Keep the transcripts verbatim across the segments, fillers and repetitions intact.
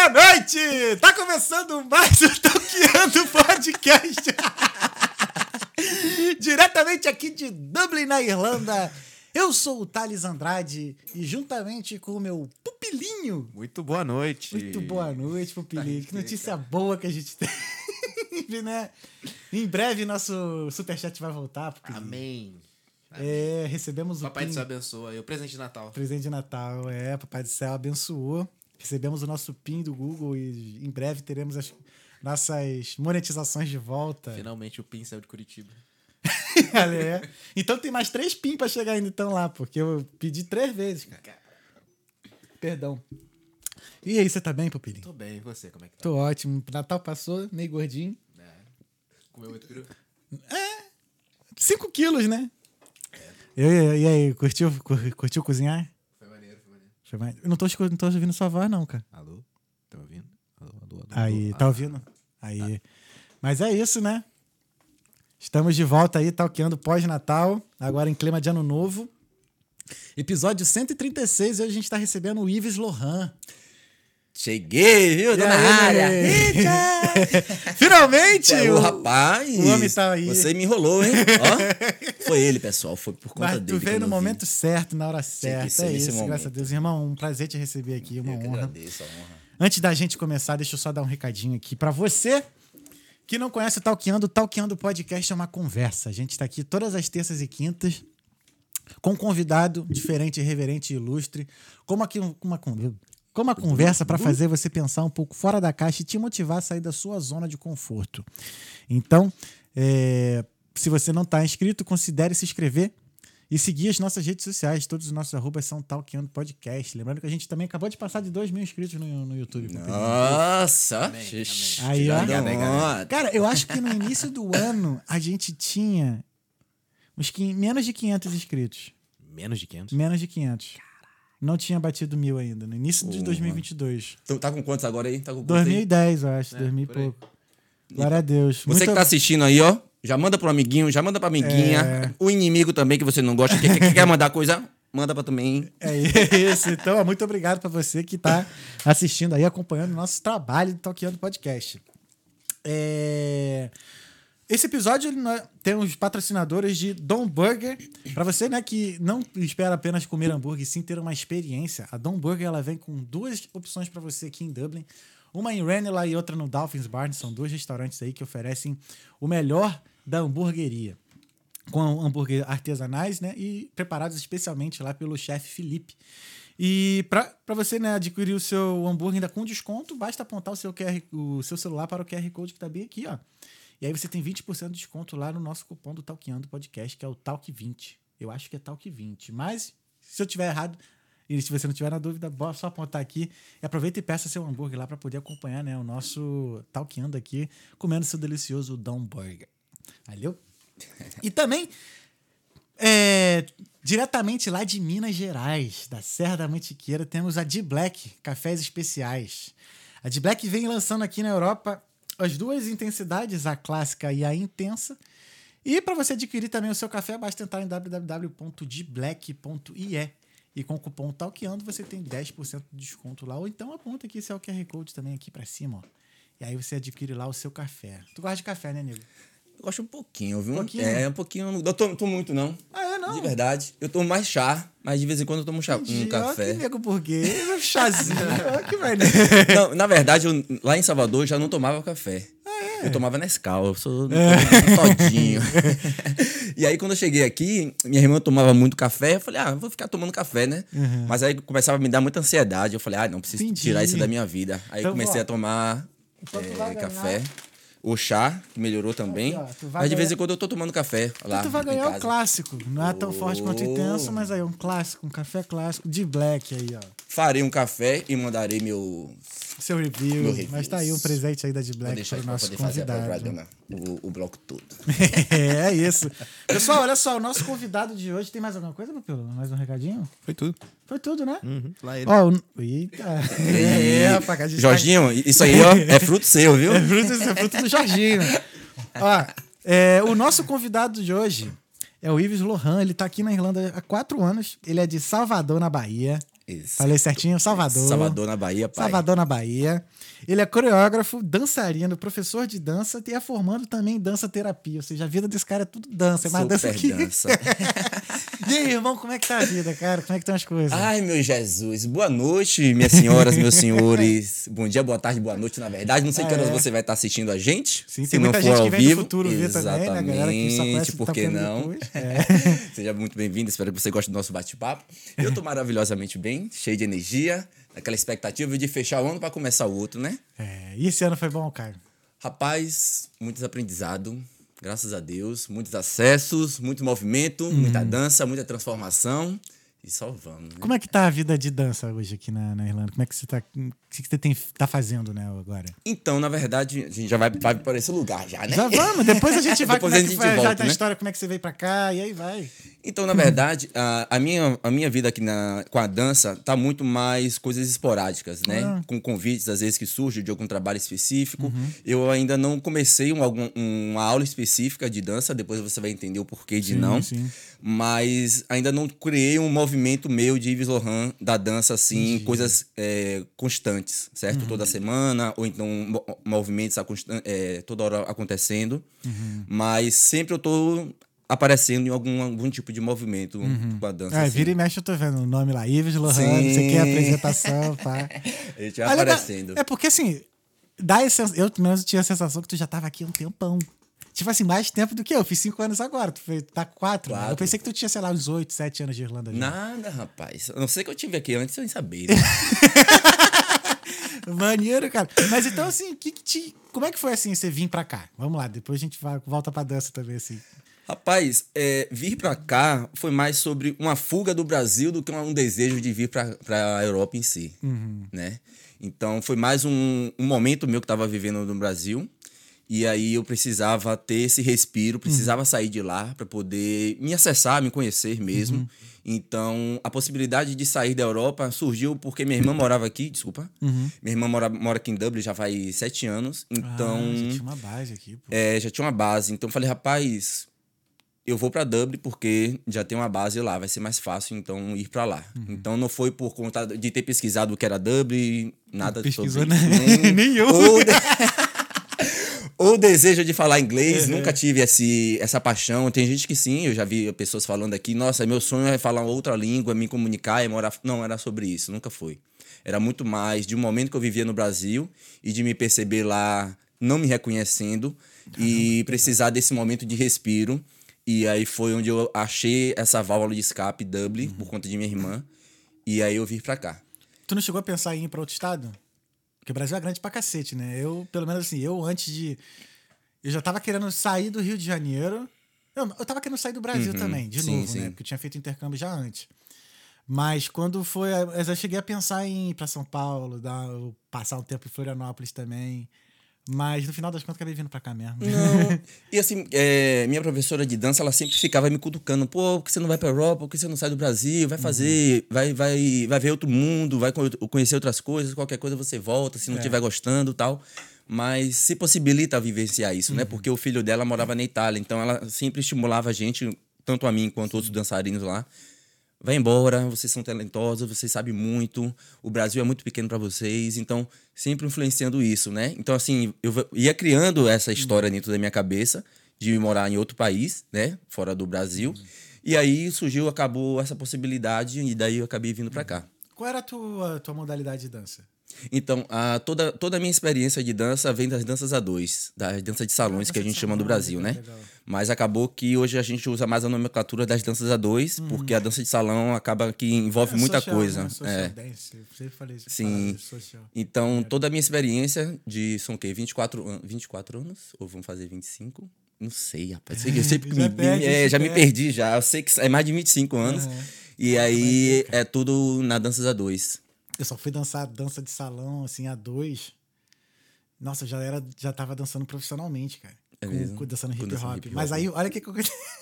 noite! Tá começando mais o Talkando Podcast. Diretamente aqui de Dublin, na Irlanda. Eu sou o Thales Andrade e juntamente com o meu pupilinho... Muito boa noite. Muito boa noite, pupilinho. Que notícia boa que a gente teve, né? Em breve nosso superchat vai voltar, pupilinho. Amém. É, recebemos o Papai do pin... Céu abençoa. E o presente de Natal. Presente de Natal, é. Papai do Céu abençoou. Recebemos o nosso pin do Google e em breve teremos as nossas monetizações de volta. Finalmente o pin saiu de Curitiba. é. Então tem mais três pin pra chegar ainda então lá, porque eu pedi três vezes, cara. Perdão. E aí, você tá bem, pupilinho? Tô bem, e você? Como é que tá? Tô ótimo. Natal passou, meio gordinho. É. Comeu muito peru? É. Cinco quilos, né? E aí, e aí, curtiu, cur- curtiu cozinhar? Foi maneiro, foi maneiro. Foi mais- Eu não tô, escu- não tô ouvindo sua voz, não, cara. Alô? Tá me ouvindo? Alô, alô, alô. Aí, alô. tá Ah, ouvindo? Aí. Mas é isso, né? Estamos de volta aí, talqueando pós-Natal, agora em clima de Ano Novo. Episódio cento e trinta e seis, e hoje a gente tá recebendo o Yves Lohan. Cheguei, viu? Tô E na aí? área. Eita! Finalmente! É, o o- rapaz, o homem tá aí. Você me enrolou, hein? Ó, foi ele, pessoal. Foi por conta Mas dele. tu que veio eu no não vim. momento certo, na hora Tinha que certa. ser É nesse isso, momento. graças a Deus. Irmão, um prazer te receber aqui, uma Eu que honra. agradeço a honra. Antes da gente começar, deixa eu só dar um recadinho aqui pra você que não conhece o Talkando. O Talkando Podcast é uma conversa. A gente tá aqui todas as terças e quintas com um convidado diferente, irreverente e ilustre, como aqui um- uma con- como uma conversa para fazer você pensar um pouco fora da caixa e te motivar a sair da sua zona de conforto. Então, é, se você não está inscrito, considere se inscrever e seguir as nossas redes sociais. Todos os nossos arrobas são Talkando Podcast. Lembrando que a gente também acabou de passar de dois mil inscritos no, no YouTube. Nossa! Amém, Xixi. amém. Aí, ó. Obrigado, obrigado. Cara, eu acho que no início do ano a gente tinha uns quin- menos de quinhentos inscritos. Menos de quinhentos? Menos de quinhentos. Não tinha batido mil ainda, no início de Porra. dois mil e vinte e dois. Então, tá com quantos agora aí? Tá com quantos dois mil e aí? dez, eu acho, É, dois mil e por aí. pouco. Glória a Deus. Você Muito que tá assistindo aí, ó, já manda pro amiguinho, já manda pra amiguinha. É. O inimigo também, que você não gosta, que, que, que quer mandar coisa, manda pra também. É isso. Então, ó, muito obrigado pra você que tá assistindo aí, acompanhando o nosso trabalho do Talkando Podcast. É... Esse episódio ele, né, tem os patrocinadores de Dom Burger. Pra você, né, que não espera apenas comer hambúrguer, sim ter uma experiência, a Dom Burger ela vem com duas opções pra você aqui em Dublin. Uma em Ranelagh e outra no Dolphins Barn. São dois restaurantes aí que oferecem o melhor da hamburgueria. Com hambúrguer artesanais, né? E preparados especialmente lá pelo chefe Felipe. E para você, né, adquirir o seu hambúrguer ainda com desconto, basta apontar o seu, Q R, o seu celular para o Q R Code que tá bem aqui, ó. E aí você tem vinte por cento de desconto lá no nosso cupom do Talkando Podcast, que é o Talk vinte. Eu acho que é Talk vinte. Mas, se eu tiver errado, e se você não tiver na dúvida, bora só apontar aqui. E aproveita e peça seu hambúrguer lá para poder acompanhar, né, o nosso Talkando aqui, comendo seu delicioso Dom Burger. Valeu? E também, é, diretamente lá de Minas Gerais, da Serra da Mantiqueira, temos a D-Black, cafés especiais. A D-Black vem lançando aqui na Europa as duas intensidades, a clássica e a intensa. E para você adquirir também o seu café, basta entrar em w w w ponto d black ponto i e e com o cupom Talkando você tem dez por cento de desconto lá. Ou então aponta aqui esse é o Q R Code também aqui para cima, ó. E aí você adquire lá o seu café. Tu gosta de café, né, nego? Eu gosto um pouquinho, viu? Um pouquinho? É, um pouquinho. Não tomo, tomo muito, não. Ah, é, não? De verdade. Eu tomo mais chá, mas de vez em quando eu tomo um, chá, um Entendi. Ó, café. que nego burguês, um chazinho. Ó, que merda. Não, na verdade, eu, lá em Salvador eu já não tomava café. Ah, é? Eu tomava Nescau, eu sou é. todinho. E aí, quando eu cheguei aqui, minha irmã tomava muito café. Eu falei, ah, vou ficar tomando café, né? Uhum. Mas aí começava a me dar muita ansiedade. Eu falei, ah, não, preciso Entendi. tirar isso da minha vida. Aí Então, comecei ó, a tomar então tu é, vai ganhar- café. O chá, que melhorou também. Aqui, ó, tu vai Mas de vez ganhar- em quando eu tô tomando café lá Então tu vai em ganhar o casa. clássico. Não é tão forte quanto Oh. intenso, mas aí é um clássico, um café clássico de black aí, ó. Farei um café e mandarei meu... Seu review. Meu review. Mas tá aí um presente aí da de Vou black deixar para o aí pra nosso poder fazer a convidado. propaganda, o, o bloco todo. É isso. Pessoal, olha só, o nosso convidado de hoje tem mais alguma coisa, Papilo? Mais um recadinho? Foi tudo. Foi tudo, né? Uhum. Lá ele. Ó, o... Eita. É, rapaz, que a gente tá- Jorginho, isso aí, ó, é fruto seu, viu? É fruto, isso é fruto do Jorginho. Ó, é, o nosso convidado de hoje é o Yves Lohan. Ele tá aqui na Irlanda há quatro anos. Ele é de Salvador, na Bahia. Isso. Falei certinho? Salvador. Salvador, na Bahia, pai. Salvador, na Bahia. Ele é coreógrafo, dançarino, professor de dança e é formando também em dança terapia. Ou seja, a vida desse cara é tudo dança. É mais Super dança que... dança. E aí, irmão, como é que tá a vida, cara? Como é que estão as coisas? Ai, meu Jesus. Boa noite, minhas senhoras, meus senhores. Bom dia, boa tarde, boa noite, na verdade. Não sei Ah, que horas é. você vai estar assistindo a gente. Sim, se tem não muita for gente ao que vem vivo. do futuro ver também, né? A galera que só conhece por tá que vendo não? depois. É. Seja muito bem-vindo, espero que você goste do nosso bate-papo. Eu tô maravilhosamente bem, cheio de energia, naquela expectativa de fechar o ano para começar o outro, né? É, e esse ano foi bom, cara? Rapaz, muitos aprendizados, graças a Deus, muitos acessos, muito movimento, uhum. muita dança, muita transformação. E só vamos, né? Como é que tá a vida de dança hoje aqui na, na Irlanda? Como é que você tá, o que você tem, tá fazendo, né, agora? Então, na verdade, a gente já vai, vai para esse lugar já, né? Já vamos, depois a gente vai, depois como é a que gente foi volta, já da né? história, como é que você veio pra cá, e aí vai. Então, na verdade, a, a, minha, a minha vida aqui na, com a dança tá muito mais coisas esporádicas, né? Ah. Com convites, às vezes, que surgem de algum trabalho específico. Uhum. Eu ainda não comecei um, algum, uma aula específica de dança, depois você vai entender o porquê de Sim, não. sim. Mas ainda não criei um movimento meu de Yves Lohan da dança, assim, Entendi. coisas é, constantes, certo? Uhum. Toda semana, ou então mo- movimentos aconstan- é, toda hora acontecendo. Uhum. Mas sempre eu tô aparecendo em algum, algum tipo de movimento Uhum. com a dança. É, assim. vira e mexe, eu tô vendo o nome lá, Yves Lohan, Sim. não sei o que, apresentação, pá. A gente vai Olha, aparecendo. É porque assim, dá esse, eu pelo menos tinha a sensação que tu já tava aqui há um tempão. Tipo assim, mais tempo do que eu. Fiz cinco anos agora. Tu foi, tá quatro. Né? Eu Quatro. pensei que tu tinha, sei lá, uns oito, sete anos de Irlanda. Já. Nada, rapaz. A não ser que eu tive aqui antes sem saber. Né? Maneiro, cara. Mas então, assim, que que te, como é que foi assim você vir pra cá? Vamos lá, depois a gente vai, volta pra dança também, assim. Rapaz, é, vir pra cá foi mais sobre uma fuga do Brasil do que um desejo de vir pra, pra Europa em si, Uhum. né? Então, foi mais um, um momento meu que eu tava vivendo no Brasil. E aí eu precisava ter esse respiro, precisava uhum. sair de lá para poder me acessar, me conhecer mesmo. Uhum. Então, a possibilidade de sair da Europa surgiu porque minha irmã morava aqui, desculpa. Uhum. Minha irmã mora, mora aqui em Dublin já faz sete anos. Então, ah, já tinha uma base aqui, pô. É, já tinha uma base. Então, eu falei, rapaz, eu vou para Dublin porque já tem uma base lá, vai ser mais fácil, então, ir para lá. Uhum. Então, não foi por conta de ter pesquisado o que era Dublin, nada Pesquisou, sobre né? isso. Nem, Nem eu. Ou... O desejo de falar inglês, uhum. nunca tive esse, essa paixão. Tem gente que sim, eu já vi pessoas falando aqui, nossa, meu sonho é falar outra língua, me comunicar, é morar... Não, era sobre isso, nunca foi. Era muito mais de um momento que eu vivia no Brasil e de me perceber lá não me reconhecendo Caramba, e precisar desse momento de respiro. E aí foi onde eu achei essa válvula de escape, Dublin, uhum. por conta de minha irmã. E aí eu vim pra cá. Tu não chegou a pensar em ir pra outro estado? Porque o Brasil é grande pra cacete, né? Eu, pelo menos assim, eu antes de... Eu já tava querendo sair do Rio de Janeiro. Eu, eu tava querendo sair do Brasil uhum, também, de sim, novo, sim. né? Porque eu tinha feito intercâmbio já antes. Mas quando foi... Eu já cheguei a pensar em ir pra São Paulo, dar, passar um tempo em Florianópolis também. Mas no final das contas, acabei vindo pra cá mesmo. Não. E assim, é, minha professora de dança, ela sempre ficava me cutucando. Pô, por que você não vai pra Europa? Por que você não sai do Brasil? Vai fazer, uhum. vai, vai, vai ver outro mundo, vai conhecer outras coisas, qualquer coisa você volta, se não estiver é. gostando e tal. Mas se possibilita vivenciar isso, uhum. né? Porque o filho dela morava na Itália, então ela sempre estimulava a gente, tanto a mim quanto Sim. outros dançarinos lá. Vai embora, vocês são talentosos, vocês sabem muito, o Brasil é muito pequeno para vocês, então sempre influenciando isso, né? Então, assim, eu ia criando essa história uhum. dentro da minha cabeça de morar em outro país, né? Fora do Brasil. Uhum. E aí surgiu, acabou essa possibilidade e daí eu acabei vindo para cá. Qual era a tua, a tua modalidade de dança? Então, a, toda, toda a minha experiência de dança vem das danças a dois, das danças de salões, ah, que a gente chama no Brasil, legal, né? Legal. Mas acabou que hoje a gente usa mais a nomenclatura das danças a dois, uhum. porque a dança de salão acaba que envolve é, muita social, coisa. Né? Social é. dance, eu sempre falei isso. Sim. Social. Então, é. toda a minha experiência de, são o quê? vinte e quatro, vinte e quatro anos? Ou vão fazer vinte e cinco? Não sei, rapaz. Eu sempre já, me, perde, é, já me perdi já. Eu sei que é mais de vinte e cinco anos. Uhum. E ah, aí é tudo na danças a dois. Eu só fui dançar dança de salão, assim, a dois. Nossa, eu já, era, já tava dançando profissionalmente, cara. É com, mesmo? Com, dançando hip hop. hip -hop. Mas aí, olha o que que eu...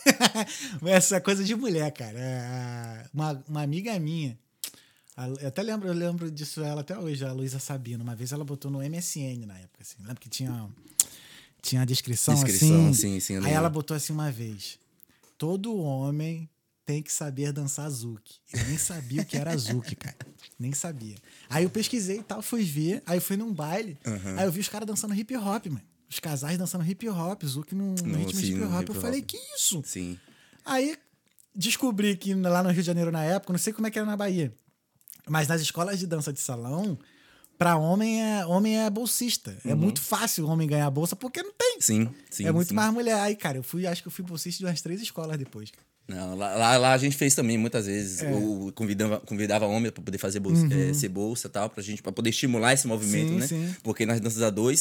Essa é coisa de mulher, cara. Uma, uma amiga minha, eu até lembro, eu lembro disso ela até hoje, a Luísa Sabino. Uma vez ela botou no M S N na época, assim. Lembra que tinha, tinha a descrição, descrição assim? sim, sim. Aí ela botou assim uma vez. Todo homem tem que saber dançar zouk. Eu nem sabia o que era zouk, cara. Nem sabia. Aí eu pesquisei e tal, fui ver. Aí eu fui num baile. Uhum. Aí eu vi os caras dançando hip hop, mano. Os casais dançando hip hop, zouk no, no, no ritmo de hip hop. Eu falei, que isso? Sim. Aí descobri que lá no Rio de Janeiro na época, não sei como é que era na Bahia, mas nas escolas de dança de salão, pra homem é, homem é bolsista. Uhum. É muito fácil o homem ganhar bolsa porque não tem. Sim, sim. É muito sim. mais mulher. Aí, cara, eu fui, acho que eu fui bolsista de umas três escolas depois. Não, lá, lá, lá a gente fez também, muitas vezes. É. Eu convidava, convidava homem pra poder fazer bolsa, uhum. é, ser bolsa e tal, pra gente, pra poder estimular esse movimento, sim, né? Sim. Porque nas danças a dois,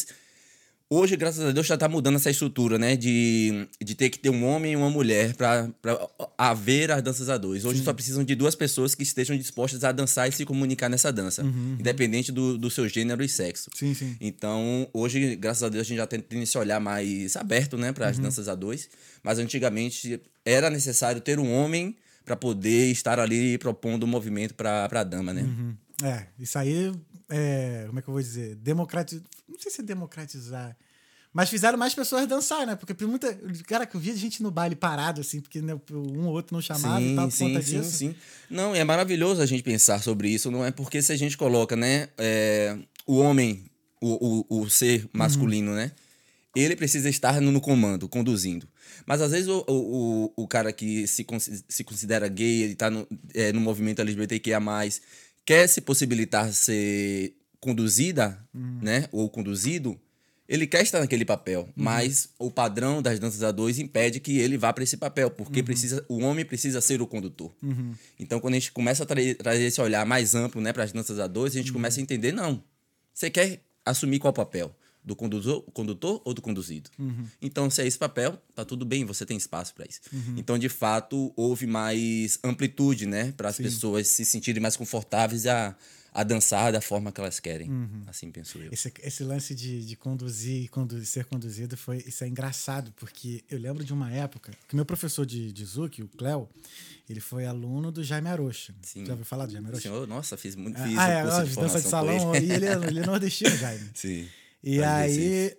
hoje, graças a Deus, já tá mudando essa estrutura, né? De, de ter que ter um homem e uma mulher pra, pra haver as danças a dois. Hoje sim. só precisam de duas pessoas que estejam dispostas a dançar e se comunicar nessa dança, uhum, independente do, do seu gênero e sexo. Sim, sim. Então, hoje, graças a Deus, a gente já tem, tem esse olhar mais aberto, né? Para as uhum. danças a dois. Mas antigamente era necessário ter um homem para poder estar ali propondo um movimento para a dama, né? Uhum. É, isso aí, é, como é que eu vou dizer? Democratizar. Não sei se é democratizar. Mas fizeram mais pessoas dançar, né? Porque muita. Cara, que eu via gente no baile parado, assim, porque né, um ou outro não chamava sim, e tal, por sim, conta sim, disso. Sim. Não, é maravilhoso a gente pensar sobre isso, não é porque se a gente coloca, né, é, o homem, o, o, o ser masculino, uhum. né? Ele precisa estar no, no comando, conduzindo. Mas às vezes o, o, o cara que se, se considera gay, ele tá no, é, no movimento L G B T Q I A mais, quer se possibilitar ser conduzida, uhum. né? Ou conduzido, ele quer estar naquele papel, uhum. mas o padrão das danças a dois impede que ele vá para esse papel, porque uhum. precisa, o homem precisa ser o condutor. Uhum. Então, quando a gente começa a tra trazer esse olhar mais amplo, né, para as danças a dois, a gente uhum. começa a entender, não, você quer assumir qual papel? Do condutor, condutor ou do conduzido? Uhum. Então, se é esse papel, tá tudo bem, você tem espaço para isso. Uhum. Então, de fato, houve mais amplitude, né, para as pessoas se sentirem mais confortáveis a a dançar da forma que elas querem. Uhum. Assim penso eu. Esse, esse lance de, de conduzir e condu ser conduzido, foi, isso é engraçado, porque eu lembro de uma época que meu professor de, de Zouk, o Cléo, ele foi aluno do Jaime Arocha. Sim. Já ouviu falar do Jaime Arocha? Senhor, nossa, fiz muito fiz ah, um é, curso ó, de dança de salão, e ele é, ele é nordestino, Jaime. Sim. E aí,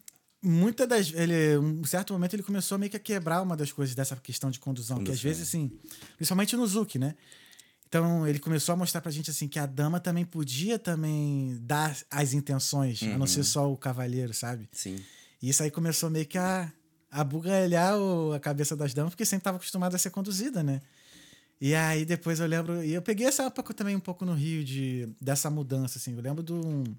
muitas das... Ele, um certo momento ele começou meio que a quebrar uma das coisas dessa questão de condução, condução. Que às vezes, assim, principalmente no Zouk, né? Então, ele começou a mostrar pra gente, assim, que a dama também podia também dar as intenções, uhum. a não ser só o cavalheiro, sabe? Sim. E isso aí começou meio que a, a bugalhar o, a cabeça das damas, porque sempre estava acostumada a ser conduzida, né? E aí, depois eu lembro... E eu peguei essa época também um pouco no Rio, de, dessa mudança, assim. Eu lembro do...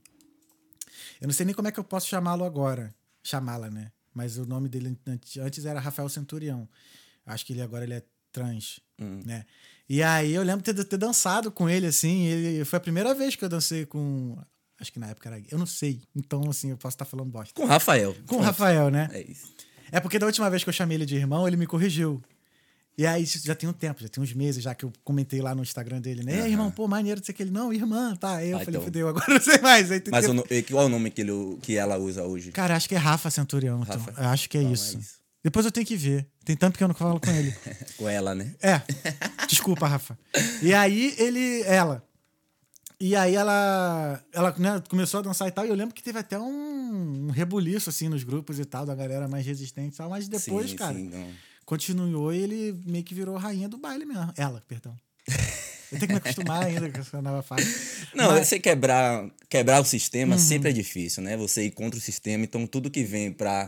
Eu não sei nem como é que eu posso chamá-lo agora. Chamá-la, né? Mas o nome dele antes era Rafael Centurião. Acho que ele agora ele é trans, hum. né? E aí eu lembro de ter, ter dançado com ele, assim, ele, foi a primeira vez que eu dancei com... Acho que na época era... Eu não sei, então, assim, eu posso estar falando bosta. Com o Rafael. Com o Rafael, né? É isso. É porque da última vez que eu chamei ele de irmão, ele me corrigiu. E aí, já tem um tempo, já tem uns meses já que eu comentei lá no Instagram dele, né? Uhum. Irmão, pô, maneiro de ser aquele. Não, irmã, tá. Aí eu ah, falei, então... fudeu, agora não sei mais. Aí, Mas o, qual é o nome que, ele, que ela usa hoje? Cara, acho que é Rafa Centurião. Rafa? Então. Eu acho que é, isso. é isso. Depois eu tenho que ver. Tem tanto que eu não falo com ele. Com ela, né? É. Desculpa, Rafa. E aí, ele... Ela. E aí, ela... Ela né, começou a dançar e tal. E eu lembro que teve até um, um rebuliço, assim, nos grupos e tal, da galera mais resistente e tal. Mas depois, sim, cara... Sim, não. Continuou e ele meio que virou rainha do baile mesmo. Ela, perdão. Eu tenho que me acostumar ainda com essa nova fase. Não, mas... você quebrar, quebrar o sistema uhum. sempre é difícil, né? Você ir contra o sistema. Então, tudo que vem pra...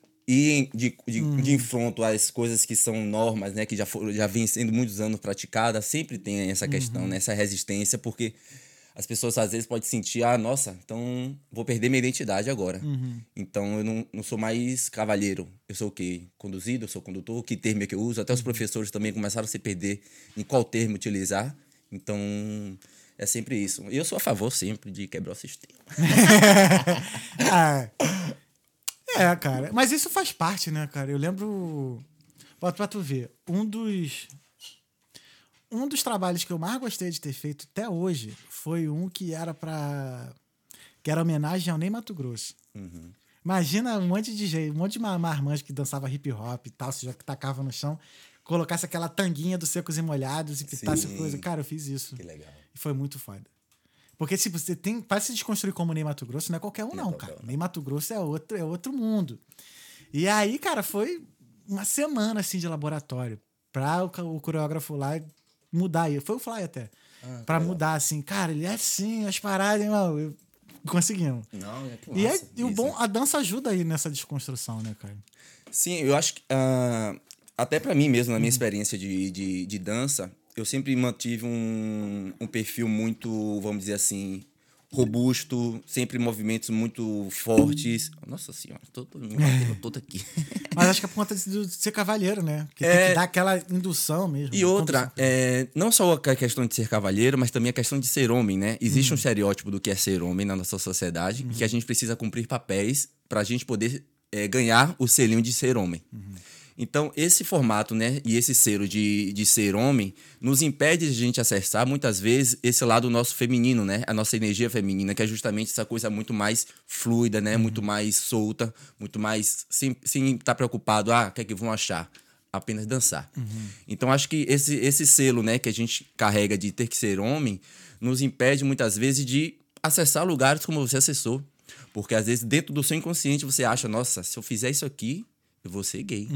E de, de, uhum. de enfronto às coisas que são normas, né? Que já, for, já vêm sendo muitos anos praticadas, sempre tem essa questão, uhum. né? Essa resistência, porque as pessoas às vezes podem sentir, ah, nossa, então vou perder minha identidade agora. Uhum. Então eu não, não sou mais cavalheiro. Eu sou o quê? Conduzido, eu sou condutor, que termo é que eu uso? Até os professores também começaram a se perder em qual termo utilizar. Então é sempre isso. E eu sou a favor sempre de quebrar o sistema. ah. É, cara. Mas isso faz parte, né, cara? Eu lembro... Bota pra tu ver. Um dos... Um dos trabalhos que eu mais gostei de ter feito até hoje foi um que era pra... Que era homenagem ao Ney Matogrosso. Uhum. Imagina um monte de gente, um monte de marmanjo que dançava hip hop e tal, se já tacava no chão, colocasse aquela tanguinha dos Secos e Molhados e pitasse coisa. Cara, eu fiz isso. Que legal. E foi muito foda. Porque, tipo, você tem... Para se desconstruir como Ney Matogrosso, não é qualquer um, não, não cara. Um, não. Ney Matogrosso é outro, é outro mundo. E aí, cara, foi uma semana, assim, de laboratório pra o, o coreógrafo lá mudar. Foi o Fly até. Ah, pra legal. Mudar, assim. Cara, ele é assim, as paradas, irmão. Eu... Conseguimos. Não, é que massa, e, é, e o bom, a dança ajuda aí nessa desconstrução, né, cara? Sim, eu acho que... Uh, até pra mim mesmo, na minha uhum. experiência de, de, de dança, eu sempre mantive um, um perfil muito, vamos dizer assim... robusto, sempre movimentos muito fortes. Nossa senhora, tô, tô me batendo todo aqui. Mas acho que é por conta de ser cavalheiro, né? Porque é... tem que dar aquela indução mesmo. E outra, é, não só a questão de ser cavalheiro, mas também a questão de ser homem, né? Existe uhum. um estereótipo do que é ser homem na nossa sociedade, uhum. que a gente precisa cumprir papéis pra gente poder é, ganhar o selinho de ser homem. Uhum. Então, esse formato, né, e esse selo de, de ser homem nos impede de a gente acessar, muitas vezes, esse lado nosso feminino, né? A nossa energia feminina, que é justamente essa coisa muito mais fluida, né? Uhum. Muito mais solta, muito mais... Sem, sem estar preocupado, ah, o que é que vão achar? Apenas dançar. Uhum. Então, acho que esse, esse selo, né, que a gente carrega de ter que ser homem, nos impede, muitas vezes, de acessar lugares como você acessou. Porque, às vezes, dentro do seu inconsciente, você acha, nossa, se eu fizer isso aqui... eu vou ser gay.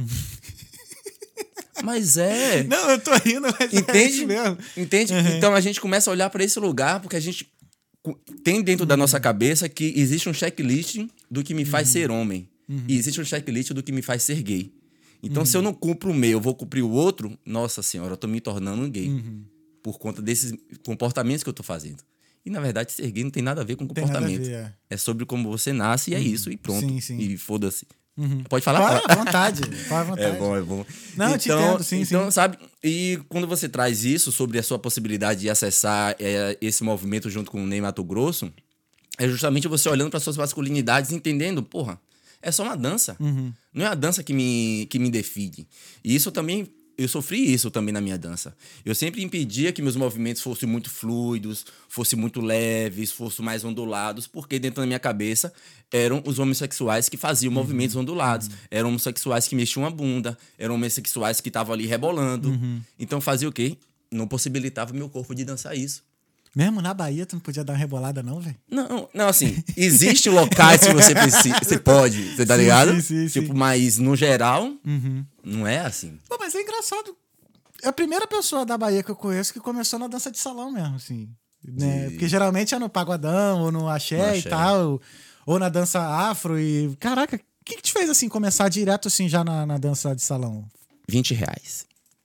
Mas é... Não, eu tô rindo, mas entende? é isso mesmo. Entende? Uhum. Então, a gente começa a olhar para esse lugar porque a gente tem dentro uhum. da nossa cabeça que existe um checklist do que me faz uhum. ser homem. Uhum. E existe um checklist do que me faz ser gay. Então, uhum. se eu não cumpro o meu, eu vou cumprir o outro, nossa senhora, eu tô me tornando um gay. Uhum. Por conta desses comportamentos que eu tô fazendo. E, na verdade, ser gay não tem nada a ver com comportamento. Ver, é. é sobre como você nasce e uhum. é isso, e pronto. Sim, sim. E foda-se. Uhum. Pode falar? Pode, à vontade. Pode à vontade. É bom, é bom. Não, então, eu te entendo, sim, então, sim. sabe? E quando você traz isso sobre a sua possibilidade de acessar é, esse movimento junto com o Ney Matogrosso, é justamente você olhando para suas masculinidades e entendendo, porra, é só uma dança. Uhum. Não é a dança que me, que me define. E isso também... Eu sofri isso também na minha dança. Eu sempre impedia que meus movimentos fossem muito fluidos, fossem muito leves, fossem mais ondulados, porque dentro da minha cabeça eram os homossexuais que faziam uhum. movimentos ondulados. Uhum. Eram homossexuais que mexiam a bunda, eram homossexuais que estavam ali rebolando. Uhum. Então fazia o quê? Não possibilitava meu corpo de dançar isso. Mesmo na Bahia, tu não podia dar uma rebolada, não, velho? Não, não, assim, existem locais que você precisa, você pode, você tá sim, ligado? Sim, sim, tipo, sim. mas no geral, uhum. não é assim. Pô, mas é engraçado. É a primeira pessoa da Bahia que eu conheço que começou na dança de salão mesmo, assim. Né? Porque geralmente é no pagodão, ou no axé, no axé e tal, ou na dança afro e... Caraca, o que, que te fez, assim, começar direto, assim, já na, na dança de salão? vinte reais.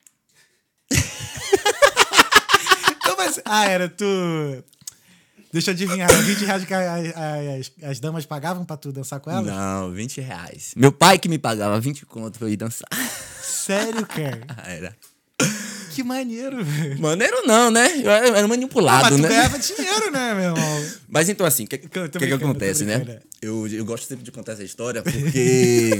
Mas, ah, era tu... Deixa eu adivinhar, vinte reais que as, as, as damas pagavam pra tu dançar com elas? Não, vinte reais. Meu pai que me pagava vinte conto pra eu ir dançar. Sério, cara? Era. Que maneiro, velho. Maneiro não, né? Eu era manipulado, ah, mas tu né? ganhava dinheiro, né, meu irmão? Mas então, assim, o que, que, que acontece, né? Eu, eu gosto sempre de contar essa história porque...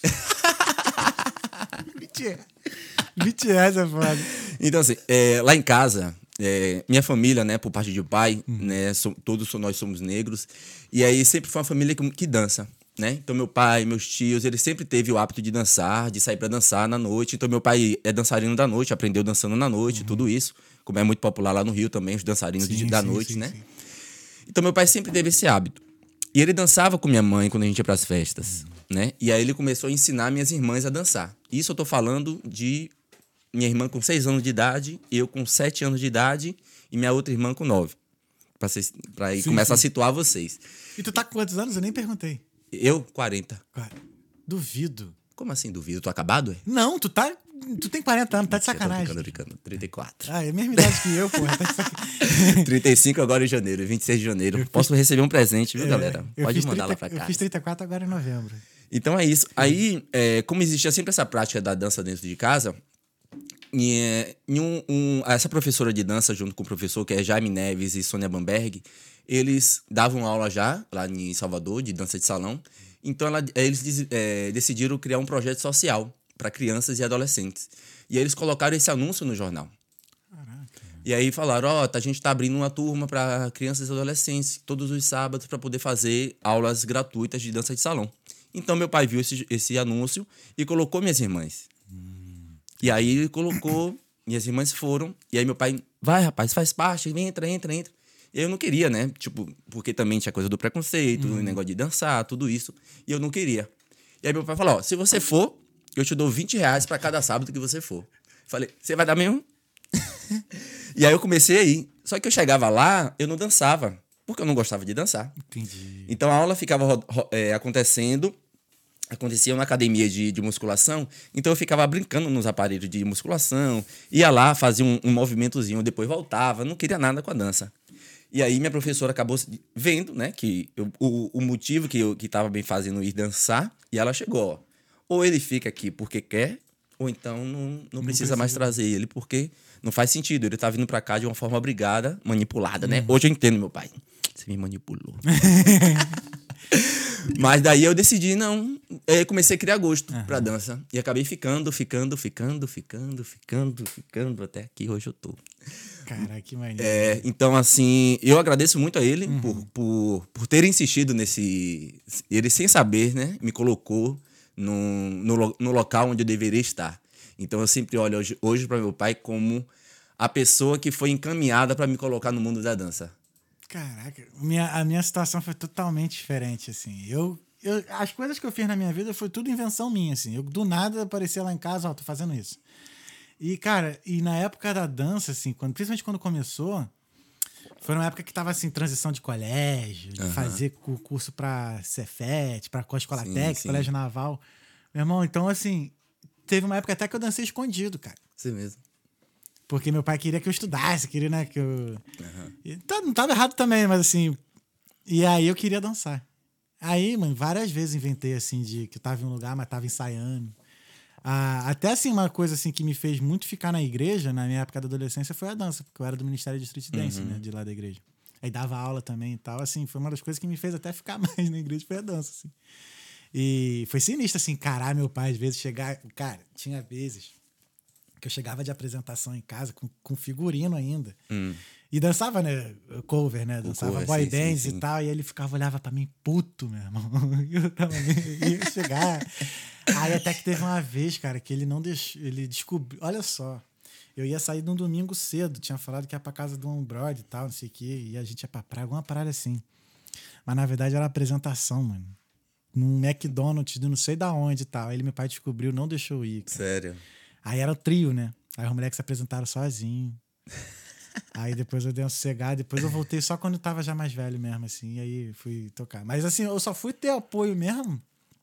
vinte reais é foda. Então, assim, é, lá em casa... É, minha família, né, por parte de pai, uhum. né, so, todos nós somos negros, e aí sempre foi uma família que, que dança, né? Então meu pai, meus tios, ele sempre teve o hábito de dançar, de sair para dançar na noite. Então meu pai é dançarino da noite, aprendeu dançando na noite, uhum. tudo isso, como é muito popular lá no Rio também, os dançarinos sim, de, da sim, noite, sim, né? Sim. Então meu pai sempre teve esse hábito. E ele dançava com minha mãe quando a gente ia para as festas, uhum. né? E aí ele começou a ensinar minhas irmãs a dançar. Isso eu tô falando de minha irmã com seis anos de idade, eu com sete anos de idade e minha outra irmã com nove. Pra, vocês, pra aí começar a situar vocês. E tu tá com quantos anos? Eu nem perguntei. Eu, quarenta. Duvido. Como assim duvido? Tu acabado, é? Não, tu tá... Tu tem quarenta anos, tá de sacanagem. Tô brincando, brincando. trinta e quatro. Ah, é a mesma idade que eu, porra. Tá de sacanagem. trinta e cinco agora em janeiro, vinte e seis de janeiro. Eu Posso fiz... receber um presente, viu, é, galera? Pode mandar trinta, lá pra casa. Eu fiz trinta e quatro agora em novembro. Então é isso. Aí, é, como existia sempre essa prática da dança dentro de casa... E, e um, um, essa professora de dança, junto com o professor, que é Jaime Neves e Sônia Bamberg, eles davam aula já, lá em Salvador, de dança de salão. Então, ela, eles é, decidiram criar um projeto social para crianças e adolescentes. E aí eles colocaram esse anúncio no jornal. Caraca. E aí falaram, ó, oh, a gente tá abrindo uma turma para crianças e adolescentes, todos os sábados, para poder fazer aulas gratuitas de dança de salão. Então, meu pai viu esse, esse anúncio e colocou minhas irmãs. E aí ele colocou, minhas irmãs foram, e aí meu pai, vai rapaz, faz parte, entra, entra, entra. E eu não queria, né? Tipo, porque também tinha coisa do preconceito, uhum. o negócio de dançar, tudo isso. E eu não queria. E aí meu pai falou, ó, se você for, eu te dou vinte reais pra cada sábado que você for. Falei, você vai dar mesmo? E aí eu comecei a ir. Só que eu chegava lá, eu não dançava, porque eu não gostava de dançar. Entendi. Então a aula ficava ro- ro- é, acontecendo, acontecia na academia de, de musculação, então eu ficava brincando nos aparelhos de musculação, ia lá, fazia um, um movimentozinho, depois voltava, não queria nada com a dança. E aí minha professora acabou se- vendo, né, que eu- o, o motivo que eu que estava bem fazendo ir dançar, e ela chegou, ó, ou ele fica aqui porque quer, ou então não, não, Não precisa mais precisa. trazer ele, porque não faz sentido, ele tá vindo pra cá de uma forma obrigada, manipulada, né? Hoje eu entendo, meu pai. Você me manipulou. Mas daí eu decidi, não. Eu comecei a criar gosto Aham. pra dança. E acabei ficando, ficando, ficando, ficando, ficando, ficando, até aqui hoje eu tô. Caraca, que maneiro. É, então, assim, eu agradeço muito a ele Uhum. por, por, por ter insistido nesse. Ele, sem saber, né, me colocou no, no, lo- no local onde eu deveria estar. Então, eu sempre olho hoje, hoje para meu pai como a pessoa que foi encaminhada para me colocar no mundo da dança. Caraca, minha, a minha situação foi totalmente diferente, assim. Eu, eu, as coisas que eu fiz na minha vida foi tudo invenção minha, assim. Eu do nada aparecia lá em casa, ó, tô fazendo isso. E, cara, e na época da dança, assim, quando, principalmente quando começou, foi uma época que tava, assim, transição de colégio, de Aham. fazer cu- curso pra Cefet, pra com a Escola Sim, Técnica, sim. Colégio Naval. Meu irmão, então, assim, teve uma época até que eu dancei escondido, cara. Você mesmo. Porque meu pai queria que eu estudasse, queria, né, que eu... Aham. E tá- não tava errado também, mas assim... E aí eu queria dançar. Aí, mano, várias vezes inventei, assim, de que eu tava em um lugar, mas tava ensaiando. Ah, até, assim, uma coisa, assim, que me fez muito ficar na igreja, na minha época da adolescência, foi a dança. Porque eu era do Ministério de Street Dance, né, de lá da igreja. Aí dava aula também e tal, assim. Foi uma das coisas que me fez até ficar mais na igreja, foi a dança, assim. E foi sinistro, assim, encarar meu pai, às vezes, chegar... Cara, tinha vezes... que eu chegava de apresentação em casa com, com figurino ainda. Hum. E dançava, né? Cover, né? Dançava cover, boy sim, sim, dance sim. e tal. E ele ficava, olhava pra mim, puto, meu irmão. E eu tava nem- ia chegar. Aí até que teve uma vez, cara, que ele não deixou. Ele descobriu. Olha só. Eu ia sair num domingo cedo. Tinha falado que ia pra casa de um brother e tal, não sei o quê. E a gente ia pra praia, alguma parada assim. Mas na verdade era uma apresentação, mano. Num McDonald's, de não sei da onde e tal. Aí ele, meu pai descobriu, não deixou eu ir, cara. Sério. Aí era o trio, né? Aí os moleques se apresentaram sozinho. Aí depois eu dei uma sossegada, depois eu voltei só quando eu tava já mais velho mesmo, assim, e aí fui tocar. Mas assim, eu só fui ter apoio mesmo.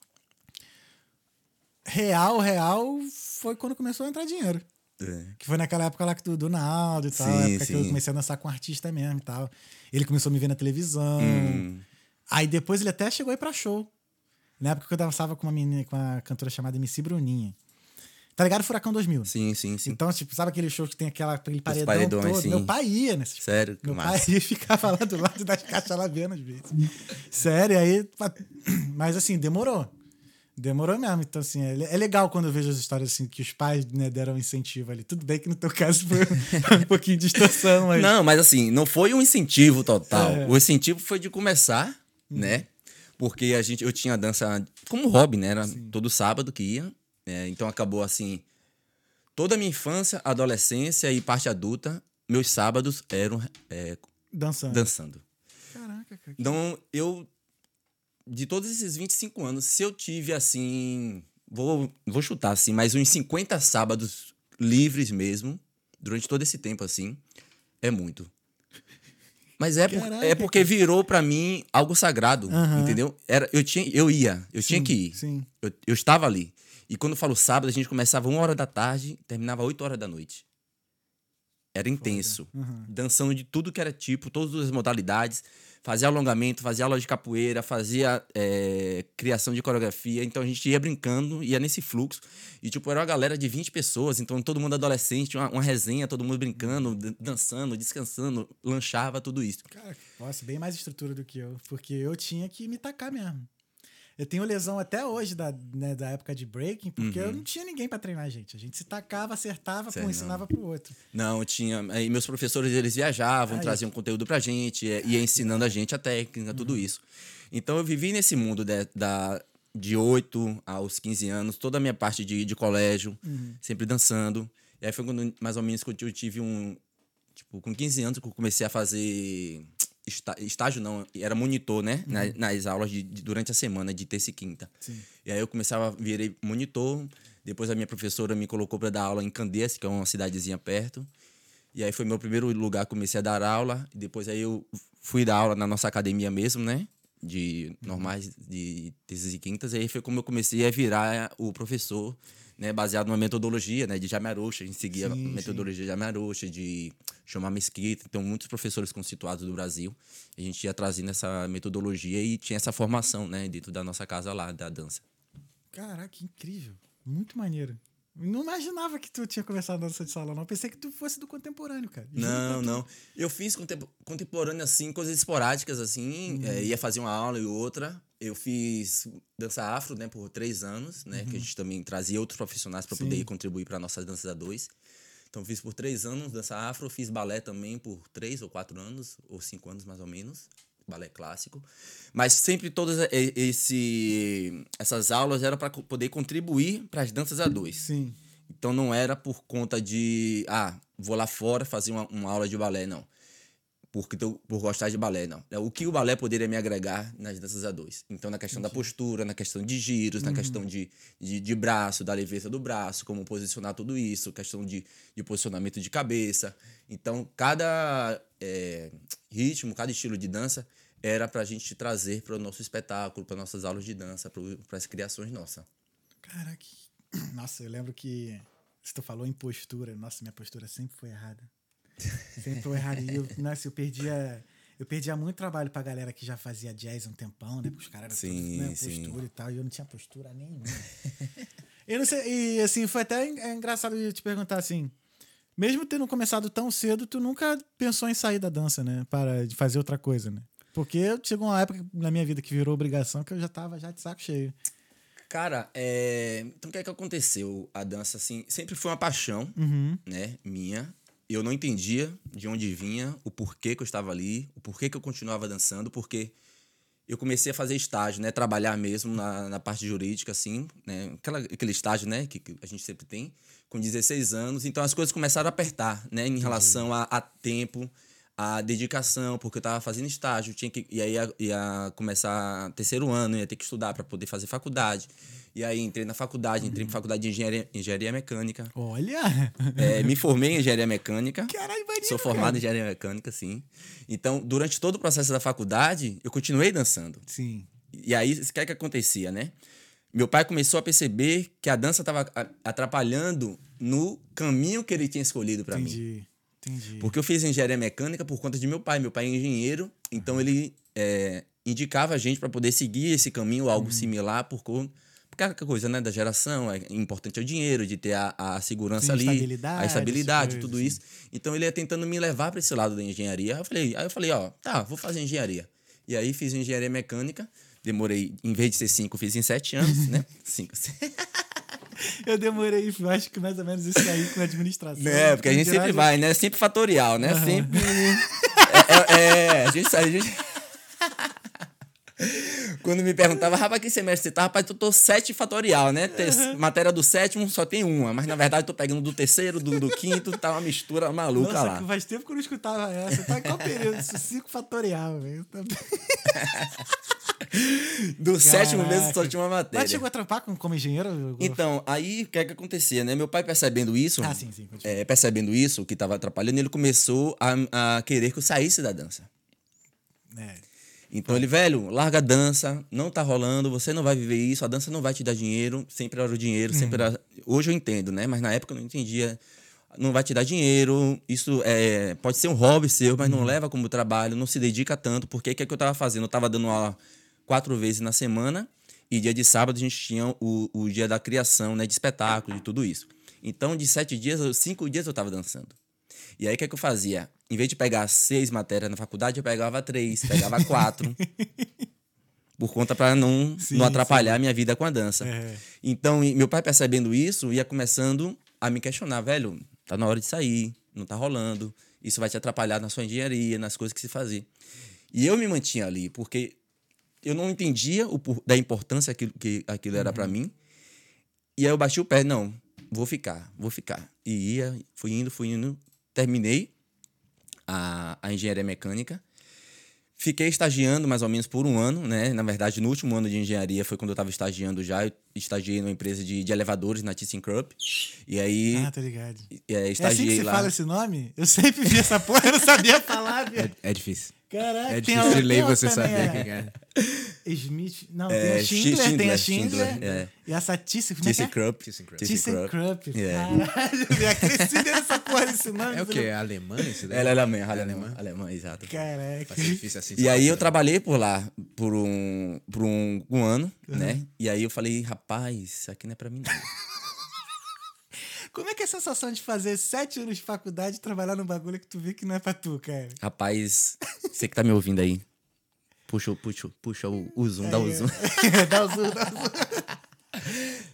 Real, real, foi quando começou a entrar dinheiro. É. Que foi naquela época lá que do, do Naldo e tal, Sim, época que eu sim. comecei a dançar com artista mesmo e tal. Ele começou a me ver na televisão. Hum. Aí depois ele até chegou aí pra show. Na época que eu dançava com uma menina, com uma cantora chamada M C Bruninha. Tá ligado? Furacão dois mil. Sim, sim, sim. Então, tipo, sabe aquele show que tem aquela, aquele paredão paredões, todo? sim. Meu pai ia nesses. Sério, que Meu massa. pai ia ficar lá do lado das caixas lá vendo às vezes. Sério, aí... Mas assim, demorou. Demorou mesmo. Então, assim, é é legal quando eu vejo as histórias assim, que os pais, né, deram incentivo ali. Tudo bem que no teu caso foi um pouquinho de distorção, mas... Não, mas assim, não foi um incentivo total. É. O incentivo foi de começar, né? Porque a gente, eu tinha dança como hobby, né? Era todo sábado que ia. É, então acabou assim. Toda a minha infância, adolescência e parte adulta, meus sábados eram é, Dançando. dançando. Caraca, cara. Então, eu. De todos esses vinte e cinco anos, se eu tive assim. Vou, vou chutar assim, mais uns cinquenta sábados livres mesmo, durante todo esse tempo assim, é muito. Mas é, por, Caraca, é porque virou pra mim algo sagrado, Aham. entendeu? Era, eu, tinha, eu ia, eu tinha Sim, que ir. sim. Eu, eu estava ali. E quando eu falo sábado, a gente começava uma hora da tarde, terminava oito horas da noite. Era intenso. Uhum. Dançando de tudo que era tipo, todas as modalidades. Fazia alongamento, fazia aula de capoeira, fazia é, criação de coreografia. Então a gente ia brincando, ia nesse fluxo. E tipo, era uma galera de vinte pessoas, então todo mundo adolescente, uma, uma resenha, todo mundo brincando, dan- dançando, descansando, lanchava, tudo isso. Cara, nossa, bem mais estrutura do que eu. Porque eu tinha que me tacar mesmo. Eu tenho lesão até hoje da, né, da época de breaking, porque eu não tinha ninguém pra treinar a gente. A gente se tacava, acertava, Sei pô, não. ensinava pro outro. Não, tinha. Aí meus professores, eles viajavam, Aí. traziam conteúdo pra gente, é, ia ensinando a gente a técnica, tudo isso. Então eu vivi nesse mundo de, da, de oito aos quinze anos, toda a minha parte de, de colégio, sempre dançando. E aí foi quando, mais ou menos, quando eu tive um. Tipo, com quinze anos que eu comecei a fazer. Está, estágio não, era monitor, né? Na- nas aulas de, de- durante a semana, de terça e quinta. Sim. E aí eu começava, virei monitor, Depois a minha professora me colocou para dar aula em Candeias, que é uma cidadezinha perto. E aí foi meu primeiro lugar, comecei a dar aula. E depois aí eu fui dar aula na nossa academia mesmo, né? De normais, de terças e quintas. E aí foi como eu comecei a virar o professor, né? Baseado numa metodologia, né? De Jaime Arocha. A gente seguia sim, a metodologia sim. de Jaime Arocha, de Chamar Mesquita. Então, muitos professores conceituados do Brasil. A gente ia trazendo essa metodologia e tinha essa formação, né? Dentro da nossa casa lá, da dança. Caraca, que incrível. Muito maneiro. Não imaginava que tu tinha começado a dança de salão, não. Eu pensei que tu fosse do contemporâneo, cara. Juro não, não. Eu fiz contemporâneo, assim, coisas esporádicas, assim. Uhum. É, ia fazer uma aula e outra. Eu fiz dança afro, né, por três anos, né? Uhum. Que a gente também trazia outros profissionais para poder contribuir para a nossa dança a dois. Então, fiz por três anos dança afro. Fiz balé também por três ou quatro anos, ou cinco anos, mais ou menos. Balé clássico. Mas sempre todas esse, essas aulas eram para poder contribuir para as danças a dois. Sim. Então não era por conta de, ah, vou lá fora fazer uma, uma aula de balé, não. Porque tô, por gostar de balé, não. É o que o balé poderia me agregar nas danças a dois. Então na questão Entendi. Da postura, na questão de giros, uhum. na questão de, de, de braço, da leveza do braço, como posicionar tudo isso, questão de, de posicionamento de cabeça. Então cada é, ritmo, cada estilo de dança era pra gente trazer para o nosso espetáculo, para nossas aulas de dança, para as criações nossas. Caraca, nossa, eu lembro que você falou em postura. Nossa, minha postura sempre foi errada. Sempre foi errada. E eu, nossa, eu perdia, eu perdia muito trabalho pra galera que já fazia jazz há um tempão, né? Porque os caras eram todos, né, postura sim. e tal. E eu não tinha postura nenhuma. Eu não sei, e assim, foi até engraçado de te perguntar assim. Mesmo tendo começado tão cedo, tu nunca pensou em sair da dança, né? Para de fazer outra coisa, né? Porque chegou uma época na minha vida que virou obrigação que eu já tava já de saco cheio. Cara, é... então o que é que aconteceu? A dança, assim, sempre foi uma paixão, uhum. né, minha. Eu não entendia de onde vinha, o porquê que eu estava ali, o porquê que eu continuava dançando, porque eu comecei a fazer estágio, né, trabalhar mesmo na, na parte jurídica, assim, né, aquela, aquele estágio, né, que, que a gente sempre tem, com dezesseis anos. Então as coisas começaram a apertar, né, em relação a, a tempo, a dedicação, porque eu estava fazendo estágio, tinha que, e aí ia, ia começar terceiro ano, ia ter que estudar para poder fazer faculdade. E aí entrei na faculdade, entrei uhum. na faculdade de engenharia, engenharia mecânica. Olha! É, me formei em engenharia mecânica. Caralho, maneiro, Sou formado cara. em engenharia mecânica, sim. Então, durante todo o processo da faculdade, eu continuei dançando. Sim. E aí, o que é que acontecia, né? Meu pai começou a perceber que a dança estava atrapalhando no caminho que ele tinha escolhido para mim. Entendi. Entendi. Porque eu fiz engenharia mecânica por conta de meu pai. Meu pai é engenheiro, então uhum. ele é, indicava a gente para poder seguir esse caminho, algo uhum. similar, por conta. Porque aquela coisa, né, da geração, é importante é o dinheiro, de ter a, a segurança Sim, ali, estabilidade, a estabilidade, tudo isso. Então ele ia tentando me levar para esse lado da engenharia. Aí eu falei, aí eu falei, ó, tá, vou fazer engenharia. E aí fiz engenharia mecânica, demorei, em vez de ser cinco, fiz em sete anos, né? Cinco. Eu demorei, acho que mais ou menos isso aí com a administração. É, porque a gente sempre vai, né? Sempre fatorial, né? Uhum. Sempre. é, é, é, a gente. A gente... Quando me perguntava, rapaz, que semestre você tá? Rapaz, eu tô sete fatorial, né? Uhum. Matéria do sétimo só tem uma, mas na verdade eu tô pegando do terceiro, do, do quinto, tá uma mistura maluca. Nossa, lá. Nossa, faz tempo que eu não escutava essa. Tá em qual período? cinco fatorial, velho. Do Caraca. sétimo mês só tinha uma matéria. Mas chegou a trampar como, como engenheiro? Então, aí o que é que acontecia, né? Meu pai percebendo isso, ah, sim, sim, é, percebendo isso, que tava atrapalhando, ele começou a, a querer que eu saísse da dança. É. Então ele, velho, larga a dança, não tá rolando, você não vai viver isso, a dança não vai te dar dinheiro, sempre era o dinheiro, sempre era... Hoje eu entendo, né? Mas na época eu não entendia. Não vai te dar dinheiro, isso é, pode ser um hobby seu, mas uhum. não leva como trabalho, não se dedica tanto, porque o que é que eu tava fazendo? Eu tava dando aula quatro vezes na semana e dia de sábado a gente tinha o, o dia da criação, né? De espetáculo, de tudo isso. Então, de sete dias, cinco dias eu tava dançando. E aí, o que é que eu fazia? Em vez de pegar seis matérias na faculdade, eu pegava três, pegava quatro. Por conta para não, sim, não atrapalhar a minha vida com a dança. É. Então, meu pai percebendo isso, ia começando a me questionar. Velho, tá na hora de sair, não tá rolando. Isso vai te atrapalhar na sua engenharia, nas coisas que se fazia. E eu me mantinha ali, porque eu não entendia o, da importância que, que aquilo era uhum. para mim. E aí eu bati o pé, não, vou ficar, vou ficar. E ia, fui indo, fui indo... Terminei a, a engenharia mecânica, Fiquei estagiando mais ou menos por um ano, né? Na verdade, no último ano de engenharia foi quando eu estava estagiando já. Eu estagiei numa empresa de, de elevadores na ThyssenKrupp. E aí... Ah, tá ligado. É, É estagiei assim que você lá. fala esse nome? Eu sempre vi essa porra, eu não sabia falar, É, velho. é difícil. Caraca, É tem difícil a- de tem ler outra você também, saber é. quem é. Smith. Não, É, tem a Schindler, tem a Schindler, Schindler. é. E essa Thyssen. Como é que é? ThyssenKrupp. ThyssenKrupp. ThyssenKrupp. É. Caralho, velho. Acresci nessa porra desse nome. É o quê? É alemã isso daí? Ela é alemã, É alemã, alemã, exato. Caraca. Vai ser difícil assim. E aí eu saber. trabalhei por lá por um, por um, um ano, né? E aí eu falei, rapaz, isso aqui não é pra mim não. Como é que é a sensação de fazer sete anos de faculdade e trabalhar num bagulho que tu vê que não é pra tu, cara? Rapaz, você que tá me ouvindo aí, puxa, o- puxa, o- puxa o, o zoom, dá o zoom. Dá o zoom, dá o zoom.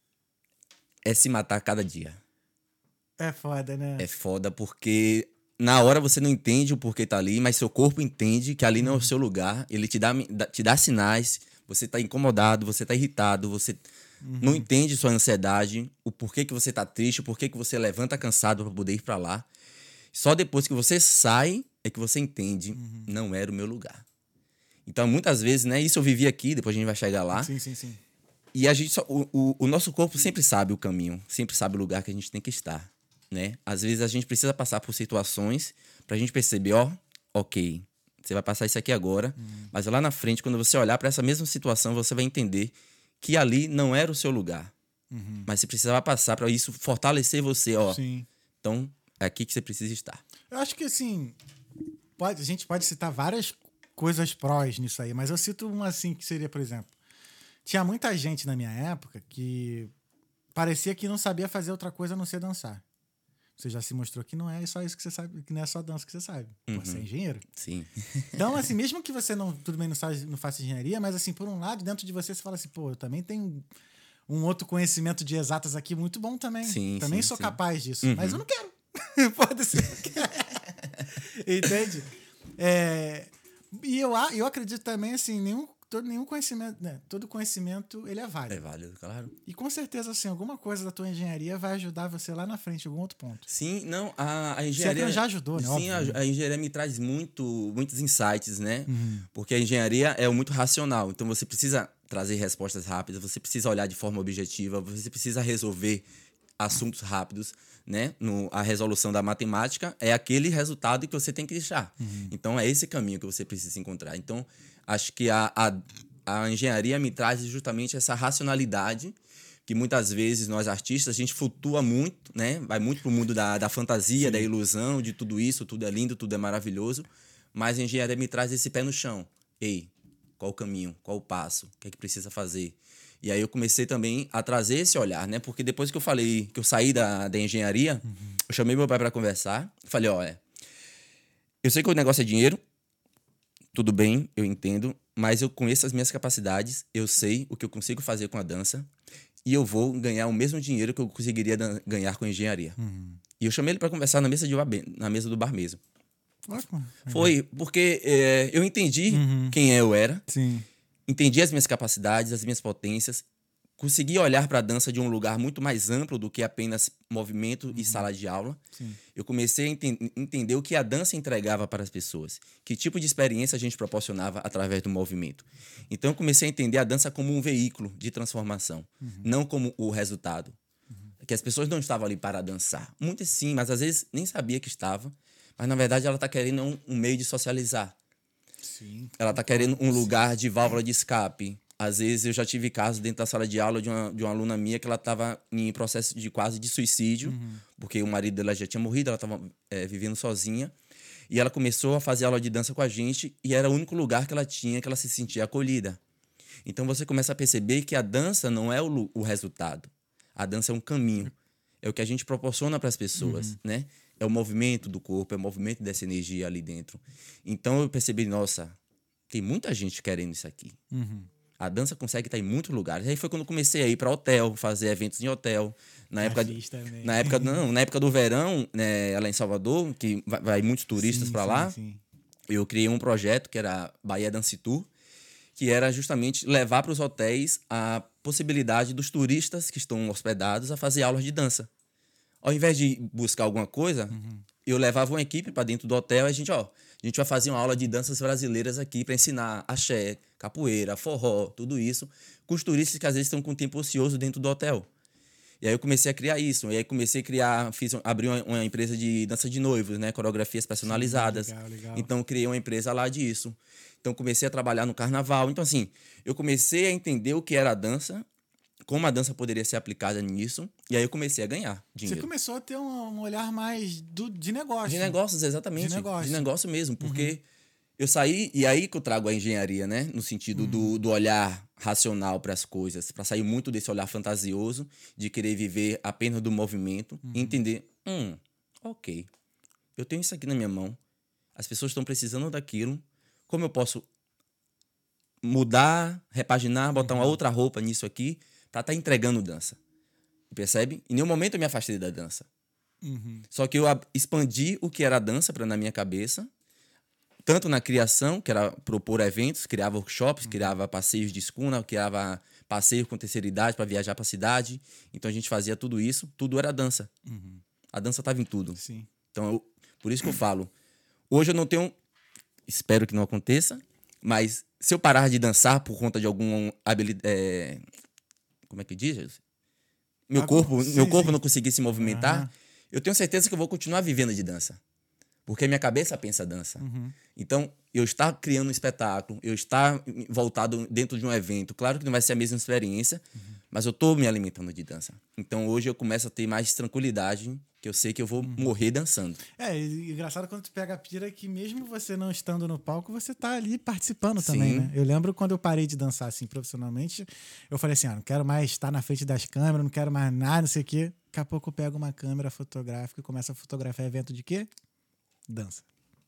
É se matar cada dia. É foda, né? É foda porque na hora você não entende o porquê tá ali, mas seu corpo entende que ali não é o seu lugar. Ele te dá, te dá sinais, você tá incomodado, você tá irritado, você não entende sua ansiedade, o porquê que você tá triste, o porquê que você levanta cansado pra poder ir pra lá. Só depois que você sai é que você entende, não era o meu lugar. Então, muitas vezes, né? Isso eu vivi aqui, depois a gente vai chegar lá. Sim, sim, sim. E a gente só, o, o, o nosso corpo sempre sabe o caminho, sempre sabe o lugar que a gente tem que estar, né? Às vezes a gente precisa passar por situações pra gente perceber, ó, ok, você vai passar isso aqui agora, mas lá na frente, quando você olhar pra essa mesma situação, você vai entender que ali não era o seu lugar. Mas você precisava passar pra isso fortalecer você, ó. Sim. Então, é aqui que você precisa estar. Eu acho que, assim, pode, a gente pode citar várias coisas prós nisso aí, mas eu cito uma, assim, que seria, por exemplo, tinha muita gente na minha época que parecia que não sabia fazer outra coisa a não ser dançar. Você já se mostrou que não é só isso que você sabe, que não é só dança que você sabe. Pô, você é engenheiro. Sim. Então, assim, mesmo que você não, tudo bem, não, sabe, não faça engenharia, mas, assim, por um lado, dentro de você, você fala assim, pô, eu também tenho um outro conhecimento de exatas aqui muito bom também. Sim, também sim, sou sim. capaz disso, mas eu não quero. Pode-se. Entende? É, e eu, a- eu acredito também, assim, nenhum, todo, nenhum conhecimento, né? Todo conhecimento, ele é válido. É válido, claro. E com certeza, assim, alguma coisa da tua engenharia vai ajudar você lá na frente, em algum outro ponto. Sim, não, a, a Se é que engenharia... não já ajudou, né? Sim, Óbvio, a, a engenharia me traz muito, muitos insights, né? Uhum. Porque a engenharia é muito racional. Então, você precisa trazer respostas rápidas, você precisa olhar de forma objetiva, você precisa resolver assuntos rápidos, né? No, a resolução da matemática é aquele resultado que você tem que deixar. Então, é esse caminho que você precisa encontrar. Então, acho que a, a, a engenharia me traz justamente essa racionalidade que muitas vezes nós artistas, a gente flutua muito, né? Vai muito pro mundo da, da fantasia, da ilusão, de tudo isso, tudo é lindo, tudo é maravilhoso, mas a engenharia me traz esse pé no chão. Ei, qual o caminho? Qual o passo? O que é que precisa fazer? E aí eu comecei também a trazer esse olhar, né? Porque depois que eu falei, que eu saí da, da engenharia, eu chamei meu pai para conversar, falei, olha, eu sei que o negócio é dinheiro, tudo bem, eu entendo, mas eu conheço as minhas capacidades, eu sei o que eu consigo fazer com a dança, e eu vou ganhar o mesmo dinheiro que eu conseguiria dan- ganhar com a engenharia. E eu chamei ele para conversar na mesa, de bar, na mesa do bar mesmo. Ótimo. Foi porque é, eu entendi quem eu era, Sim. entendi as minhas capacidades, as minhas potências, consegui olhar para a dança de um lugar muito mais amplo do que apenas movimento e sala de aula. Sim. Eu comecei a enten- entender o que a dança entregava para as pessoas, que tipo de experiência a gente proporcionava através do movimento. Então eu comecei a entender a dança como um veículo de transformação, não como o resultado. Que as pessoas não estavam ali para dançar. Muitas sim, mas às vezes nem sabia que estava. Mas na verdade ela está querendo um, um meio de socializar. Sim. Ela está querendo um lugar de válvula de escape. Às vezes eu já tive casos dentro da sala de aula de uma, de uma aluna minha que ela estava em processo de quase de suicídio, porque o marido dela já tinha morrido, ela estava é, vivendo sozinha. E ela começou a fazer aula de dança com a gente e era o único lugar que ela tinha que ela se sentia acolhida. Então você começa a perceber que a dança não é o, lu- o resultado. A dança é um caminho. É o que a gente proporciona para as pessoas, né? É o movimento do corpo, é o movimento dessa energia ali dentro. Então eu percebi, nossa, tem muita gente querendo isso aqui. A dança consegue estar em muitos lugares. Aí foi quando eu comecei a ir para hotel, fazer eventos em hotel. Na Já época, fiz também. na época não, na época do verão, né, lá em Salvador, que vai, vai muitos turistas Sim, para sim, lá. sim. Eu criei um projeto que era Bahia Dance Tour, que era justamente levar para os hotéis a possibilidade dos turistas que estão hospedados a fazer aulas de dança. Ao invés de buscar alguma coisa, eu levava uma equipe para dentro do hotel e a gente, ó, a A gente vai fazer uma aula de danças brasileiras aqui para ensinar axé, capoeira, forró, tudo isso, com os turistas que às vezes estão com tempo ocioso dentro do hotel. E aí eu comecei a criar isso. E aí comecei a criar, fiz, abri uma, uma empresa de dança de noivos, né? Coreografias personalizadas. Sim, legal, legal. Então criei uma empresa lá disso. Então comecei a trabalhar no carnaval. Então assim, eu comecei a entender o que era a dança, como a dança poderia ser aplicada nisso. E aí eu comecei a ganhar dinheiro. Você começou a ter um, um olhar mais do, de negócio. De negócios, exatamente. De negócio. De negócio mesmo, porque uhum. eu saí, e aí que eu trago a engenharia, né? No sentido uhum. do, do olhar racional para as coisas, para sair muito desse olhar fantasioso, de querer viver apenas do movimento, uhum. e entender, hum, ok, eu tenho isso aqui na minha mão, as pessoas estão precisando daquilo, como eu posso mudar, repaginar, botar uhum. uma outra roupa nisso aqui, para estar tá entregando dança. Percebe? Em nenhum momento eu me afastei da dança. Uhum. Só que eu expandi o que era a dança pra, na minha cabeça, tanto na criação, que era propor eventos, criava workshops, uhum. criava passeios de escuna, criava passeios com terceira idade para viajar para a cidade. Então a gente fazia tudo isso, tudo era dança. Uhum. A dança estava em tudo. Sim. Então, eu, por isso que eu falo, hoje eu não tenho, espero que não aconteça, mas se eu parar de dançar por conta de algum habilidade, é, como é que diz? Meu ah, corpo, sim, meu corpo sim. não conseguir se movimentar, uhum. eu tenho certeza que eu vou continuar vivendo de dança. Porque minha cabeça pensa dança. Uhum. Então, eu estar criando um espetáculo, eu estar voltado dentro de um evento, claro que não vai ser a mesma experiência, uhum. mas eu estou me alimentando de dança. Então, hoje eu começo a ter mais tranquilidade, que eu sei que eu vou uhum. morrer dançando. É, e engraçado quando tu pega a pira que mesmo você não estando no palco, você tá ali participando Sim. também, né? Eu lembro quando eu parei de dançar assim profissionalmente, eu falei assim, ah, não quero mais estar na frente das câmeras, não quero mais nada, não sei o quê. Daqui a pouco eu pego uma câmera fotográfica e começo a fotografar evento de quê? Dança.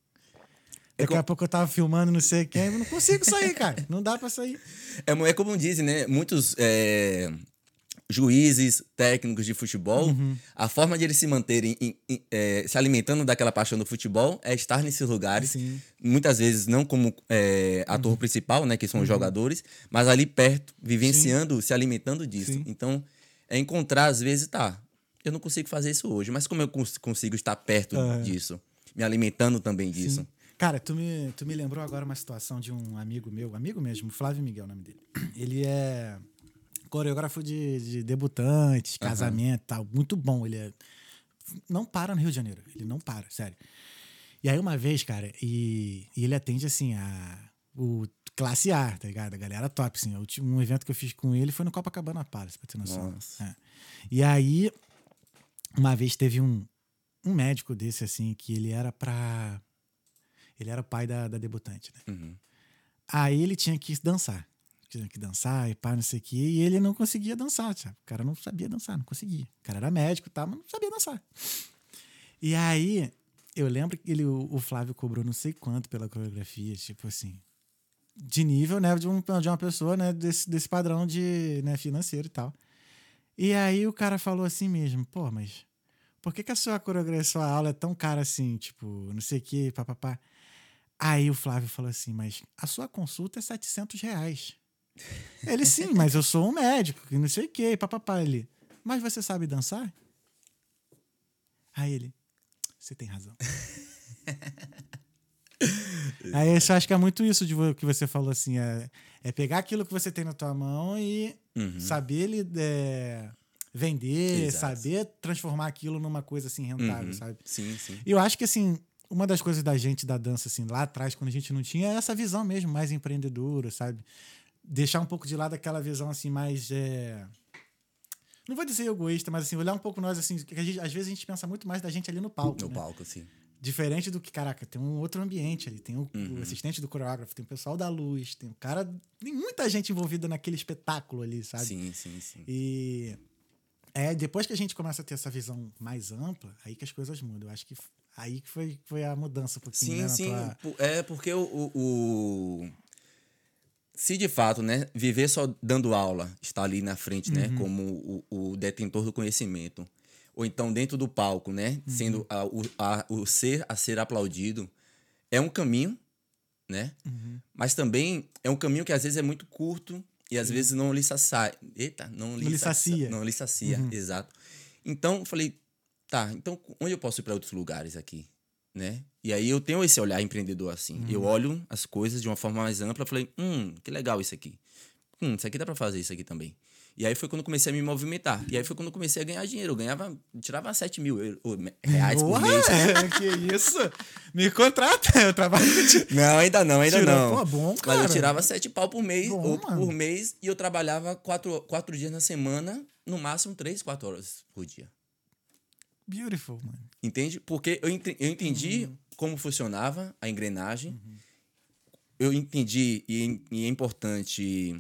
Daqui é como... a pouco eu tava filmando não sei quem, eu não consigo sair, cara. Não dá pra sair. É, é como dizem, né? Muitos é, juízes, técnicos de futebol, uhum. a forma de eles se manterem em, em, é, se alimentando daquela paixão do futebol é estar nesses lugares. Sim. Muitas vezes não como é, ator uhum. principal, né? Que são uhum. os jogadores, mas ali perto, vivenciando, Sim. se alimentando disso. Sim. Então, é encontrar, às vezes, tá, eu não consigo fazer isso hoje, mas como eu cons- consigo estar perto uhum. disso? Me alimentando também disso. Sim. Cara, tu me, tu me lembrou agora uma situação de um amigo meu, amigo mesmo, Flávio Miguel, o nome dele. Ele é coreógrafo de, de debutantes, uhum. casamento e tal. Muito bom. Ele é, não para no Rio de Janeiro. Ele não para, sério. E aí uma vez, cara, e, e ele atende assim a o classe A, tá ligado? A galera top, assim. Um evento que eu fiz com ele foi no Copacabana Palace, pra ter noção. É. E aí, uma vez teve um um médico desse, assim, que ele era pra... Ele era pai da, da debutante, né? Uhum. Aí ele tinha que dançar. Tinha que dançar e pá, não sei o quê. E ele não conseguia dançar, sabe? O cara não sabia dançar, não conseguia. O cara era médico e tal, mas não sabia dançar. E aí, eu lembro que ele, o, o Flávio cobrou não sei quanto pela coreografia, tipo assim... De nível, né? De, um, de uma pessoa, né? Desse, desse padrão de, né, financeiro e tal. E aí o cara falou assim mesmo, pô, mas... Por que, que a sua coreografia, a sua aula é tão cara assim? Tipo, não sei o quê, papapá. Aí o Flávio falou assim, mas a sua consulta é setecentos reais. Ele, sim, mas eu sou um médico, que não sei o quê, papapá. Ele, mas você sabe dançar? Aí ele, você tem razão. Aí eu acho que é muito isso de que você falou assim, é, é pegar aquilo que você tem na tua mão e uhum. saber é, vender, Exato. saber transformar aquilo numa coisa assim rentável, uhum. sabe? Sim, sim. E eu acho que assim, uma das coisas da gente da dança assim, lá atrás, quando a gente não tinha, é essa visão mesmo, mais empreendedora, sabe? Deixar um pouco de lado aquela visão assim mais... É... Não vou dizer egoísta, mas assim, olhar um pouco nós assim, que a gente, às vezes a gente pensa muito mais da gente ali no palco, No né? palco, sim. Diferente do que, caraca, tem um outro ambiente ali. Tem o, uhum. o assistente do coreógrafo, tem o pessoal da luz, tem o cara... Tem muita gente envolvida naquele espetáculo ali, sabe? Sim, sim, sim. E é, depois que a gente começa a ter essa visão mais ampla, aí que as coisas mudam. Eu acho que aí que foi, foi a mudança um pouquinho, sim, né? Sim, tua... É porque o, o, o... Se de fato, né, viver só dando aula, estar ali na frente, uhum. né, como o, o detentor do conhecimento... ou então dentro do palco, né? Uhum. Sendo a, o, a, o ser a ser aplaudido, é um caminho, né? Uhum. Mas também é um caminho que às vezes é muito curto e às Sim. vezes não lhe sacia. Eita, não lhe, não sacia. sacia. Não lhe sacia, uhum. exato. Então, eu falei, tá, então onde eu posso ir para outros lugares aqui, né? E aí eu tenho esse olhar empreendedor, assim. Uhum. Eu olho as coisas de uma forma mais ampla e falei, hum, que legal isso aqui. Hum, isso aqui dá pra fazer isso aqui também. E aí foi quando eu comecei a me movimentar. E aí foi quando eu comecei a ganhar dinheiro. Eu ganhava, tirava sete mil reais por mês. Que isso? Me contrata, eu trabalho. Não, ainda não, ainda Tira, não. Pô, bom, cara. Mas eu tirava sete pau por mês, bom, ou mano. por mês, e eu trabalhava quatro, quatro dias na semana, no máximo três, quatro horas por dia. Beautiful, mano. Entende? Porque eu, ent eu entendi uhum. como funcionava a engrenagem. Uhum. Eu entendi, e, e é importante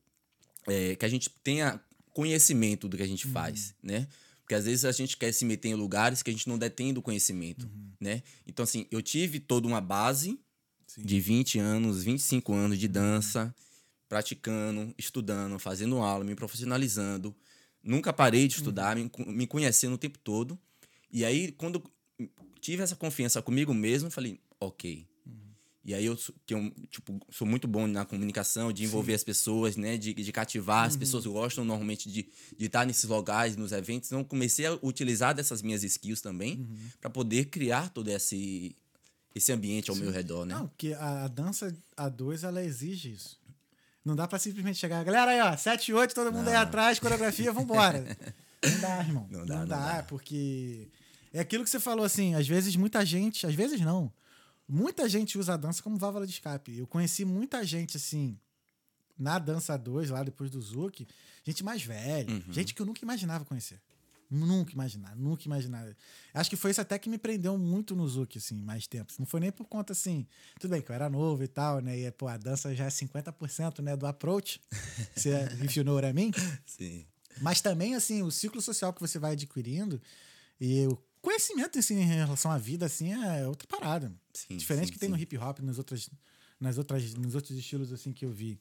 é, que a gente tenha conhecimento do que a gente uhum. faz, né? Porque às vezes a gente quer se meter em lugares que a gente não detém do conhecimento, uhum. né? Então, assim, eu tive toda uma base Sim. de vinte anos, vinte e cinco anos de dança, uhum. praticando, estudando, fazendo aula, me profissionalizando. Nunca parei de estudar, uhum. me, me conhecendo o tempo todo. E aí, quando tive essa confiança comigo mesmo, falei, ok. Uhum. E aí, eu, que eu tipo, sou muito bom na comunicação, de envolver Sim. as pessoas, né? De, de cativar. Uhum. As pessoas gostam, normalmente, de, de estar nesses lugares, nos eventos. Então, comecei a utilizar dessas minhas skills também uhum. para poder criar todo esse, esse ambiente ao Sim. meu redor, né? Não, porque a, a dança A dois, ela exige isso. Não dá para simplesmente chegar, galera aí, ó, sete e oito, todo mundo não. aí atrás, coreografia, vambora. Não dá, irmão. Não dá, não, não dá, dá, porque é aquilo que você falou, assim, às vezes muita gente, às vezes não, muita gente usa a dança como válvula de escape. Eu conheci muita gente, assim, na dança dois, lá depois do Zouk, gente mais velha, uhum. gente que eu nunca imaginava conhecer. Nunca imaginava, nunca imaginava. Acho que foi isso até que me prendeu muito no Zouk, assim, mais tempo. Não foi nem por conta, assim, tudo bem que eu era novo e tal, né, e, pô, a dança já é cinquenta por cento, né, do approach, se é, if you know what I mean. Sim. Mas também, assim, o ciclo social que você vai adquirindo e o conhecimento, assim, em relação à vida, assim, é outra parada. Sim, Diferente sim, que tem sim. no hip hop, nas outras, nas outras, nos outros estilos, assim, que eu vi.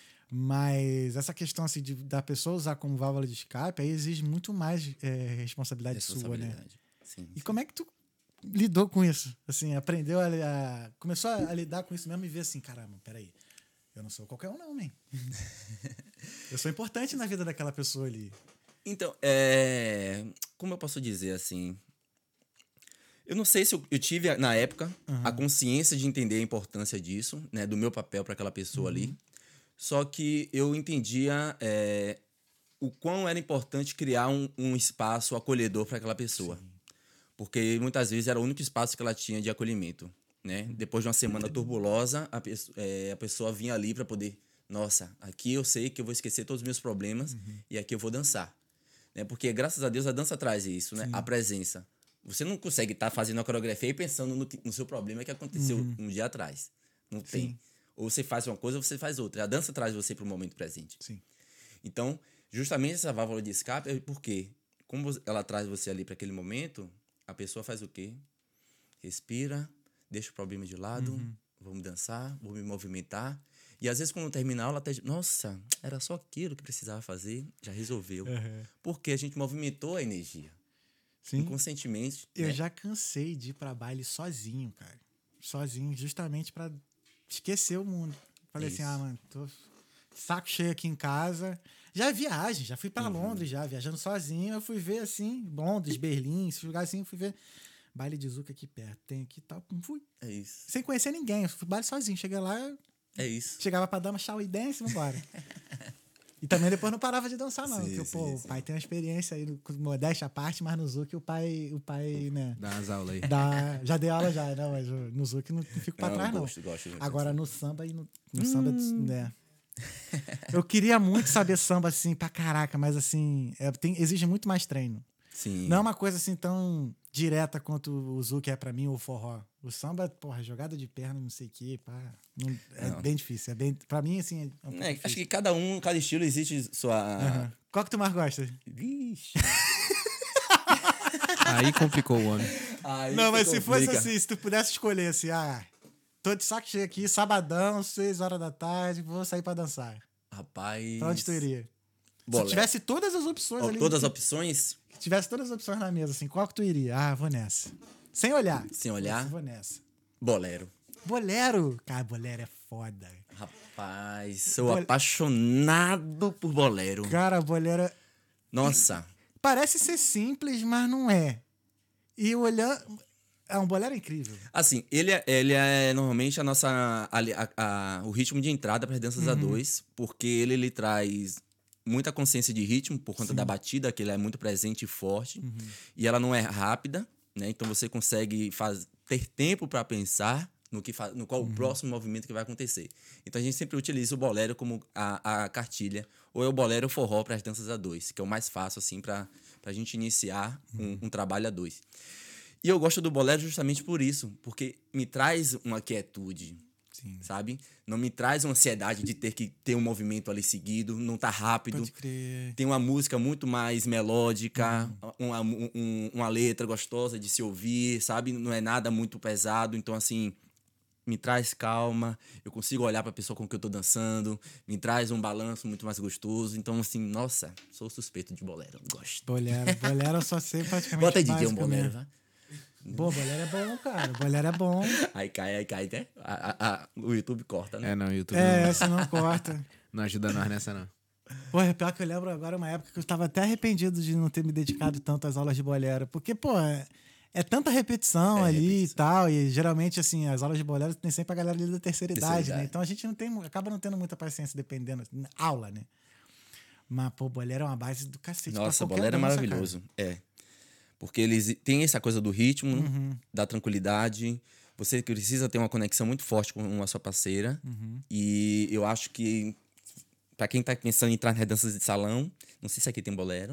Mas essa questão, assim, de, da pessoa usar como válvula de escape, aí exige muito mais é, responsabilidade, responsabilidade sua, né? Sim, e sim. como é que tu lidou com isso? Assim, aprendeu a, a começou a, a lidar com isso mesmo e ver assim, caramba, peraí, eu não sou qualquer um não, man. Eu sou importante na vida daquela pessoa ali. Então, é... como eu posso dizer, assim... Eu não sei se eu, eu tive, na época, uhum. a consciência de entender a importância disso, né? Do meu papel para aquela pessoa uhum. ali. Só que eu entendia é, o quão era importante criar um, um espaço acolhedor para aquela pessoa. Sim. Porque muitas vezes era o único espaço que ela tinha de acolhimento, né? Uhum. Depois de uma semana turbulosa, a, pe é, a pessoa vinha ali para poder... Nossa, aqui eu sei que eu vou esquecer todos os meus problemas uhum. e aqui eu vou dançar. Né? Porque, graças a Deus, a dança traz isso, né? A presença. Você não consegue estar tá fazendo a coreografia e pensando no, no seu problema que aconteceu uhum. um dia atrás. Não Sim. tem. Ou você faz uma coisa ou você faz outra. A dança traz você para o momento presente. Sim. Então, justamente essa válvula de escape é porque, como ela traz você ali para aquele momento, a pessoa faz o quê? Respira, deixa o problema de lado, uhum. vou me dançar, vou me movimentar. E às vezes, quando termina a aula, até... Nossa, era só aquilo que precisava fazer, já resolveu. Uhum. Porque a gente movimentou a energia. Sim. Inconscientemente. Eu né? já cansei de ir pra baile sozinho, cara. Sozinho, justamente pra esquecer o mundo. Falei Isso. assim, ah, mano, tô saco cheio aqui em casa. Já viagem, já fui pra uhum. Londres, já viajando sozinho. Eu fui ver, assim, Londres, Berlim, esse lugar assim, fui ver baile de Zouk aqui perto. Tem aqui e tal. Fui. É isso. Sem conhecer ninguém. Eu fui baile sozinho. Cheguei lá... É isso. Chegava pra dar uma shower dance e vambora. E também depois não parava de dançar, não. Sim, porque, sim, pô, sim. o pai tem uma experiência aí, no, modéstia à parte, mas no Zouk o pai, o pai, né... Dá umas aulas aí. Dá, já dei aula já, não, mas no Zouk não, não fico pra não, trás, gosto, não. Gosto, gosto Agora, assim. no samba, e no, no hum. samba, né... Eu queria muito saber samba, assim, pra caraca, mas, assim, é, tem, exige muito mais treino. Sim. Não é uma coisa, assim, tão direta quanto o Zouk é pra mim, ou o forró. O samba, porra, jogada de perna, não sei o quê, pá. Não, é não. bem difícil. É bem, pra mim, assim, é um é, acho que cada um, cada estilo existe sua... Uhum. Qual que tu mais gosta? Vixe. Aí complicou o homem. Aí não, mas se fosse assim, se tu pudesse escolher assim, ah, tô de saco cheio aqui, sabadão, seis horas da tarde, vou sair pra dançar. Rapaz... Pra onde tu iria? Bolé. Se tivesse todas as opções oh, ali... Todas as opções? Se tivesse todas as opções na mesa, assim, qual que tu iria? Ah, vou nessa. Sem olhar. Sem olhar? Vou nessa. Bolero. Bolero? Cara, bolero é foda. Rapaz, sou Bol... apaixonado por bolero. Cara, bolero... É... Nossa. Parece ser simples, mas não é. E olhando... É um bolero incrível. Assim, ele é, ele é normalmente a nossa, a, a, a, o ritmo de entrada para as danças Uhum. A dois, porque ele, ele traz muita consciência de ritmo por conta Sim. da batida, que ele é muito presente e forte, Uhum. e ela não é rápida, né? Então você consegue faz, ter tempo para pensar no, que fa, no qual Uhum. o próximo movimento que vai acontecer. Então a gente sempre utiliza o bolero como a, a cartilha, ou é o bolero ou forró para as danças A dois, que é o mais fácil assim para a gente iniciar Uhum. um, um trabalho A dois. E eu gosto do bolero justamente por isso, porque me traz uma quietude, Sim. sabe? Não me traz uma ansiedade de ter que ter um movimento ali seguido, não tá rápido. Pode crer. Tem uma música muito mais melódica, uhum. uma, um, uma letra gostosa de se ouvir, sabe? Não é nada muito pesado, então assim, me traz calma, eu consigo olhar para a pessoa com que eu tô dançando, me traz um balanço muito mais gostoso. Então assim, nossa, sou suspeito de bolero, gosto. Bolero, bolero eu só sei praticamente Bota aí, D J, um básico bolero, mesmo. vai. Pô, bolero é bom, cara. Bolero é bom. Aí cai, aí cai, né? A, a, a, o YouTube corta, né? É, não, o YouTube É, não, essa não corta. não ajuda nós nessa, não. Pô, é pior que eu lembro agora uma época que eu tava até arrependido de não ter me dedicado tanto às aulas de bolero. Porque, pô, é, é tanta repetição É, ali repetição. e tal. E geralmente, assim, as aulas de bolero tem sempre a galera ali da terceira, Terceira idade, idade. né? Então a gente não tem, acaba não tendo muita paciência dependendo. Aula, né? Mas, pô, bolero é uma base do cacete. pra Nossa, o qualquer bolero é dança, maravilhoso. É. Porque eles têm essa coisa do ritmo, Uhum. da tranquilidade. Você precisa ter uma conexão muito forte com a sua parceira. Uhum. E eu acho que, pra quem tá pensando em entrar nas danças de salão, não sei se aqui tem bolero,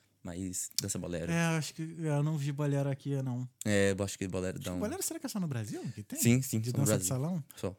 mas dança bolero. É, acho que eu não vi bolero aqui, não. É, eu acho que bolero dá um... Bolero será que é só no Brasil que tem? Sim, sim, De só no dança de Brasil. salão? Só.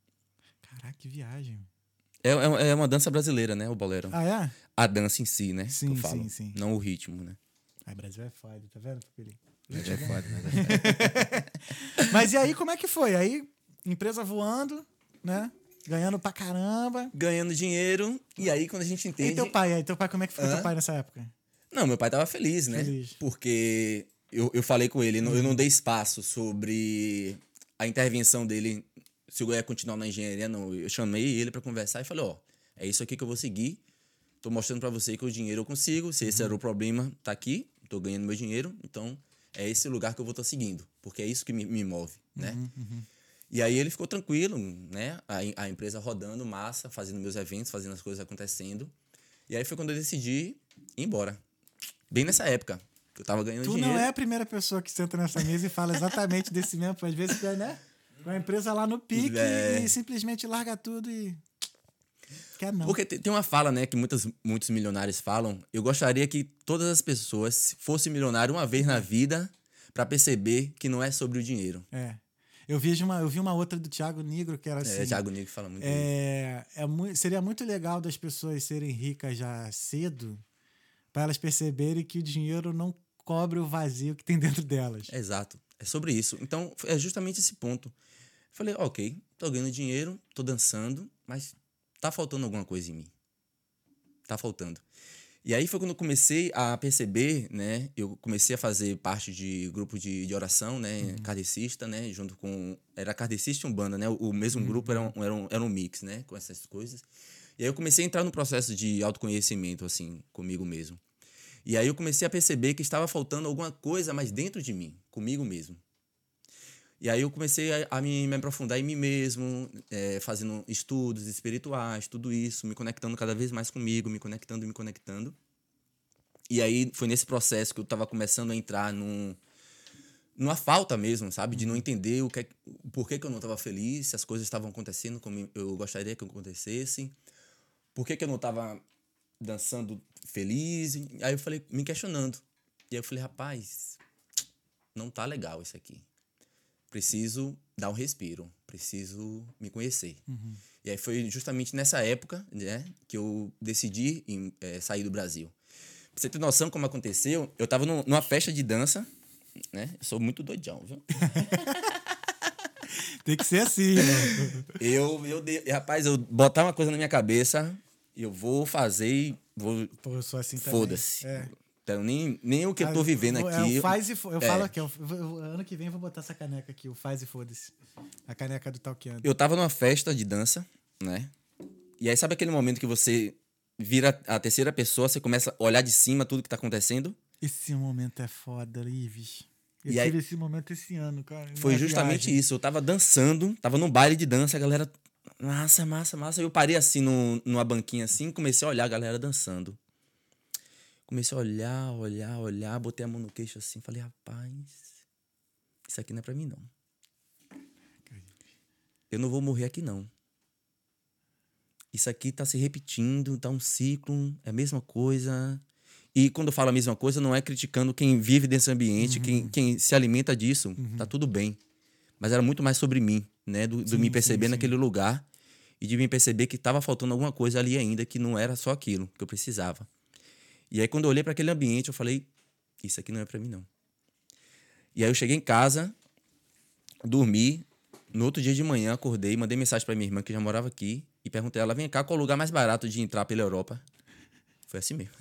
Caraca, que viagem. É, é, é uma dança brasileira, né, o bolero. Ah, é? A dança em si, né? Sim, que eu falo. sim, sim. Não o ritmo, né? Ai, Brasil é foda, tá vendo, Pupilinho? Mas é foda, mas é foda. Mas e aí, como é que foi? Aí, empresa voando, né? Ganhando pra caramba. Ganhando dinheiro, e aí quando a gente entende... E teu pai? Aí, teu pai, como é que ficou Hã? teu pai nessa época? Não, meu pai tava feliz, né? Feliz. Porque eu, eu falei com ele, eu não dei espaço sobre a intervenção dele, se eu ia continuar na engenharia, não. Eu chamei ele pra conversar e falei, ó, é isso aqui que eu vou seguir. Tô mostrando pra você que o dinheiro eu consigo. Se esse era o problema, tá aqui. Tô ganhando meu dinheiro. Então, é esse lugar que eu vou estar seguindo. Porque é isso que me, me move, né? Uhum, uhum. E aí ele ficou tranquilo, né? A, a empresa rodando, massa, fazendo meus eventos, fazendo as coisas acontecendo. E aí foi quando eu decidi ir embora. Bem nessa época, que eu tava ganhando Tu dinheiro. não é a primeira pessoa que senta nessa mesa e fala exatamente desse mesmo. Às vezes, né? Com a empresa lá no pique É. e simplesmente larga tudo e... Quer não. Porque tem tem uma fala, né, que muitas, muitos milionários falam. Eu gostaria que todas as pessoas fossem milionários uma vez na vida pra perceber que não é sobre o dinheiro. É. Eu vi uma, eu vi uma outra do Thiago Nigro que era assim... É, Thiago Negro fala muito isso. É, é mu- seria muito legal das pessoas serem ricas já cedo para elas perceberem que o dinheiro não cobre o vazio que tem dentro delas. Exato. É sobre isso. Então, é justamente esse ponto. Falei, ok, tô ganhando dinheiro, tô dançando, mas tá faltando alguma coisa em mim. Tá faltando. E aí foi quando eu comecei a perceber, né? Eu comecei a fazer parte de grupo de, de oração, né? Uhum. Kardecista, né? Junto com... Era kardecista e umbanda, né? O, o mesmo uhum. grupo era um, era, um, era um mix, né? Com essas coisas. E aí eu comecei a entrar no processo de autoconhecimento, assim, comigo mesmo. E aí eu comecei a perceber que estava faltando alguma coisa mais dentro de mim, comigo mesmo. E aí eu comecei a, a me, me aprofundar em mim mesmo, é, fazendo estudos espirituais, tudo isso, me conectando cada vez mais comigo, me conectando e me conectando. E aí foi nesse processo que eu estava começando a entrar num, numa falta mesmo, sabe? De não entender o que, por que, que eu não estava feliz, se as coisas estavam acontecendo como eu gostaria que acontecessem, por que, que eu não estava dançando feliz. Aí eu falei, me questionando. E aí eu falei, rapaz, não tá legal isso aqui. Preciso dar um respiro, preciso me conhecer. Uhum. E aí foi justamente nessa época, né, que eu decidi em, é, sair do Brasil. Pra você ter noção como aconteceu, eu tava no, numa festa de dança, né? Eu sou muito doidão, viu? Tem que ser assim, né? eu, eu, de, rapaz, eu botar uma coisa na minha cabeça, eu vou fazer e vou... Pô, eu sou assim também. Foda-se. É. Então, nem, nem o que eu tô vivendo é, aqui... É, faz e foda-se. Eu é. falo aqui, eu, eu, ano que vem eu vou botar essa caneca aqui, o faz e foda-se. A caneca do Talkiano. Eu tava numa festa de dança, né? E aí, sabe aquele momento que você vira a terceira pessoa, você começa a olhar de cima tudo que tá acontecendo? Esse momento é foda, Ives. Eu E aí- tive esse momento esse ano, cara. Foi numa justamente viagem. isso. Eu tava dançando, tava num baile de dança, a galera. Massa, massa, massa. Eu parei assim no, numa banquinha assim, comecei a olhar a galera dançando. Comecei a olhar, olhar, olhar, botei a mão no queixo assim, falei, rapaz, isso aqui não é pra mim, não. Eu não vou morrer aqui, não. Isso aqui tá se repetindo, tá um ciclo, é a mesma coisa. E quando eu falo a mesma coisa, não é criticando quem vive desse ambiente, Uhum. quem, quem se alimenta disso, Uhum. tá tudo bem. Mas era muito mais sobre mim, né? Do, do Sim, me sim, perceber sim. naquele lugar e de me perceber que tava faltando alguma coisa ali ainda, que não era só aquilo que eu precisava. E aí, quando eu olhei para aquele ambiente, eu falei, isso aqui não é para mim, não. E aí eu cheguei em casa, dormi. No outro dia de manhã, acordei, mandei mensagem para minha irmã, que já morava aqui, e perguntei a ela, vem cá, qual é o lugar mais barato de entrar pela Europa? Foi assim mesmo.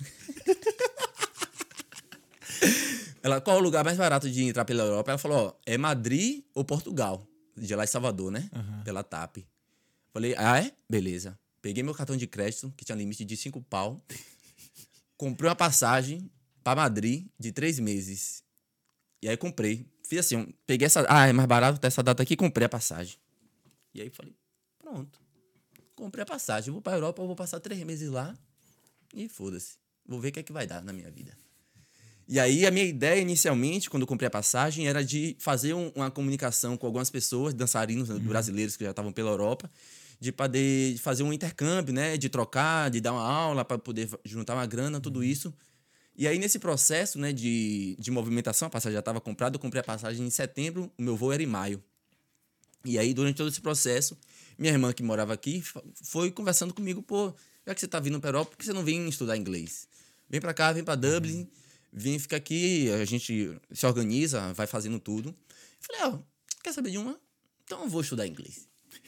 Ela, qual é o lugar mais barato de entrar pela Europa? Ela falou, ó, é Madrid ou Portugal, de lá em Salvador, né? Aham. Pela T A P. Falei, ah, é? Beleza. Peguei meu cartão de crédito, que tinha limite de cinco pau, comprei uma passagem para Madrid de três meses. E aí comprei. Fiz assim, um- peguei essa... Ah, é mais barato ter essa data aqui, comprei a passagem. E aí falei, pronto. Comprei a passagem. Vou pra Europa, eu vou passar três meses lá e foda-se. Vou ver o que é que vai dar na minha vida. E aí a minha ideia inicialmente, quando eu comprei a passagem, era de fazer um- uma comunicação com algumas pessoas, dançarinos brasileiros que já estavam pela Europa, de poder fazer um intercâmbio, né? De trocar, de dar uma aula para poder juntar uma grana, tudo isso. E aí, nesse processo, né, de, de movimentação, a passagem já estava comprada, eu comprei a passagem em setembro, o meu voo era em maio. E aí, durante todo esse processo, minha irmã, que morava aqui, fa- foi conversando comigo, pô, já que você tá vindo para Europa, por que você não vem estudar inglês? Vem para cá, vem para Dublin, vem ficar aqui, a gente se organiza, vai fazendo tudo. Eu falei, ó, quer saber de uma? Então eu vou estudar inglês.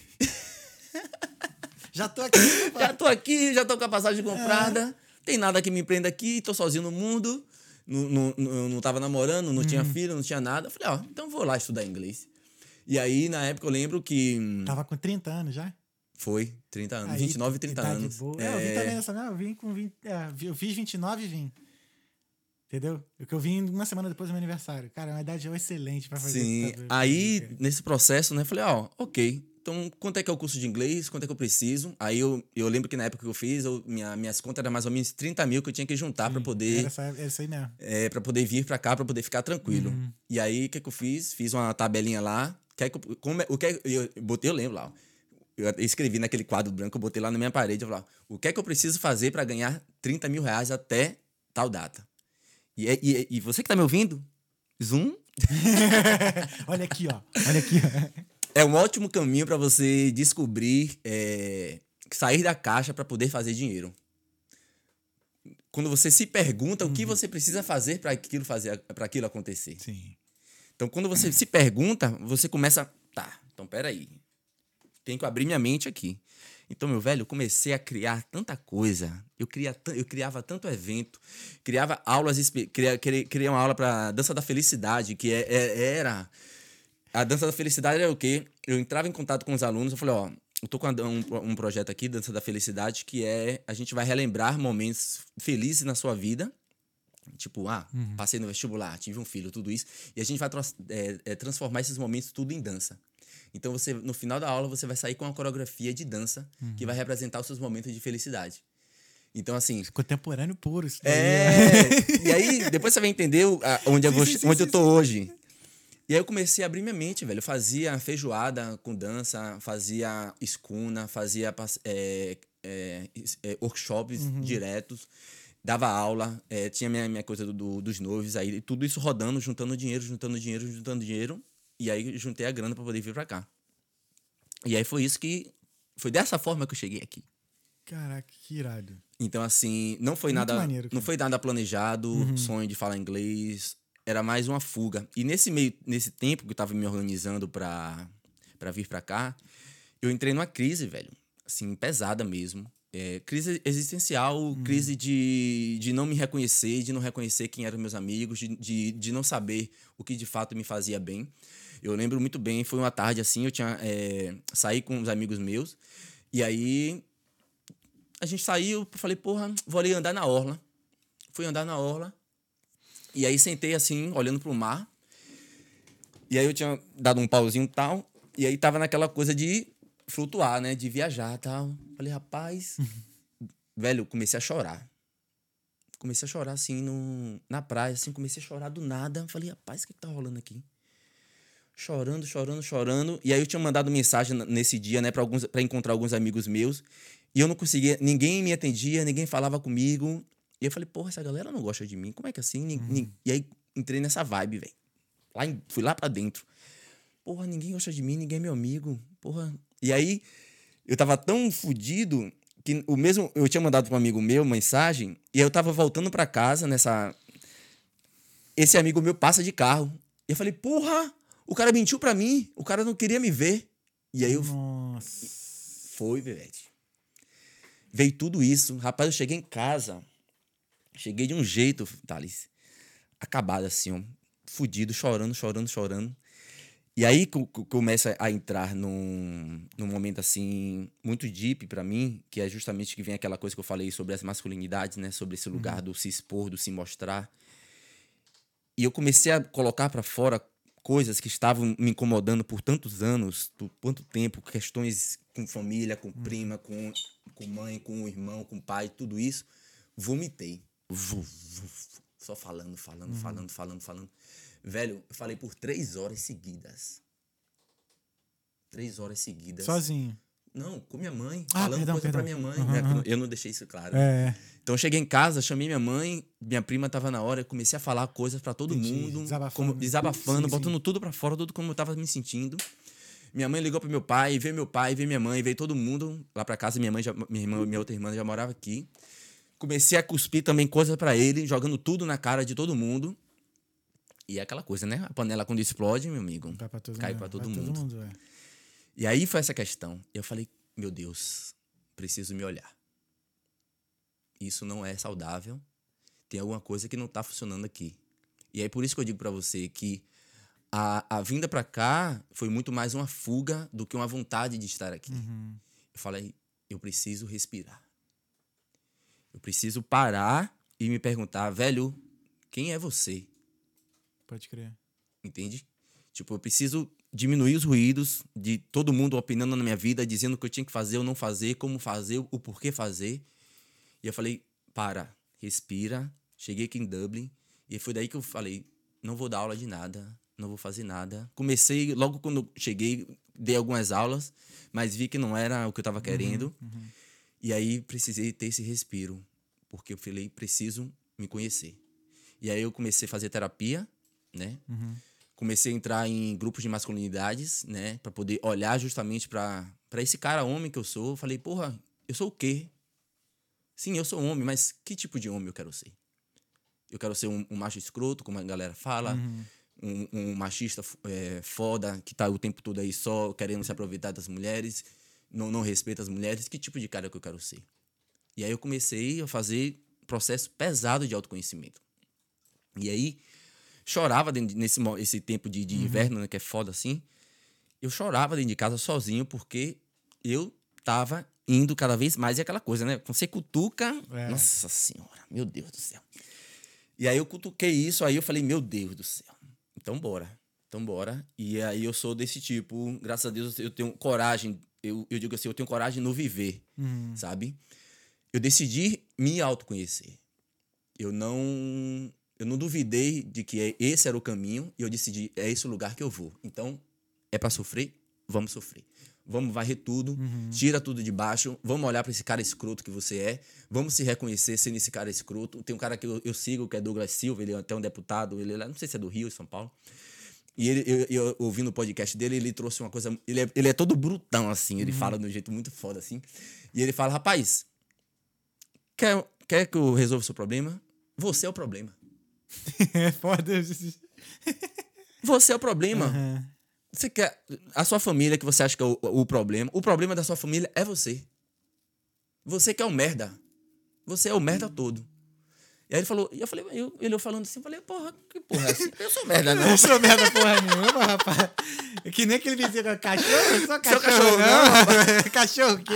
Já tô aqui. Já tô aqui, já tô com a passagem comprada, tem nada que me prenda aqui, tô sozinho no mundo, não, não, não, não tava namorando, não tinha filho, não tinha nada. Eu falei, ó, então vou lá estudar inglês. E aí, na época, eu lembro que hum, Tava com trinta anos já? foi trinta anos, Aí, vinte e nove, trinta idade anos. boa. É, eu vim também nessa mesma. Eu vim com vinte. É, eu fiz vinte e nove e vim. Entendeu? Porque eu vim uma semana depois do meu aniversário. Cara, é uma idade excelente pra fazer. Sim, pra- aí, nesse processo, né, eu falei, ó, ok, então quanto é que é o curso de inglês, quanto é que eu preciso? Aí eu, eu lembro que na época que eu fiz, eu, minha, minhas contas eram mais ou menos trinta mil que eu tinha que juntar para poder... Era, essa, era isso aí mesmo. É, para poder vir para cá, para poder ficar tranquilo. Uhum. E aí, o que, que eu fiz? Fiz uma tabelinha lá. Que é que eu, como é- o que é- eu, eu botei, eu lembro lá. Ó, eu escrevi naquele quadro branco, eu botei lá na minha parede. Eu falei, ó, o que é que eu preciso fazer para ganhar trinta mil reais até tal data? E, é- e, é- e você que tá me ouvindo, Zoom Olha aqui, ó. Olha aqui, ó. é um ótimo caminho para você descobrir, é, sair da caixa para poder fazer dinheiro. Quando você se pergunta o que você precisa fazer para aquilo, fazer, para aquilo acontecer. Sim. Então, quando você se pergunta, você começa... Tá, então peraí. Tenho que abrir minha mente aqui. Então, meu velho, eu comecei a criar tanta coisa. Eu, cria, tan- eu criava tanto evento. Criava aulas... espe- Cria, cria, criei uma aula para Dança da Felicidade, que é, é- era... A Dança da Felicidade era o quê? Eu entrava em contato com os alunos, eu falei, ó... Eu tô com a- um, um projeto aqui, Dança da Felicidade, que é... A gente vai relembrar momentos felizes na sua vida. Tipo, ah, passei no vestibular, tive um filho, tudo isso. E a gente vai trans- é, é, transformar esses momentos tudo em dança. Então, você, no final da aula, você vai sair com uma coreografia de dança que vai representar os seus momentos de felicidade. Então, assim... Contemporâneo puro. Isso daí, É... e aí, depois você vai entender o- a- onde, eu, Sim, vou- sim, sim, onde sim, eu tô sim. hoje. E aí eu comecei a abrir minha mente, velho. Eu fazia feijoada com dança, fazia escuna, fazia pas- é, é, es- é, workshops diretos, dava aula, é, tinha minha, minha coisa do- do- dos noivos, aí tudo isso rodando, juntando dinheiro, juntando dinheiro, juntando dinheiro. E aí juntei a grana pra poder vir pra cá. E aí foi isso que... Foi dessa forma que eu cheguei aqui. Caraca, que irado. Então, assim, não foi Muito nada. maneiro, cara. Não foi nada planejado, sonho de falar inglês. Era mais uma fuga. E nesse meio, nesse tempo que eu tava me organizando pra, pra vir pra cá, eu entrei numa crise, velho. Assim, pesada mesmo. É, crise existencial, crise de, de não me reconhecer, de não reconhecer quem eram meus amigos, de, de, de não saber o que de fato me fazia bem. Eu lembro muito bem, foi uma tarde assim, eu tinha é, saí com uns amigos meus, e aí a gente saiu, falei, porra, vou ali andar na orla. Fui andar na orla, e aí sentei assim, olhando pro mar, E aí eu tinha dado um pauzinho e tal. E aí tava naquela coisa de flutuar, né? De viajar e tal. Falei, rapaz... Velho, eu comecei a chorar. Comecei a chorar, assim, no, na praia, assim. Comecei a chorar do nada. Falei, rapaz, o que, que tá rolando aqui? Chorando, chorando, chorando. E aí eu tinha mandado mensagem nesse dia, né? Pra, alguns, pra encontrar alguns amigos meus. E eu não conseguia... Ninguém me atendia, ninguém falava comigo. E eu falei, porra, essa galera não gosta de mim. Como é que assim? Uhum. E aí entrei nessa vibe, velho. Lá em, fui lá pra dentro. Porra, ninguém gosta de mim, ninguém é meu amigo. Porra. E aí eu tava tão fudido... que o mesmo, eu tinha mandado para um amigo meu mensagem, e eu tava voltando para casa nessa... Esse amigo meu passa de carro. E eu falei, porra, o cara mentiu para mim, o cara não queria me ver. E aí eu... Nossa. Foi, Vivete. Veio tudo isso. Rapaz, eu cheguei em casa, cheguei de um jeito, Thales, acabado assim, ó, fudido, chorando, chorando, chorando. E aí começa a entrar num, num momento, assim, muito deep pra mim, que é justamente que vem aquela coisa que eu falei sobre as masculinidades, né? Sobre esse lugar uhum. do se expor, do se mostrar. E eu comecei a colocar pra fora coisas que estavam me incomodando por tantos anos, por quanto tempo, questões com família, com uhum. prima, com, com mãe, com irmão, com pai, tudo isso. Vomitei. Só falando, falando, uhum. falando, falando, falando. Velho, eu falei por três horas seguidas. Três horas seguidas. Sozinho? Não, com minha mãe. Ah, falando perdão, coisa perdão. pra minha mãe. Uhum, Né? Eu não deixei isso claro. É. Né? Então eu cheguei em casa, chamei minha mãe, minha prima tava na hora, eu comecei a falar coisas pra todo Entendi. mundo. Desabafando. Como, desabafando, sim, botando sim. tudo pra fora, tudo como eu tava me sentindo. Minha mãe ligou pro meu pai, veio meu pai, veio minha mãe, veio todo mundo lá pra casa. Minha mãe, já, minha irmã, minha outra irmã já morava aqui. Comecei a cuspir também coisas pra ele, jogando tudo na cara de todo mundo. E é aquela coisa, né? A panela quando explode, meu amigo, pra todo cai mundo, pra todo pra mundo. Todo mundo é. E aí foi essa questão. Eu falei, meu Deus, preciso me olhar. Isso não é saudável. Tem alguma coisa que não tá funcionando aqui. E aí por isso que eu digo pra você que a, a vinda pra cá foi muito mais uma fuga do que uma vontade de estar aqui. Uhum. Eu falei, eu preciso respirar. Eu preciso parar e me perguntar, velho, quem é você? Pode crer. Entende? Tipo, eu preciso diminuir os ruídos de todo mundo opinando na minha vida, dizendo o que eu tinha que fazer ou não fazer, como fazer, o porquê fazer. E eu falei, para, respira. Cheguei aqui em Dublin e foi daí que eu falei, não vou dar aula de nada, não vou fazer nada. Comecei, logo quando cheguei, dei algumas aulas, mas vi que não era o que eu estava querendo. Uhum, uhum. E aí precisei ter esse respiro, porque eu falei, preciso me conhecer. E aí eu comecei a fazer terapia, né? Uhum. Comecei a entrar em grupos de masculinidades, né? Pra poder olhar justamente pra, pra esse cara homem que eu sou. Eu falei, porra, eu sou o quê? Sim, eu sou homem, mas que tipo de homem eu quero ser? Eu quero ser um, um macho escroto, como a galera fala. Uhum. Um, um machista é, foda, que tá o tempo todo aí só querendo se aproveitar das mulheres. Não, não respeita as mulheres. Que tipo de cara que eu quero ser? E aí eu comecei a fazer processo pesado de autoconhecimento. E aí, chorava dentro de, nesse esse tempo de, de uhum. inverno, né, que é foda assim. Eu chorava dentro de casa sozinho porque eu tava indo cada vez mais e aquela coisa, né? Quando você cutuca... É. Nossa Senhora, meu Deus do céu. E aí eu cutuquei isso, aí eu falei, meu Deus do céu. Então bora, então bora. E aí eu sou desse tipo, graças a Deus eu tenho coragem, eu, eu digo assim, eu tenho coragem no viver, uhum. sabe? Eu decidi me autoconhecer. Eu não... Eu não duvidei de que esse era o caminho e eu decidi, é esse o lugar que eu vou. Então, é pra sofrer? Vamos sofrer. Vamos varrer tudo, uhum. tira tudo de baixo, vamos olhar pra esse cara escroto que você é, vamos se reconhecer sendo esse cara escroto. Tem um cara que eu, eu sigo, que é Douglas Silva, ele é até um deputado, ele é, não sei se é do Rio, São Paulo. E ele, eu, eu ouvindo o podcast dele, ele trouxe uma coisa... Ele é, ele é todo brutão, assim, ele uhum. fala de um jeito muito foda, assim. E ele fala, rapaz, quer, quer que eu resolva o seu problema? Você é o problema. É foda. Você é o problema. Uhum. Você quer... A sua família, que você acha que é o, o problema. O problema da sua família é você. Você que é o merda. Você é o merda todo. E aí ele falou... E eu falei... Eu, ele falando assim... Eu falei... Porra, que porra é assim? Eu sou merda, não. Eu sou merda porra nenhuma, rapaz. É que nem aquele vizinho com cachorro. Eu sou cachorro, cachorro não. Cachorro o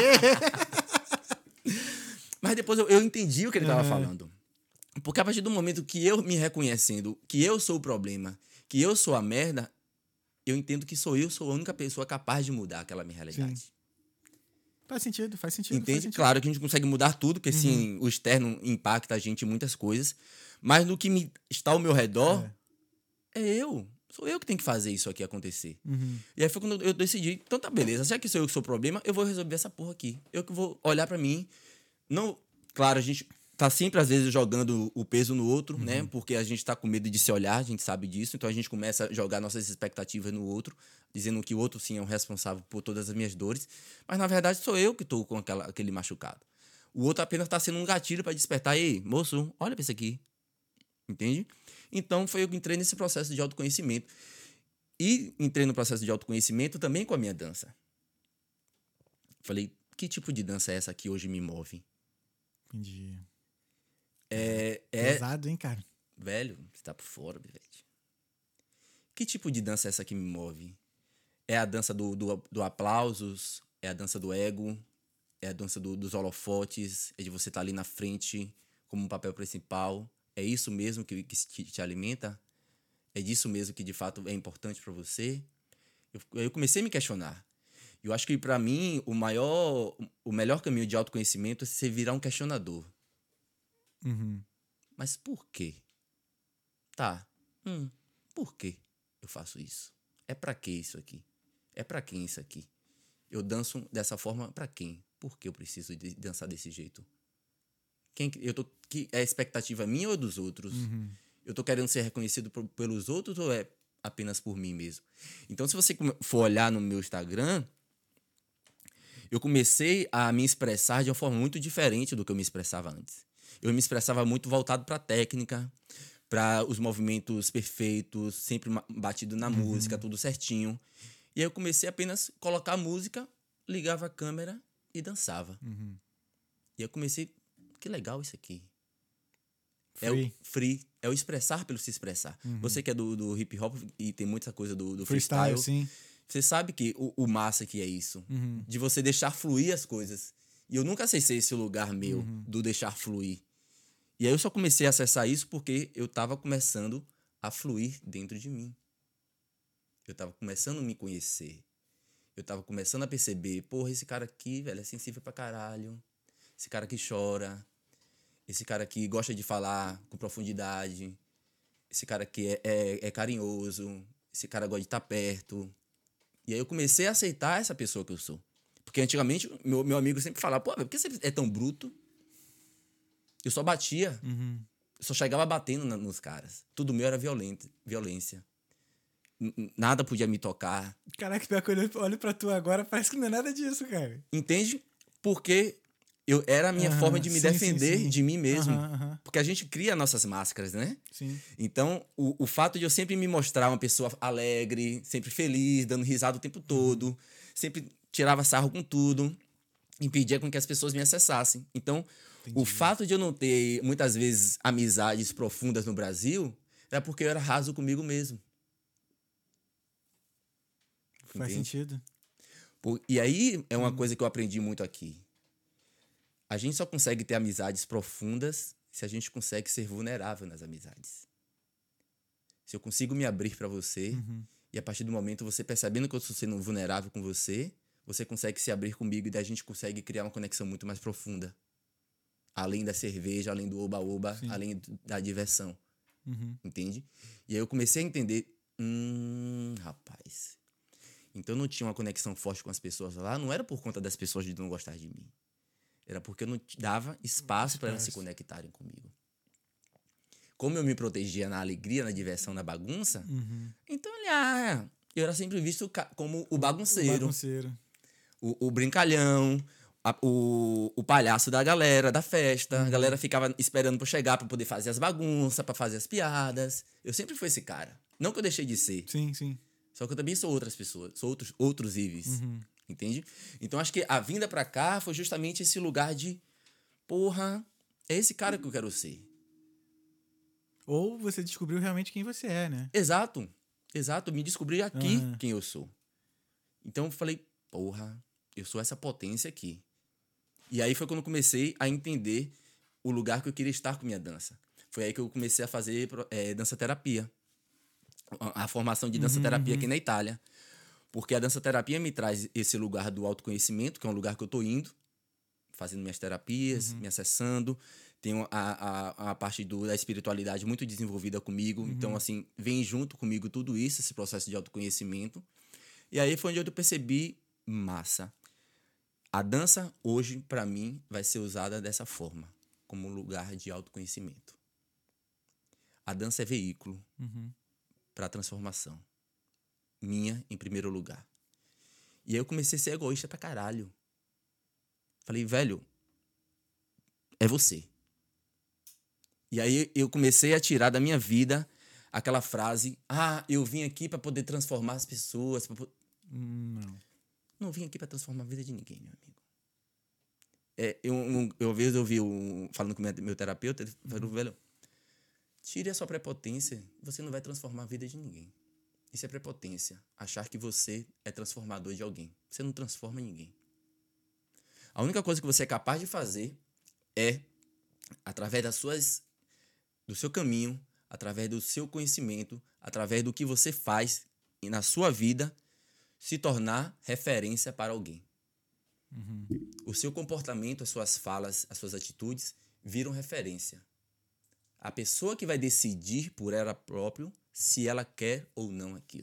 quê? Mas depois eu, eu entendi o que ele tava uhum. falando. Porque a partir do momento que eu me reconhecendo, que eu sou o problema, que eu sou a merda, eu entendo que sou eu, sou a única pessoa capaz de mudar aquela minha realidade. Sim. Faz sentido, faz sentido. Entende? Faz sentido. Claro que a gente consegue mudar tudo, porque Uhum. sim, o externo impacta a gente em muitas coisas. Mas no que me, está ao meu redor, é. é eu. Sou eu que tenho que fazer isso aqui acontecer. Uhum. E aí foi quando eu decidi, então tá beleza, já que sou eu que sou o problema, eu vou resolver essa porra aqui. Eu que vou olhar pra mim. Não, claro, a gente tá sempre, às vezes, jogando o peso no outro, uhum. né? Porque a gente tá com medo de se olhar, a gente sabe disso. Então a gente começa a jogar nossas expectativas no outro, dizendo que o outro, sim, é o responsável por todas as minhas dores. Mas, na verdade, sou eu que tô com aquela, aquele machucado. O outro apenas tá sendo um gatilho pra despertar. Ei, moço, olha pra isso aqui. Entende? Então, foi eu que entrei nesse processo de autoconhecimento. E entrei no processo de autoconhecimento também com a minha dança. Falei, que tipo de dança é essa que hoje me move? Entendi. É, é... Pesado, hein, cara? Velho, você tá por fora, velho. Que tipo de dança é essa que me move? É a dança do, do, do aplausos? É a dança do ego? É a dança do, dos holofotes? É de você estar ali na frente como um papel principal? É isso mesmo que, que te, te alimenta? É disso mesmo que de fato é importante para você? Eu, eu comecei a me questionar. Eu acho que para mim o maior, o melhor caminho de autoconhecimento é você virar um questionador. Uhum. Mas por quê? Tá. Hum, por que eu faço isso? É para que isso aqui? É para quem isso aqui? Eu danço dessa forma para quem? Por que eu preciso de dançar desse jeito? Quem eu tô, que é a expectativa minha ou dos outros? Uhum. Eu tô querendo ser reconhecido por, pelos outros ou é apenas por mim mesmo? Então, se você for olhar no meu Instagram, eu comecei a me expressar de uma forma muito diferente do que eu me expressava antes. Eu me expressava muito voltado para a técnica, para os movimentos perfeitos, sempre batido na uhum. música, tudo certinho. E aí eu comecei a apenas colocar a música, ligava a câmera e dançava. Uhum. E eu comecei, que legal isso aqui. Free. É o free, é o expressar pelo se expressar. Uhum. Você que é do, do hip hop e tem muita coisa do, do freestyle, freestyle, sim. Você sabe que o, o massa que é isso. Uhum. De você deixar fluir as coisas. E eu nunca acessei esse lugar meu uhum. do deixar fluir. E aí eu só comecei a acessar isso porque eu tava começando a fluir dentro de mim. Eu tava começando a me conhecer. Eu tava começando a perceber, porra, esse cara aqui, velho, é sensível pra caralho. Esse cara aqui chora. Esse cara aqui gosta de falar com profundidade. Esse cara aqui é, é, é carinhoso. Esse cara gosta de estar perto. E aí eu comecei a aceitar essa pessoa que eu sou. Porque antigamente, meu, meu amigo sempre falava, pô, por que você é tão bruto? Eu só batia. Uhum. Eu só chegava batendo na, nos caras. Tudo meu era violento, violência. N- nada podia me tocar. Caraca, pior que eu olho pra tu agora, parece que não é nada disso, cara. Entende? Porque eu, era a minha uhum, forma de me sim, defender sim, sim. de mim mesmo. Uhum, uhum. Porque a gente cria nossas máscaras, né? Sim. Então, o, o fato de eu sempre me mostrar uma pessoa alegre, sempre feliz, dando risada o tempo todo, uhum. sempre tirava sarro com tudo, impedia com que as pessoas me acessassem. Então, Entendi. O fato de eu não ter, muitas vezes, amizades profundas no Brasil, era porque eu era raso comigo mesmo. Faz Entende? Sentido. Por, e aí, é uma hum. coisa que eu aprendi muito aqui. A gente só consegue ter amizades profundas se a gente consegue ser vulnerável nas amizades. Se eu consigo me abrir para você, uhum. e a partir do momento você percebendo que eu estou sendo vulnerável com você, você consegue se abrir comigo e daí a gente consegue criar uma conexão muito mais profunda. Além da cerveja, além do oba-oba, Sim. além da diversão. Uhum. Entende? E aí eu comecei a entender, hum, rapaz, então eu não tinha uma conexão forte com as pessoas lá, não era por conta das pessoas de não gostar de mim. Era porque eu não dava espaço para elas se conectarem comigo. Como eu me protegia na alegria, na diversão, na bagunça, uhum. então ah, eu era sempre visto como o bagunceiro. O bagunceiro. O, o brincalhão, a, o, o palhaço da galera, da festa. Uhum. A galera ficava esperando pra eu chegar pra poder fazer as bagunças, pra fazer as piadas. Eu sempre fui esse cara. Não que eu deixei de ser. Sim, sim. Só que eu também sou outras pessoas. Sou outros, outros Ives. Uhum. Entende? Então, acho que a vinda pra cá foi justamente esse lugar de... Porra, é esse cara que eu quero ser. Ou você descobriu realmente quem você é, né? Exato. Exato. Me descobri aqui uhum. quem eu sou. Então, eu falei... Porra, eu sou essa potência aqui. E aí foi quando eu comecei a entender o lugar que eu queria estar com minha dança. Foi aí que eu comecei a fazer é, dança-terapia. a, a formação de dança-terapia aqui na Itália. Porque a dança-terapia me traz esse lugar do autoconhecimento, que é um lugar que eu estou indo, fazendo minhas terapias, me acessando. Tenho a, a, a parte do, da espiritualidade muito desenvolvida comigo. Então, assim, vem junto comigo tudo isso, esse processo de autoconhecimento. E aí foi onde eu percebi, massa. A dança, hoje, para mim, vai ser usada dessa forma, como lugar de autoconhecimento. A dança é veículo Uhum. para a transformação. Minha, em primeiro lugar. E aí eu comecei a ser egoísta pra caralho. Falei, velho, é você. E aí eu comecei a tirar da minha vida aquela frase, ah, eu vim aqui pra poder transformar as pessoas. Pra... Não. Não vim aqui pra transformar a vida de ninguém, meu amigo. É, eu, eu, eu, uma vez eu vi, um, falando com meu, meu terapeuta, ele falou, velho, tire a sua prepotência, você não vai transformar a vida de ninguém. Isso é prepotência. Achar que você é transformador de alguém. Você não transforma ninguém. A única coisa que você é capaz de fazer é, através das suas, do seu caminho, através do seu conhecimento, através do que você faz e na sua vida, se tornar referência para alguém. Uhum. O seu comportamento, as suas falas, as suas atitudes viram referência. A pessoa que vai decidir por ela própria se ela quer ou não aquilo.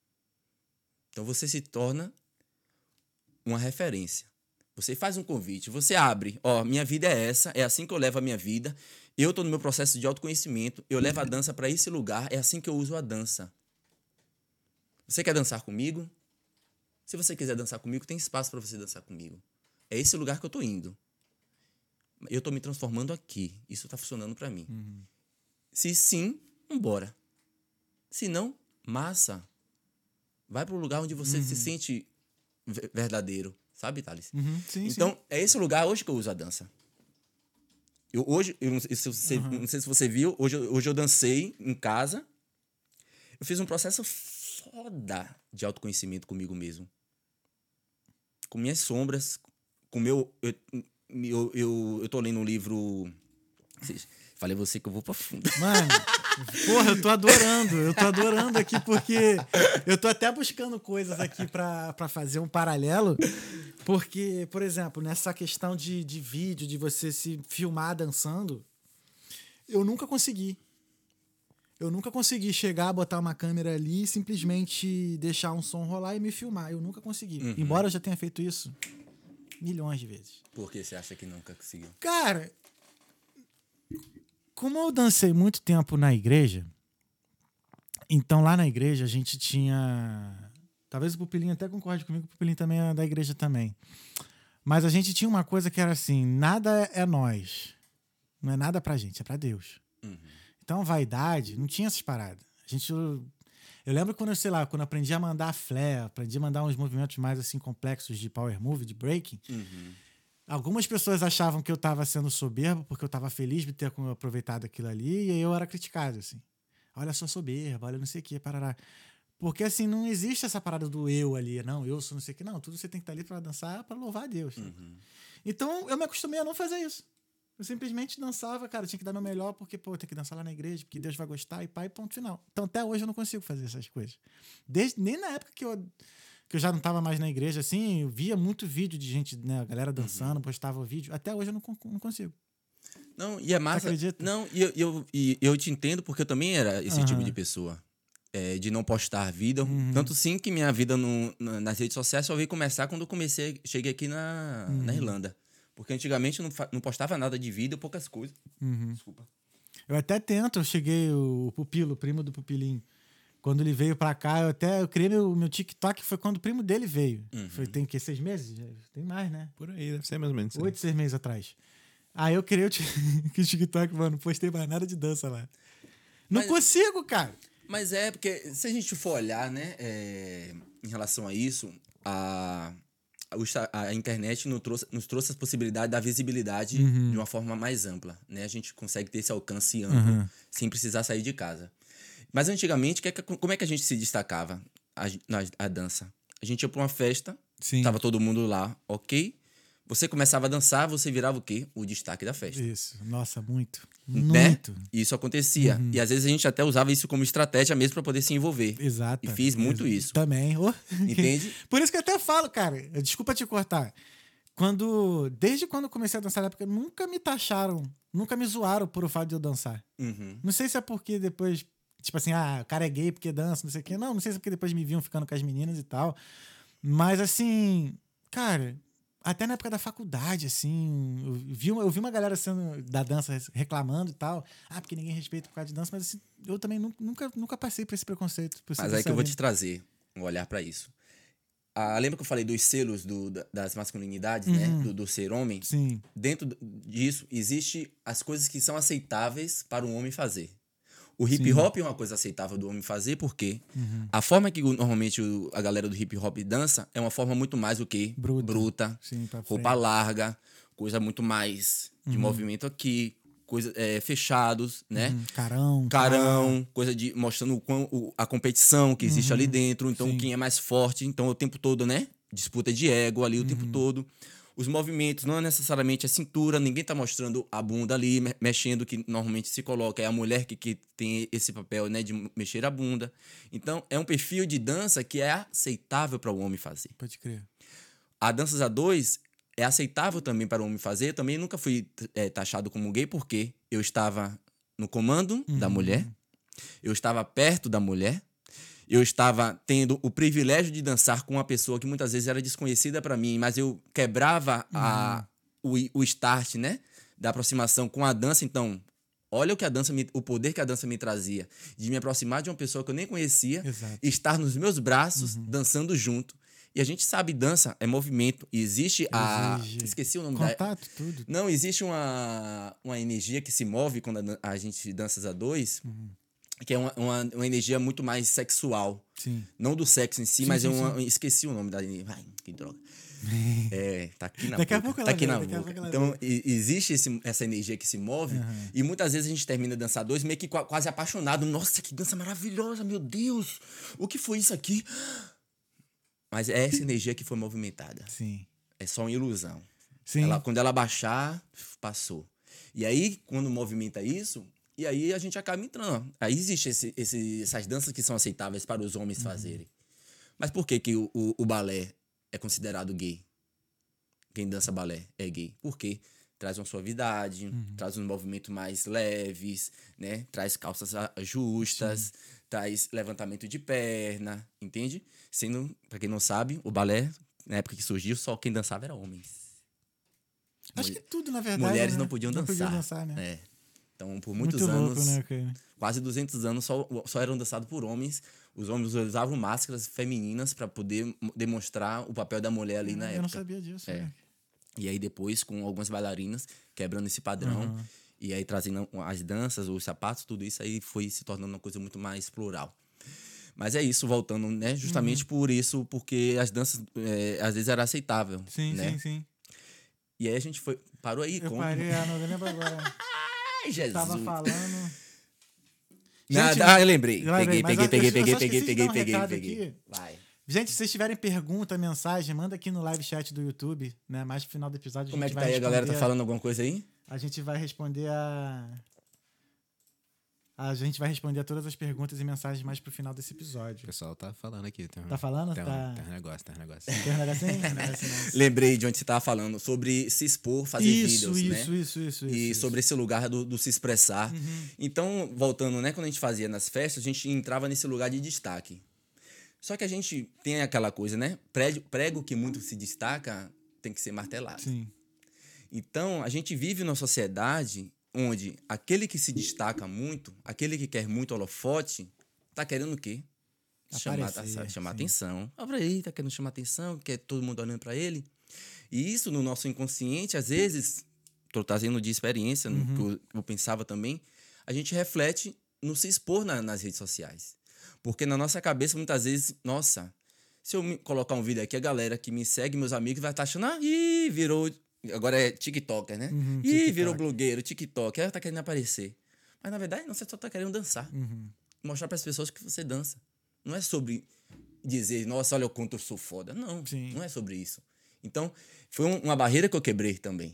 Então você se torna uma referência. Você faz um convite, você abre, ó, minha vida é essa, é assim que eu levo a minha vida, eu estou no meu processo de autoconhecimento, eu levo a dança para esse lugar, é assim que eu uso a dança. Você quer dançar comigo? Se você quiser dançar comigo, tem espaço para você dançar comigo. É esse lugar que eu estou indo. Eu estou me transformando aqui, isso está funcionando para mim. Uhum. Se sim, vambora. Se não, massa. Vai para o lugar onde você Uhum. se sente verdadeiro. Sabe, Thales? Uhum. Sim, então, sim. é esse lugar hoje que eu uso a dança. Eu, hoje, eu não, sei se você, Uhum. não sei se você viu, hoje, hoje eu dancei em casa. Eu fiz um processo foda de autoconhecimento comigo mesmo. Com minhas sombras, com meu... Eu, eu, eu, eu tô lendo um livro... Falei a você que eu vou pra fundo. Mano, porra, eu tô adorando. Eu tô adorando aqui porque eu tô até buscando coisas aqui pra, pra fazer um paralelo. Porque, por exemplo, nessa questão de, de vídeo, de você se filmar dançando, eu nunca consegui. Eu nunca consegui chegar, botar uma câmera ali e simplesmente deixar um som rolar e me filmar. Eu nunca consegui. Uhum. Embora eu já tenha feito isso milhões de vezes. Por que você acha que nunca conseguiu? Cara, como eu dancei muito tempo na igreja, então lá na igreja a gente tinha... Talvez o Pupilinho até concorde comigo, o Pupilinho também é da igreja também. Mas a gente tinha uma coisa que era assim, nada é nós. Não é nada pra gente, é pra Deus. Uhum. Então, vaidade, não tinha essas paradas. A gente... Eu, eu lembro quando eu, sei lá, quando eu aprendi a mandar flare, aprendi a mandar uns movimentos mais assim complexos de power move, de breaking. Uhum. Algumas pessoas achavam que eu tava sendo soberbo porque eu tava feliz de ter aproveitado aquilo ali e aí eu era criticado, assim. Olha só soberba, olha não sei o que, parará. Porque, assim, não existe essa parada do eu ali. Não, eu sou não sei o que. Não, tudo você tem que estar ali pra dançar, pra louvar a Deus. Uhum. Então, eu me acostumei a não fazer isso. Eu simplesmente dançava, cara, tinha que dar meu melhor porque, pô, tem que dançar lá na igreja, porque Deus vai gostar e pai, ponto final. Então, até hoje eu não consigo fazer essas coisas. Desde, nem na época que eu, que eu já não tava mais na igreja, assim, eu via muito vídeo de gente, né, a galera dançando, uhum. postava o vídeo. Até hoje eu não, não consigo. Não, e é massa. Você acredita? Não, e eu, eu, e eu te entendo porque eu também era esse uhum. tipo de pessoa. É, de não postar vida. Uhum. Tanto sim que minha vida no, no, nas redes sociais só veio começar quando eu comecei, cheguei aqui na, uhum. na Irlanda. Porque antigamente eu não, não postava nada de vida, poucas coisas. Uhum. Desculpa. Eu até tento, eu cheguei, o Pupilo, o primo do Pupilinho. Quando ele veio pra cá, eu até eu criei meu, meu TikTok, foi quando o primo dele veio. Uhum. Foi, tem o quê? Seis meses? Tem mais, né? Por aí, deve ser mais ou menos. Oito, seis meses atrás. Aí eu criei o TikTok, mano, não postei mais nada de dança lá. Não Mas, consigo, cara. Mas é, porque se a gente for olhar, né, é, em relação a isso, a... a internet nos trouxe, nos trouxe a possibilidade da visibilidade uhum. de uma forma mais ampla, né? A gente consegue ter esse alcance amplo uhum. sem precisar sair de casa. Mas antigamente, como é que a gente se destacava a, na a dança? A gente ia para uma festa, Sim. tava todo mundo lá, ok? Você começava a dançar, você virava o quê? O destaque da festa. Isso. Nossa, muito. Né? Muito. Isso acontecia. Uhum. E às vezes a gente até usava isso como estratégia mesmo para poder se envolver. Exato. E fiz muito Ex- isso. Também. Oh. Entende? Por isso que eu até falo, cara. Desculpa te cortar. Quando, desde quando eu comecei a dançar na época, nunca me taxaram, nunca me zoaram por o fato de eu dançar. Uhum. Não sei se é porque depois, tipo assim, ah, o cara é gay porque dança, não sei o quê. Não, não sei se é porque depois me viam ficando com as meninas e tal. Mas assim, cara, até na época da faculdade, assim, eu vi, uma- eu vi uma galera sendo, da dança reclamando e tal. Ah, porque ninguém respeita por causa de dança, mas assim, eu também nu- nunca, nunca passei por esse preconceito. Por ser Mas aí que eu vou dessa te trazer um olhar para isso. Ah, lembra que eu falei dos selos do, da- das masculinidades, né? Uhum. Do, do ser homem? Sim, Dentro do- disso, existe as coisas que são aceitáveis para um homem fazer. O hip Sim. hop é uma coisa aceitável do homem fazer, porque Uhum. a forma que o- normalmente o- a galera do hip hop dança é uma forma muito mais o quê? Bruta. Bruta, sim, pra roupa frente. larga, coisa muito mais de Uhum. movimento aqui, coisa, é, fechados, né? Uhum. Carão. Carão, coisa de mostrando o quão- o- a competição que existe ali dentro, então Sim. quem é mais forte, então o tempo todo, né? Disputa de ego ali o tempo Uhum. todo. Os movimentos não é necessariamente a cintura, ninguém tá mostrando a bunda ali, me- mexendo, que normalmente se coloca, é a mulher que, que tem esse papel, né, de mexer a bunda. Então, é um perfil de dança que é aceitável para o homem fazer. Pode crer. A danças a dois é aceitável também para o homem fazer. Eu também nunca fui é, taxado como gay, porque eu estava no comando da Uhum. mulher, eu estava perto da mulher, eu estava tendo o privilégio de dançar com uma pessoa que muitas vezes era desconhecida para mim, mas eu quebrava a, o, o start, né, da aproximação com a dança. Então, olha o que a dança me, o poder que a dança me trazia, de me aproximar de uma pessoa que eu nem conhecia, Exato. estar nos meus braços, dançando junto. E a gente sabe, dança é movimento. E existe a... Exige Esqueci o nome da... Contato, tudo. Não, existe uma, uma energia que se move quando a, dan- a gente dança a dois, Uhum. que é uma, uma, uma energia muito mais sexual. Sim. Não do sexo em si, Sim, mas sim, é uma... Esqueci o nome da energia. Ai, que droga. É, tá aqui na Daqui a boca. pouco ela tá aqui vem, na daqui a boca. pouco ela Então, e- existe esse, essa energia que se move, Uhum. e muitas vezes a gente termina de dançar dois meio que qua- quase apaixonado. Nossa, que dança maravilhosa, meu Deus! O que foi isso aqui? Mas é essa energia que foi movimentada. Sim. É só uma ilusão. Sim. Ela, quando ela baixar, passou. E aí, quando movimenta isso, e aí a gente acaba entrando. Aí existe esse, esse, essas danças que são aceitáveis para os homens fazerem. Mas por que, que o, o, o balé é considerado gay? Quem dança balé é gay. Por quê? Traz uma suavidade, traz uns movimentos mais leves, né? Traz calças a- justas, traz levantamento de perna, entende? Sendo, pra quem não sabe, o balé, na época que surgiu, só quem dançava era homens. Acho que tudo, na verdade. Mulheres né? não podiam dançar. Não podiam dançar, né? É. Então, por muitos Muito anos, louco, né, cara? quase duzentos anos, só, só eram dançados por homens. Os homens usavam máscaras femininas para poder mo- demonstrar o papel da mulher ali na Eu época. não sabia disso. É. né? E aí depois, com algumas bailarinas, quebrando esse padrão, Uhum. e aí trazendo as danças, os sapatos, tudo isso aí foi se tornando uma coisa muito mais plural. Mas é isso, voltando, né? Justamente Uhum. por isso, porque as danças, é, às vezes, era aceitável, Sim, né? sim, sim. E aí a gente foi... Parou aí? Eu como? parei, ah, não lembro agora. Ai, Jesus! Tava falando. Nada, Gente, ah, eu lembrei. eu lembrei, Peguei, mas peguei, eu- peguei, eu peguei, só peguei, esqueci de peguei, dar um peguei, recado peguei. aqui. Vai. Gente, se vocês tiverem pergunta, mensagem, manda aqui no live chat do YouTube, né? Mais pro final do episódio a Como é gente que tá vai aí? A galera tá responder- falando alguma coisa aí? A gente vai responder a... A gente vai responder a todas as perguntas e mensagens mais pro final desse O episódio. pessoal tá falando aqui. Tem um, Tá falando? Tem um, Tá. tem um negócio, tem um negócio. Tem um negocinho? Tem um negocinho, não. Lembrei de onde você tava falando, sobre se expor, fazer Isso, vídeos, né? isso, isso, isso, E isso. sobre esse lugar do, do se expressar. Uhum. Então, voltando, né? Quando a gente fazia nas festas, a gente entrava nesse lugar de destaque. Só que a gente tem aquela coisa, né? Prego, prego que muito se destaca tem que ser martelado. Sim. Então, a gente vive numa sociedade onde aquele que se destaca muito, aquele que quer muito holofote, tá querendo o quê? Chamar, Aparecer, chamar sim. atenção. Olha aí, tá querendo chamar atenção, quer todo mundo olhando para ele. E isso no nosso inconsciente, às vezes, tô trazendo de experiência, no que eu, eu pensava também, a gente reflete no se expor na- nas redes sociais. Porque na nossa cabeça, muitas vezes, nossa, se eu me colocar um vídeo aqui, a galera que me segue, meus amigos, vai estar achando, ah, ih, virou... Agora é TikToker, né? Uhum, ih, TikTok. virou blogueiro, TikTok, ela tá querendo aparecer. Mas, na verdade, não, você só tá querendo dançar. Uhum. Mostrar para as pessoas que você dança. Não é sobre dizer, nossa, olha o quanto eu sou foda. Não, Sim. não é sobre isso. Então, foi um, uma barreira que eu quebrei também.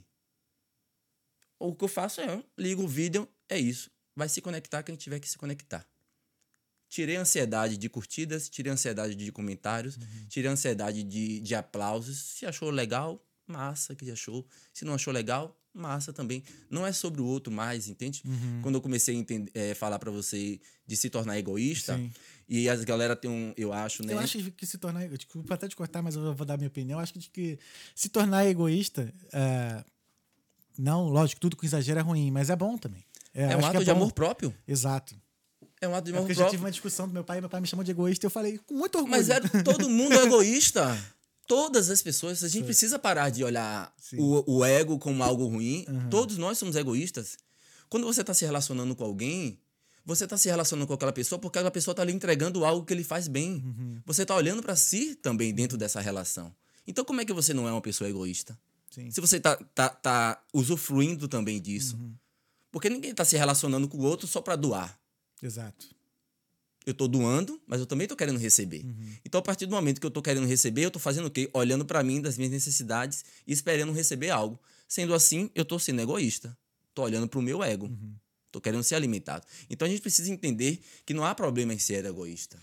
O que eu faço é, eu ligo o vídeo, é isso. Vai se conectar quem tiver que se conectar. Tirei a ansiedade de curtidas, tirei a ansiedade de comentários, uhum. tirei a ansiedade de, de aplausos. Se achou legal, massa que achou. Se não achou legal, massa também. Não é sobre o outro mais, entende? Uhum. Quando eu comecei a entender, é, falar pra você de se tornar egoísta, Sim. e as galera tem um, eu acho, né? Eu acho que se tornar, desculpa até te cortar, mas eu vou dar minha opinião. Eu acho que, que se tornar egoísta, é, não, lógico, tudo com exagero é ruim, mas é bom também. É, é um ato é de amor próprio. Exato. É um ato de amor é porque próprio. Eu já tive uma discussão do meu pai, meu pai me chamou de egoísta e eu falei com muito orgulho. Mas é, todo mundo é egoísta. Todas as pessoas. A gente Sim. precisa parar de olhar o, o ego como algo ruim. Uhum. Todos nós somos egoístas. Quando você está se relacionando com alguém, você está se relacionando com aquela pessoa porque aquela pessoa está lhe entregando algo que ele faz bem. Uhum. Você está olhando para si também dentro dessa relação. Então, como é que você não é uma pessoa egoísta? Sim. Se você está tá, tá usufruindo também disso. Uhum. Porque ninguém está se relacionando com o outro só para doar. Exato. Eu tô doando, mas eu também tô querendo receber. Uhum. Então, a partir do momento que eu tô querendo receber, eu tô fazendo o quê? Olhando para mim, das minhas necessidades e esperando receber algo. Sendo assim, eu tô sendo egoísta. Tô olhando pro meu ego. Uhum. Tô querendo ser alimentado. Então, a gente precisa entender que não há problema em ser egoísta.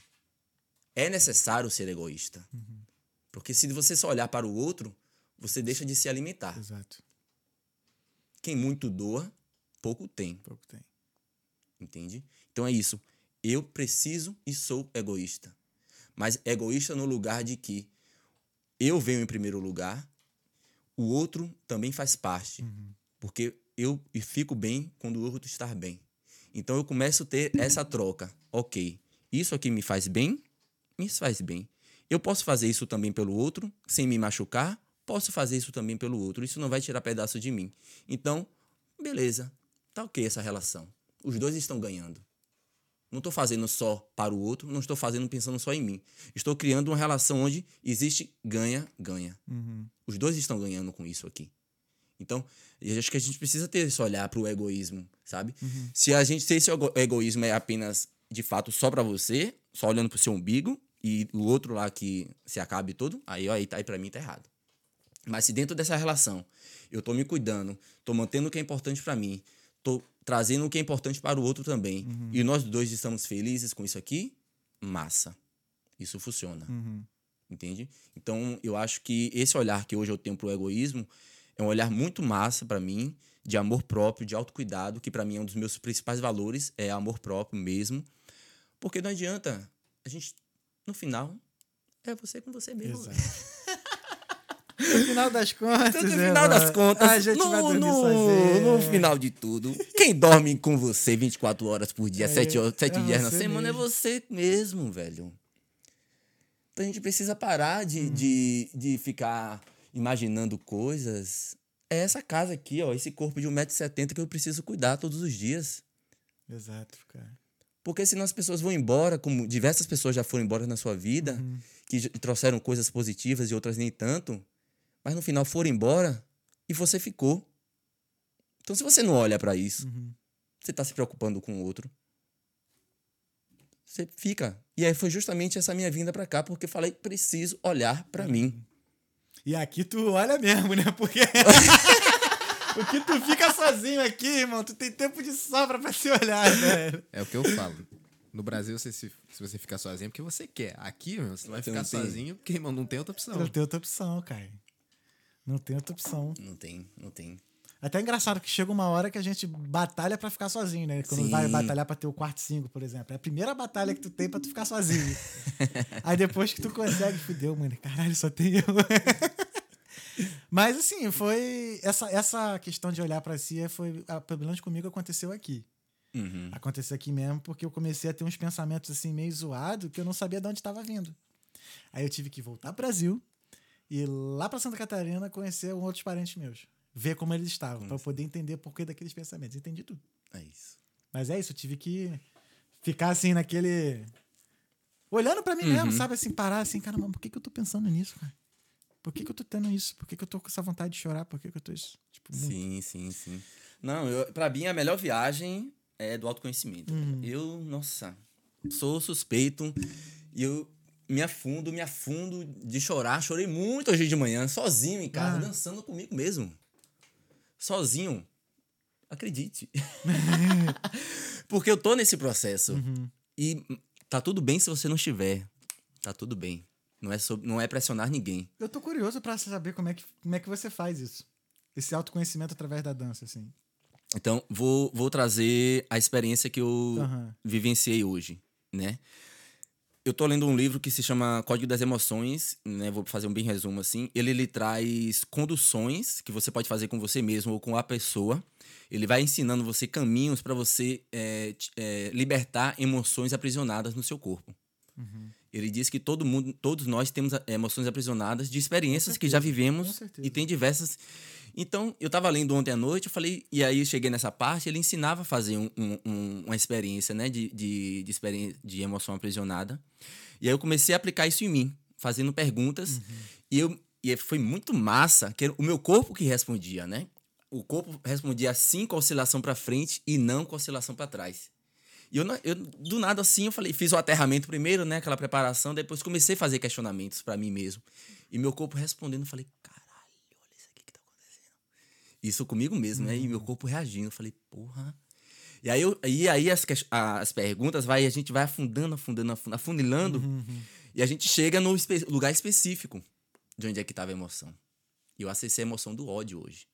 É necessário ser egoísta. Uhum. Porque se você só olhar para o outro, você deixa de se alimentar. Exato. Quem muito doa, pouco tem. Pouco tem. Entende? Então, é isso. Eu preciso e sou egoísta. Mas egoísta no lugar de que eu venho em primeiro lugar, o outro também faz parte. Uhum. Porque eu fico bem quando o outro está bem. Então eu começo a ter essa troca. Ok, isso aqui me faz bem, me faz bem. Eu posso fazer isso também pelo outro, sem me machucar, posso fazer isso também pelo outro. Isso não vai tirar pedaço de mim. Então, beleza, tá ok essa relação. Os dois estão ganhando. Não estou fazendo só para o outro, não estou fazendo pensando só em mim. Estou criando uma relação onde existe ganha, ganha. Uhum. Os dois estão ganhando com isso aqui. Então, eu acho que a gente precisa ter esse olhar para o egoísmo, sabe? Uhum. Se a gente se esse egoísmo é apenas, de fato, só para você, só olhando para o seu umbigo, e o outro lá que se acabe todo, aí, ó, aí, aí para mim tá errado. Mas se dentro dessa relação eu estou me cuidando, estou mantendo o que é importante para mim, estou trazendo o que é importante para o outro também. Uhum. E nós dois estamos felizes com isso aqui, massa. Isso funciona. Uhum. Entende? Então, eu acho que esse olhar que hoje eu tenho pro egoísmo é um olhar muito massa para mim, de amor próprio, de autocuidado, que para mim é um dos meus principais valores, é amor próprio mesmo. Porque não adianta, a gente, no final, é você com você mesmo. Exato. No final das contas, no final das contas, a gente no, vai dormir no, sozinho. no final de tudo, quem dorme com você vinte e quatro horas por dia, é, sete é dias na semana, mesmo. é você mesmo, velho. Então a gente precisa parar de, hum. de, de ficar imaginando coisas. É essa casa aqui, ó, esse corpo de um metro e setenta que eu preciso cuidar todos os dias. Exato, cara. Porque senão as pessoas vão embora, como diversas pessoas já foram embora na sua vida, uhum. que trouxeram coisas positivas e outras nem tanto, mas no final foram embora e você ficou. Então, se você não olha para isso, uhum. você está se preocupando com o outro, você fica. E aí foi justamente essa minha vinda para cá, porque eu falei, preciso olhar para mim. E aqui tu olha mesmo, né? Porque porque tu fica sozinho aqui, irmão, tu tem tempo de sobra para se olhar, velho. É o que eu falo. No Brasil, você, se, se você ficar sozinho é porque você quer. Aqui, meu, você vai você ficar sozinho porque, irmão, não tem outra opção. Não tem outra opção, cara. Não tem outra opção. Não tem, não tem. Até é engraçado que chega uma hora que a gente batalha pra ficar sozinho, né? Quando Sim. vai batalhar pra ter o quarto cinco, por exemplo. É a primeira batalha que tu tem pra tu ficar sozinho. Aí depois que tu consegue, fudeu, mano. Caralho, só tem eu. Mas assim, foi... Essa, essa questão de olhar pra si, foi, pelo menos comigo, aconteceu aqui. Uhum. Aconteceu aqui mesmo porque eu comecei a ter uns pensamentos assim meio zoados que eu não sabia de onde estava vindo. Aí eu tive que voltar pro Brasil e ir lá pra Santa Catarina conhecer outros parentes meus. Ver como eles estavam, para poder entender o porquê daqueles pensamentos. Entendi tudo. É isso. Mas é isso, eu tive que ficar assim naquele... Olhando pra mim uhum. mesmo, sabe? Assim, parar assim, cara, mas por que, que eu tô pensando nisso, cara? Por que, que eu tô tendo isso? Por que, que eu tô com essa vontade de chorar? Por que, que eu tô isso? Tipo, sim, muito... sim, sim. Não, eu, pra mim a melhor viagem é do autoconhecimento. Uhum. Eu, nossa, sou suspeito e eu... me afundo, me afundo de chorar. Chorei muito hoje de manhã, sozinho em casa, Ah. dançando comigo mesmo. Sozinho. Acredite. Porque eu tô nesse processo. Uhum. E tá tudo bem se você não estiver. Tá tudo bem. Não é, sobre, não é pressionar ninguém. Eu tô curioso pra saber como é, que, como é que você faz isso. Esse autoconhecimento através da dança, assim. Então, vou, vou trazer a experiência que eu Aham. vivenciei hoje, né? Eu tô lendo um livro que se chama Código das Emoções, né? Vou fazer um bem resumo assim. Ele, ele traz conduções que você pode fazer com você mesmo ou com a pessoa. Ele vai ensinando você caminhos para você é, t- é, libertar emoções aprisionadas no seu corpo. Ele diz que todo mundo, todos nós temos a- emoções aprisionadas de experiências que já certeza, com vivemos certeza. e tem diversas. Então, eu estava lendo ontem à noite, eu falei, e aí eu cheguei nessa parte, ele ensinava a fazer um- um- um- uma experiência, né, de, de, de, experiência, de emoção aprisionada. E aí eu comecei a aplicar isso em mim, fazendo perguntas, e, eu, e foi muito massa, que era o meu corpo que respondia, né? O corpo respondia sim com a oscilação para frente e não com a oscilação para trás. E eu, não- eu, do nada assim, eu falei, fiz o aterramento primeiro, né? Aquela preparação, depois comecei a fazer questionamentos pra mim mesmo. E meu corpo respondendo, eu falei, caralho, olha isso aqui que tá acontecendo. Isso comigo mesmo, né? E meu corpo reagindo, eu falei, porra. E aí, eu, e aí as, ques- as perguntas, vai, a gente vai afundando, afundando, afundando, afunilando, e a gente chega no espe- lugar específico de onde é que tava a emoção. E eu acessei a emoção do ódio hoje.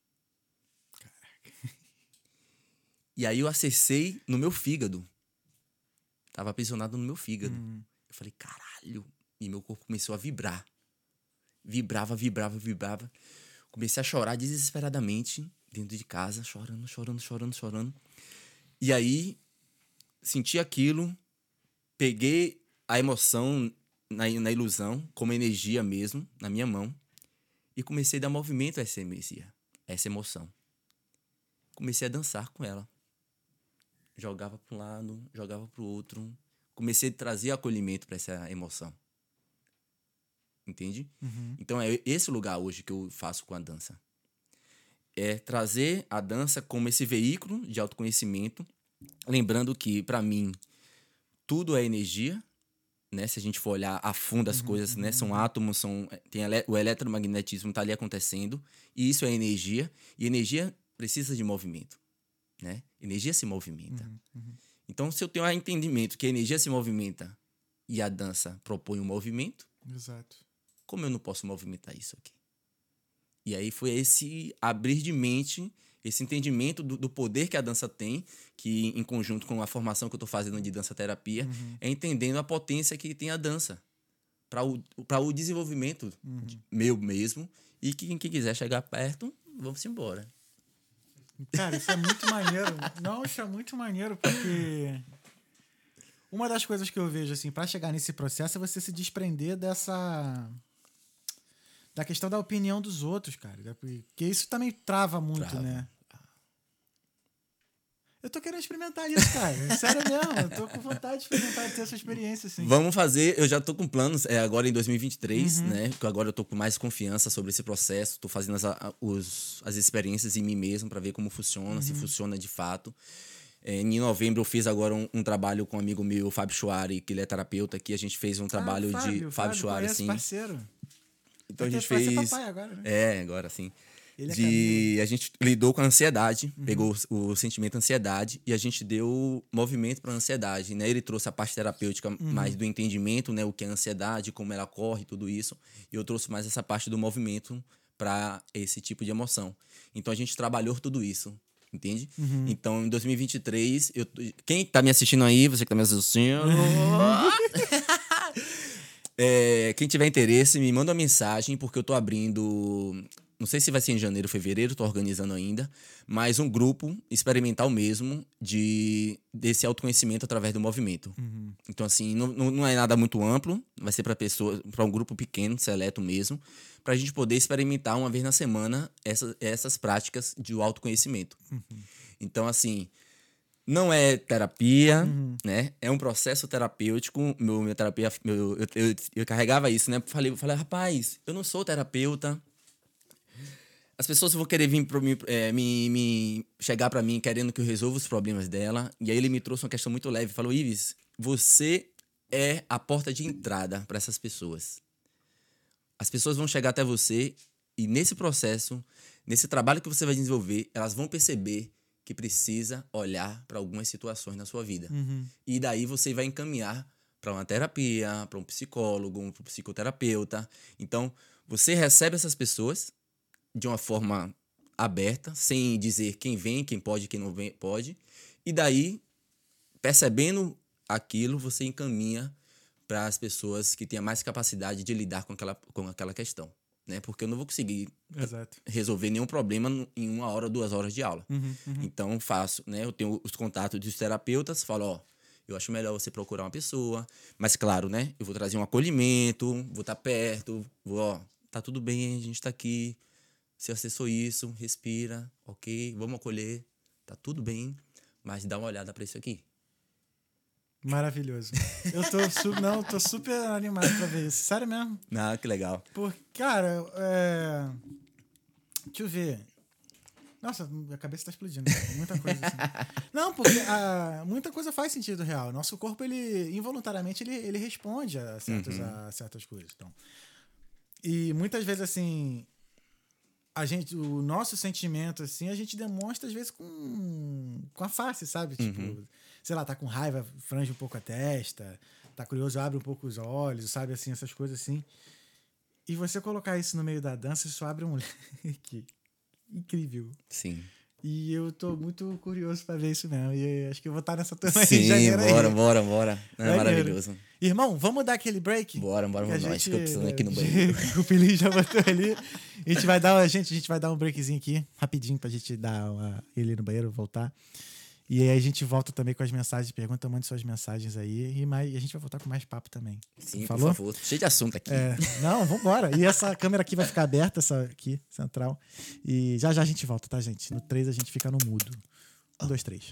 E aí eu acessei no meu fígado. Tava aprisionado no meu fígado. Eu falei, caralho. E meu corpo começou a vibrar. Vibrava, vibrava, vibrava. Comecei a chorar desesperadamente dentro de casa, chorando, chorando, chorando, chorando. E aí, senti aquilo, peguei a emoção na, na ilusão, como energia mesmo, na minha mão, e comecei a dar movimento a essa energia, a essa emoção. Comecei a dançar com ela. Jogava para um lado, jogava para o outro. Comecei a trazer acolhimento para essa emoção. Entende? Então é esse lugar hoje que eu faço com a dança. É trazer a dança como esse veículo de autoconhecimento. Lembrando que, para mim, tudo é energia. Né? Se a gente for olhar a fundo as coisas, né? São átomos, são, tem ele- o eletromagnetismo está ali acontecendo. E isso é energia. E energia precisa de movimento. Né? Energia se movimenta. Então, se eu tenho o entendimento que a energia se movimenta e a dança propõe um movimento, Exato. como eu não posso movimentar isso aqui? E aí foi esse abrir de mente, esse entendimento do, do poder que a dança tem, que em conjunto com a formação que eu estou fazendo de dança-terapia, é entendendo a potência que tem a dança para o, para o desenvolvimento de- meu mesmo. E que quem quiser chegar perto, vamos embora. Cara, isso é muito maneiro. Não, isso é muito maneiro, porque uma das coisas que eu vejo, assim, pra chegar nesse processo é você se desprender dessa. Da questão da opinião dos outros, cara. Porque isso também trava muito, Trava. né? Eu tô querendo experimentar isso, cara. Sério mesmo. Eu tô com vontade de experimentar, de ter essa experiência, assim. Vamos fazer, eu já tô com planos, é, agora em dois mil e vinte e três, né? Que agora eu tô com mais confiança sobre esse processo, tô fazendo as, a- os, as experiências em mim mesmo para ver como funciona, se funciona de fato. É, em novembro eu fiz agora um, um trabalho com um amigo meu, o Fábio Chuari, que ele é terapeuta aqui, a gente fez um trabalho Ah, Fábio, de Fábio Chuari, conheço, assim. parceiro. Então a Vai gente ter- vai ser fez. papai agora, né? É, agora sim. Ele é De a gente lidou com a ansiedade, pegou o, o sentimento ansiedade e a gente deu movimento para a ansiedade, né? Ele trouxe a parte terapêutica mais do entendimento, né, o que é a ansiedade, como ela corre, tudo isso, e eu trouxe mais essa parte do movimento para esse tipo de emoção. Então a gente trabalhou tudo isso, entende? Então em dois mil e vinte e três, eu tô- quem tá me assistindo aí, você que tá me assistindo, é, quem tiver interesse, me manda uma mensagem, porque eu tô abrindo. Não sei se vai ser em janeiro ou fevereiro, tô organizando ainda, mas um grupo experimental mesmo de desse autoconhecimento através do movimento. Então, assim, não, não não é nada muito amplo, vai ser para pessoas, para um grupo pequeno, seleto mesmo, para a gente poder experimentar uma vez na semana essas, essas práticas de autoconhecimento. Então, assim, não é terapia, né? É um processo terapêutico. Meu, minha terapia, meu, eu, eu, eu carregava isso, né? Falei, falei, rapaz, eu não sou terapeuta. As pessoas vão querer vir para mim, é, me, me chegar para mim querendo que eu resolva os problemas dela. E aí ele me trouxe uma questão muito leve. Falou, Ives, você é a porta de entrada para essas pessoas. As pessoas vão chegar até você e nesse processo, nesse trabalho que você vai desenvolver, elas vão perceber que precisa olhar para algumas situações na sua vida. Uhum. E daí você vai encaminhar para uma terapia, para um psicólogo, para um psicoterapeuta. Então, você recebe essas pessoas de uma forma aberta, sem dizer quem vem, quem pode, quem não vem, pode. E daí, percebendo aquilo, você encaminha para as pessoas que tenham mais capacidade de lidar com aquela, com aquela questão. Né? Porque eu não vou conseguir Exato. resolver nenhum problema em uma hora, duas horas de aula. Uhum, uhum. Então, faço, né? Eu tenho os contatos dos terapeutas, falo, ó, eu acho melhor você procurar uma pessoa. Mas, claro, né? Eu vou trazer um acolhimento, vou estar perto, vou, ó, tá tudo bem, a gente tá aqui. Se acessou isso, respira, ok, vamos acolher, tá tudo bem, mas dá uma olhada pra isso aqui. Maravilhoso. Eu tô, su não, tô super animado pra ver isso. Sério mesmo. Ah, que legal. Porque, cara, é... deixa eu ver. Nossa, a cabeça tá explodindo. Muita coisa assim. Não, porque a, muita coisa faz sentido real. Nosso corpo, ele, involuntariamente, ele, ele responde a, certos, Uhum. a certas coisas. Então. E muitas vezes, assim, a gente, o nosso sentimento, assim, a gente demonstra, às vezes, com, com a face, sabe? Tipo, Uhum. sei lá, tá com raiva, frange um pouco a testa, tá curioso, abre um pouco os olhos, sabe? Assim, essas coisas assim. E você colocar isso no meio da dança, isso abre um leque incrível. Sim. E eu tô muito curioso pra ver isso mesmo. E acho que eu vou estar nessa turma aí Sim, em janeiro aí. bora, bora, bora. É Maneiro. maravilhoso. Irmão, vamos dar aquele break? Bora, bora, Que a vamos nós, gente- que eu preciso ir aqui no banheiro. O Pilinho já botou ali. A gente vai dar, a gente, a gente vai dar um breakzinho aqui, rapidinho, pra gente dar uma, ele no banheiro, voltar. E aí a gente volta também com as mensagens, pergunta, mande suas mensagens aí. E, mais, e a gente vai voltar com mais papo também. Sim, Falou? por favor. Cheio de assunto aqui. É, não, vambora. E essa câmera aqui vai ficar aberta, essa aqui, central. E já já a gente volta, tá, gente? No três a gente fica no mudo. Um, dois, três.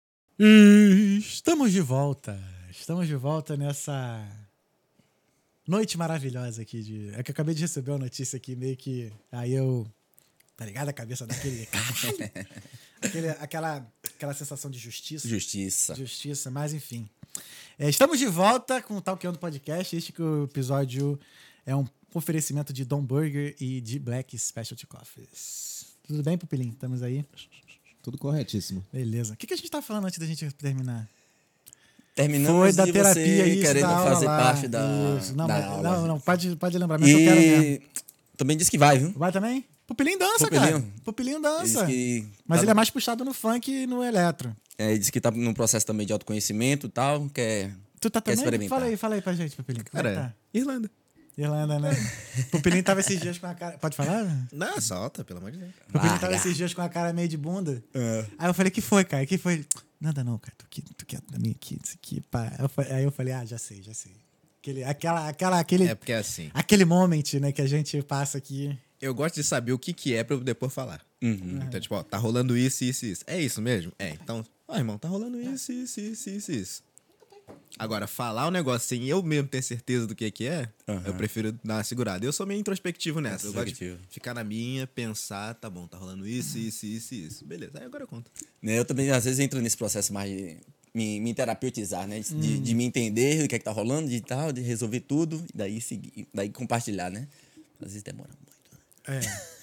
E estamos de volta. Estamos de volta nessa noite maravilhosa aqui. De... É que eu acabei de receber uma notícia aqui, meio que. Aí eu. Tá ligado? A cabeça daquele. Aquele, aquela, aquela sensação de justiça. Justiça. Justiça, mas enfim. É, estamos de volta com o Talkando Podcast. Este que o episódio é um oferecimento de Dom Burger e de Black Specialty Coffees. Tudo bem, Pupilinho? Estamos aí? Tudo corretíssimo. Beleza. O que, que a gente tá falando antes da gente terminar? Terminamos Foi da de terapia, você isso, querendo da aula fazer lá. parte da, Isso. Não, da mas- aula. não, não, pode, pode lembrar, mas eu quero mesmo. E também disse que vai, viu? Vai também? Pupilinho dança, Pupilinho. cara. Pupilinho Ele dança. disse que Mas tá- ele é mais puxado no funk e no eletro. é, ele disse que tá num processo também de autoconhecimento e tal, quer... Tu tá Quer também? experimentar? Fala aí, fala aí pra gente, Pupilinho. Como é que Cara, tá? Irlanda. Irlanda, né? Pupilinho tava esses dias com a cara... Pode falar? Não, solta, pelo amor de Deus. Pupilinho tava Larga. esses dias com a cara meio de bunda. É. Aí eu falei, que foi, cara? Que foi? Nada não, cara. Tu, que- tu quer da minha aqui, isso aqui, pá. Aí eu fa- Aí eu falei, ah, já sei, já sei. Aquele, aquela, aquela, aquele, É porque assim, aquele moment, né, que a gente passa aqui. eu gosto de saber o que que é pra eu depois falar. Uhum. Então, tipo, ó, tá rolando isso, isso, isso. É isso mesmo? É. Então, ó, irmão, tá rolando isso, isso, isso, isso, isso. Agora, falar o negócio sem eu mesmo ter certeza do que que é, Aham. eu prefiro dar uma segurada. Eu sou meio introspectivo nessa. Eu gosto de Introspectivo. ficar na minha, pensar, tá bom, tá rolando isso, isso, isso, isso. Beleza, aí agora eu conto. Né, eu também, às vezes, entro nesse processo mais de me, me terapeutizar, né? De, de me entender o que é que tá rolando, de tal, de resolver tudo, e daí, seguir, daí compartilhar, né? Às vezes demora muito. É.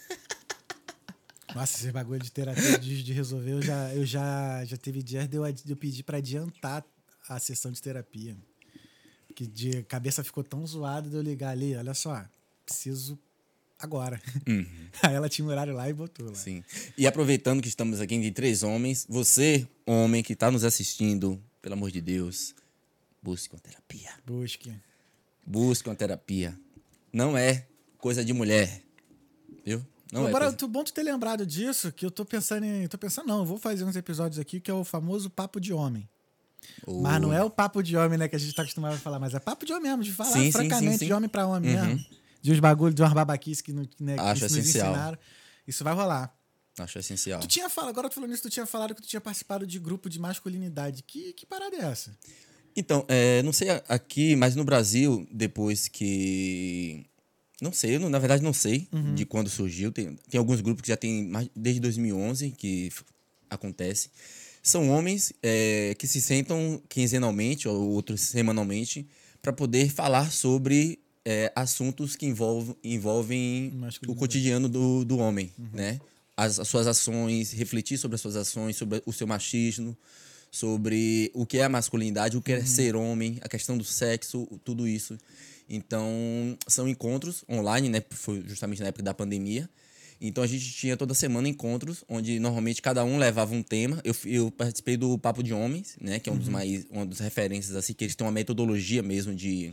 Nossa, esse bagulho de terapia de, de resolver, eu já, eu já, já teve dias de eu, ad- de eu pedir pra adiantar a sessão de terapia. Que de cabeça ficou tão zoada de eu ligar ali, olha só, preciso agora. Aí ela tinha um horário lá e botou lá. Sim. E aproveitando que estamos aqui de três homens, você, homem que está nos assistindo, pelo amor de Deus, busque uma terapia. Busque. Busque uma terapia. Não é coisa de mulher. Viu? Não é Agora, coisa... tu- bom tu ter lembrado disso, que eu tô pensando em. Tô pensando, não, eu vou fazer uns episódios aqui que é o famoso papo de homem. Oh. Mas não é o papo de homem, né, que a gente tá acostumado a falar, mas é papo de homem mesmo, de falar Sim, sim, francamente, sim, sim. de homem pra homem Uhum. mesmo. De uns bagulhos, de umas babaquices que, no- que, né, que Acho isso nos essencial. ensinaram. Isso vai rolar. Acho essencial. Tu tinha falado, agora tu falando isso, tu tinha falado que tu tinha participado de grupo de masculinidade. Que, que parada é essa? Então, é, não sei a- aqui, mas no Brasil, depois que... Não sei, eu não- na verdade não sei de quando surgiu. Tem, tem alguns grupos que já tem mais, desde dois mil e onze que f- acontece. São homens é, que se sentam quinzenalmente ou outros semanalmente para poder falar sobre é, assuntos que envolvem, envolvem o cotidiano do, do homem, uhum. né? As, as suas ações, refletir sobre as suas ações, sobre o seu machismo, sobre o que é a masculinidade, o que é uhum. ser homem, a questão do sexo, tudo isso. Então, são encontros online, né? Foi justamente na época da pandemia. Então, a gente tinha toda semana encontros, onde normalmente cada um levava um tema. Eu, eu participei do Papo de Homens, né? Que é um uhum. dos mais, uma das referências, assim, que eles têm uma metodologia mesmo de,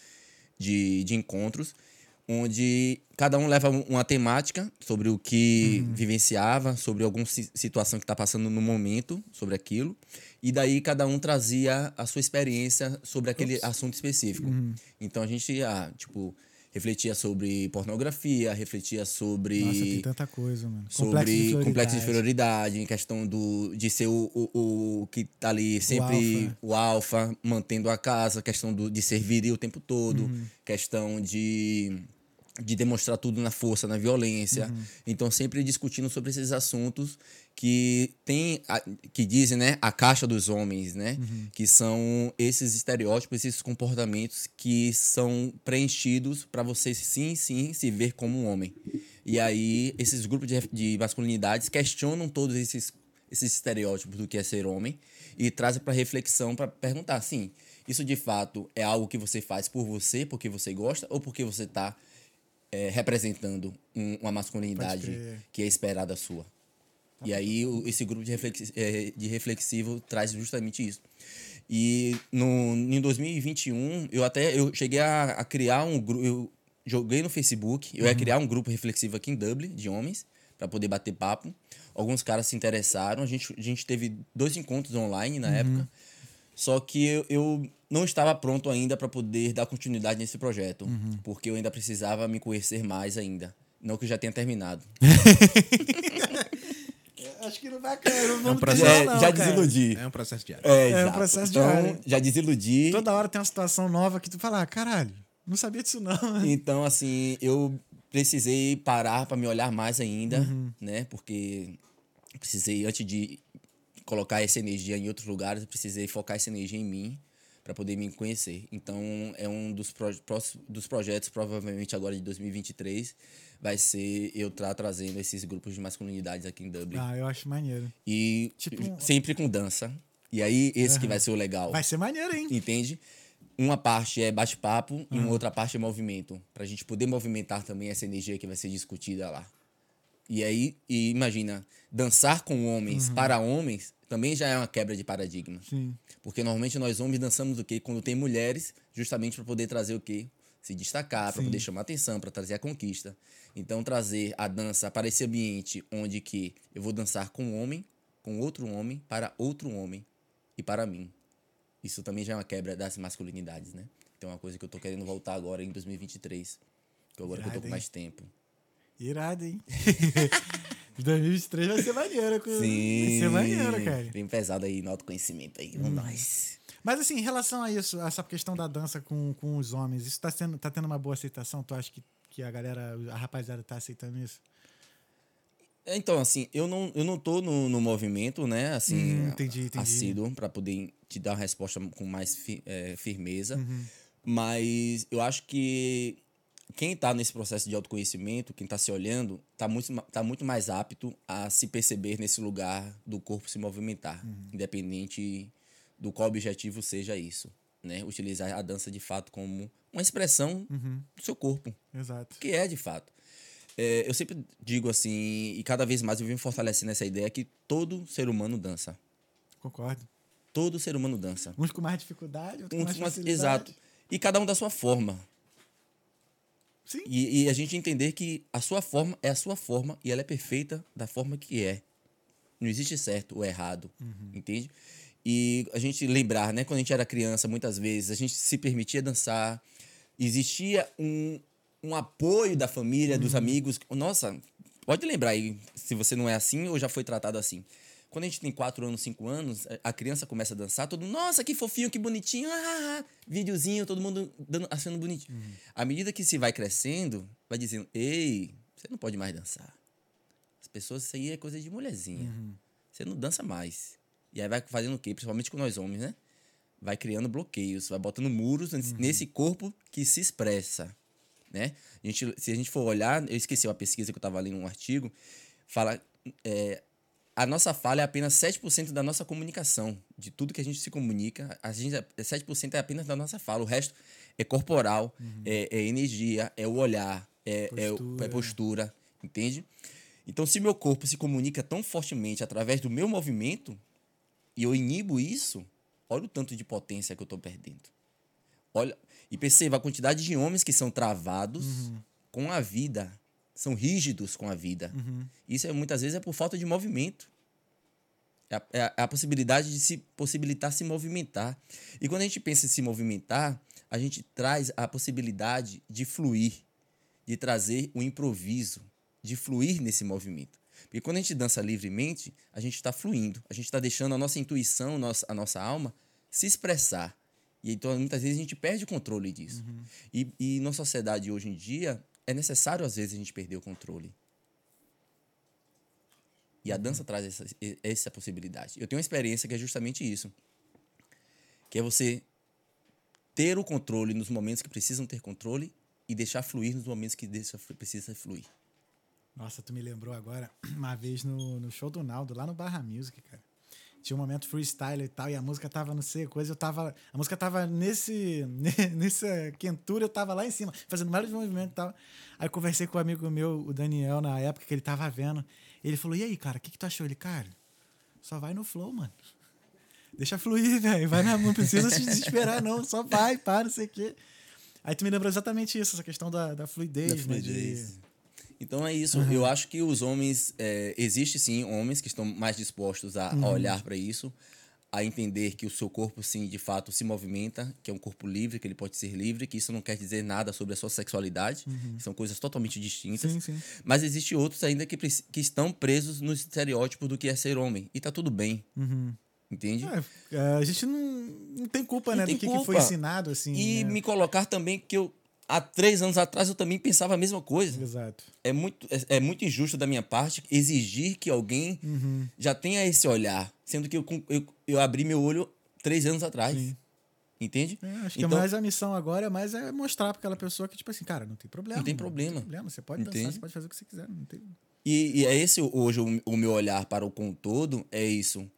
de, de encontros, onde cada um leva uma temática sobre o que uhum. vivenciava, sobre alguma situação que está passando no momento, sobre aquilo. E daí cada um trazia a sua experiência sobre aquele Ups. assunto específico. Uhum. Então a gente, ah, tipo, refletia sobre pornografia, refletia sobre... Nossa, tem tanta coisa, mano. Sobre complexo de inferioridade, em questão do, de ser o, o, o que tá ali sempre o alfa. o alfa, mantendo a casa, questão do, de ser viril o tempo todo, uhum. questão de... de demonstrar tudo na força, na violência. Uhum. Então, sempre discutindo sobre esses assuntos que tem, a, que dizem, né, a caixa dos homens, né? Uhum. Que são esses estereótipos, esses comportamentos que são preenchidos para você, sim, sim, se ver como um homem. E aí, esses grupos de, de masculinidades questionam todos esses, esses estereótipos do que é ser homem e trazem para reflexão, para perguntar, assim, isso de fato é algo que você faz por você, porque você gosta, ou porque você está É, representando um, uma masculinidade que é esperada sua. Tá e aí o, esse grupo de, reflexi é, de reflexivo traz justamente isso. E no, em dois mil e vinte e um, eu até eu cheguei a, a criar um grupo, eu joguei no Facebook, eu uhum. ia criar um grupo reflexivo aqui em Dublin, de homens, para poder bater papo. Alguns caras se interessaram, a gente, a gente teve dois encontros online na uhum. época, só que eu, eu não estava pronto ainda para poder dar continuidade nesse projeto, uhum. porque eu ainda precisava me conhecer mais ainda. Não que eu já tenha terminado. Acho que não vai cair, não vamos é um processo, terminar, não, já cara. desiludi. É um processo diário. É, é um processo então, diário. Já desiludi. Toda hora tem uma situação nova que tu fala, ah, caralho, não sabia disso não. Então, assim, eu precisei parar para me olhar mais ainda, uhum. né? Porque precisei, antes de colocar essa energia em outros lugares, eu precisei focar essa energia em mim para poder me conhecer. Então, é um dos, pro, dos projetos, provavelmente agora de dois mil e vinte e três, vai ser eu estar trazendo esses grupos de masculinidades aqui em Dublin. Ah, eu acho maneiro. E tipo, sempre com dança. E aí, esse uhum. que vai ser o legal. Vai ser maneiro, hein? Entende? Uma parte é bate-papo uhum. e uma outra parte é movimento. Pra gente poder movimentar também essa energia que vai ser discutida lá. E aí, e imagina, dançar com homens uhum. para homens também já é uma quebra de paradigma. Sim. Porque normalmente nós homens dançamos o quê? Quando tem mulheres, justamente para poder trazer o quê? Se destacar, para poder chamar atenção, para trazer a conquista. Então, trazer a dança para esse ambiente onde que eu vou dançar com um homem, com outro homem, para outro homem e para mim. Isso também já é uma quebra das masculinidades, né? Então, é uma coisa que eu tô querendo voltar agora em dois mil e vinte e três. Que agora Irado, que eu tô com hein? mais tempo. Irado, hein? dois mil e vinte e três vai ser maneiro. Com... Sim. Vai ser maneiro, cara. Bem pesado aí no autoconhecimento aí. Vamos hum. nós. Mas assim, em relação a isso, essa questão da dança com, com os homens, isso tá, sendo, tá tendo uma boa aceitação? Tu acha que, que a galera, a rapaziada tá aceitando isso? Então, assim, eu não, eu não tô no, no movimento, né, assim, hum, entendi, entendi. assíduo, pra poder te dar uma resposta com mais fi, é, firmeza. Uhum. Mas eu acho que quem tá nesse processo de autoconhecimento, quem tá se olhando, tá muito, tá muito mais apto a se perceber nesse lugar do corpo se movimentar, uhum. independente do qual objetivo seja isso, né? Utilizar a dança de fato como uma expressão uhum. do seu corpo. Exato. Que é de fato. É, eu sempre digo assim, e cada vez mais eu venho fortalecendo essa ideia que todo ser humano dança. Concordo. Todo ser humano dança. Uns com mais dificuldade, outros com mais facilidade. Exato. E cada um da sua forma. Sim. E, e a gente entender que a sua forma é a sua forma e ela é perfeita da forma que é. Não existe certo ou errado, uhum. entende? E a gente lembrar, né? Quando a gente era criança, muitas vezes, a gente se permitia dançar. Existia um, um apoio da família, uhum. dos amigos. Nossa, pode lembrar aí, se você não é assim ou já foi tratado assim. Quando a gente tem quatro anos, cinco anos, a criança começa a dançar, todo mundo, nossa, que fofinho, que bonitinho, ah, videozinho, todo mundo dando, achando bonitinho. Uhum. À medida que se vai crescendo, vai dizendo, ei, você não pode mais dançar. As pessoas, isso aí é coisa de mulherzinha. Uhum. Você não dança mais. E aí vai fazendo o quê? Principalmente com nós homens, né? vai criando bloqueios, vai botando muros uhum. nesse corpo que se expressa, né? A gente, se a gente for olhar, eu esqueci uma pesquisa que eu estava lendo um artigo, fala... É, a nossa fala é apenas sete por cento da nossa comunicação. De tudo que a gente se comunica, a gente, sete por cento é apenas da nossa fala. O resto é corporal, uhum. é, é energia, é o olhar, é postura. É, é postura, entende? Então, se meu corpo se comunica tão fortemente através do meu movimento e eu inibo isso, olha o tanto de potência que eu estou perdendo. Olha, e perceba a quantidade de homens que são travados uhum. com a vida. São rígidos com a vida. Uhum. Isso é, muitas vezes é por falta de movimento. É a, é a possibilidade de se possibilitar se movimentar. E quando a gente pensa em se movimentar, a gente traz a possibilidade de fluir, de trazer o improviso, de fluir nesse movimento. Porque quando a gente dança livremente, a gente está fluindo, a gente está deixando a nossa intuição, a nossa alma se expressar. E então, muitas vezes, a gente perde o controle disso. Uhum. E, e na sociedade hoje em dia... é necessário, às vezes, a gente perder o controle. E a dança traz essa, essa possibilidade. Eu tenho uma experiência que é justamente isso. Que é você ter o controle nos momentos que precisam ter controle e deixar fluir nos momentos que deixa, precisa fluir. Nossa, tu me lembrou agora, uma vez no, no show do Naldo, lá no Barra Music, cara. Tinha um momento freestyle e tal, e a música tava, não sei, coisa, eu tava... A música tava nesse... nessa quentura, eu tava lá em cima, fazendo vários movimentos e tal. Aí eu conversei com um amigo meu, o Daniel, na época que ele tava vendo. Ele falou, e aí, cara, o que que tu achou? Ele, cara, só vai no flow, mano. Deixa fluir, velho. Vai na... Não precisa se desesperar, não. Só vai, para, não sei o quê. Aí tu me lembrou exatamente isso, essa questão da, da fluidez, da fluidez. Né? De... Então é isso. Uhum. Eu acho que os homens... É, existe, sim, homens que estão mais dispostos a, uhum. a olhar para isso, a entender que o seu corpo, sim, de fato, se movimenta, que é um corpo livre, que ele pode ser livre, que isso não quer dizer nada sobre a sua sexualidade. Uhum. São coisas totalmente distintas. Sim, sim. Mas existem outros ainda que, que estão presos no estereótipo do que é ser homem. E tá tudo bem. Uhum. Entende? É, a gente não, não tem culpa, não né? Tem do que, culpa. que foi ensinado, assim. E né? me colocar também que eu... Há três anos atrás eu também pensava a mesma coisa. Exato. É muito, é, é muito injusto da minha parte exigir que alguém uhum. já tenha esse olhar, sendo que eu, eu, eu abri meu olho três anos atrás. Sim. Entende? É, acho então, que mais a missão agora é mais é mostrar para aquela pessoa que, tipo assim, cara, não tem problema. Não tem problema. Não tem problema. Você pode Entende? dançar, você pode fazer o que você quiser. Não tem... e, e é esse hoje o, o meu olhar para o conteúdo, é isso.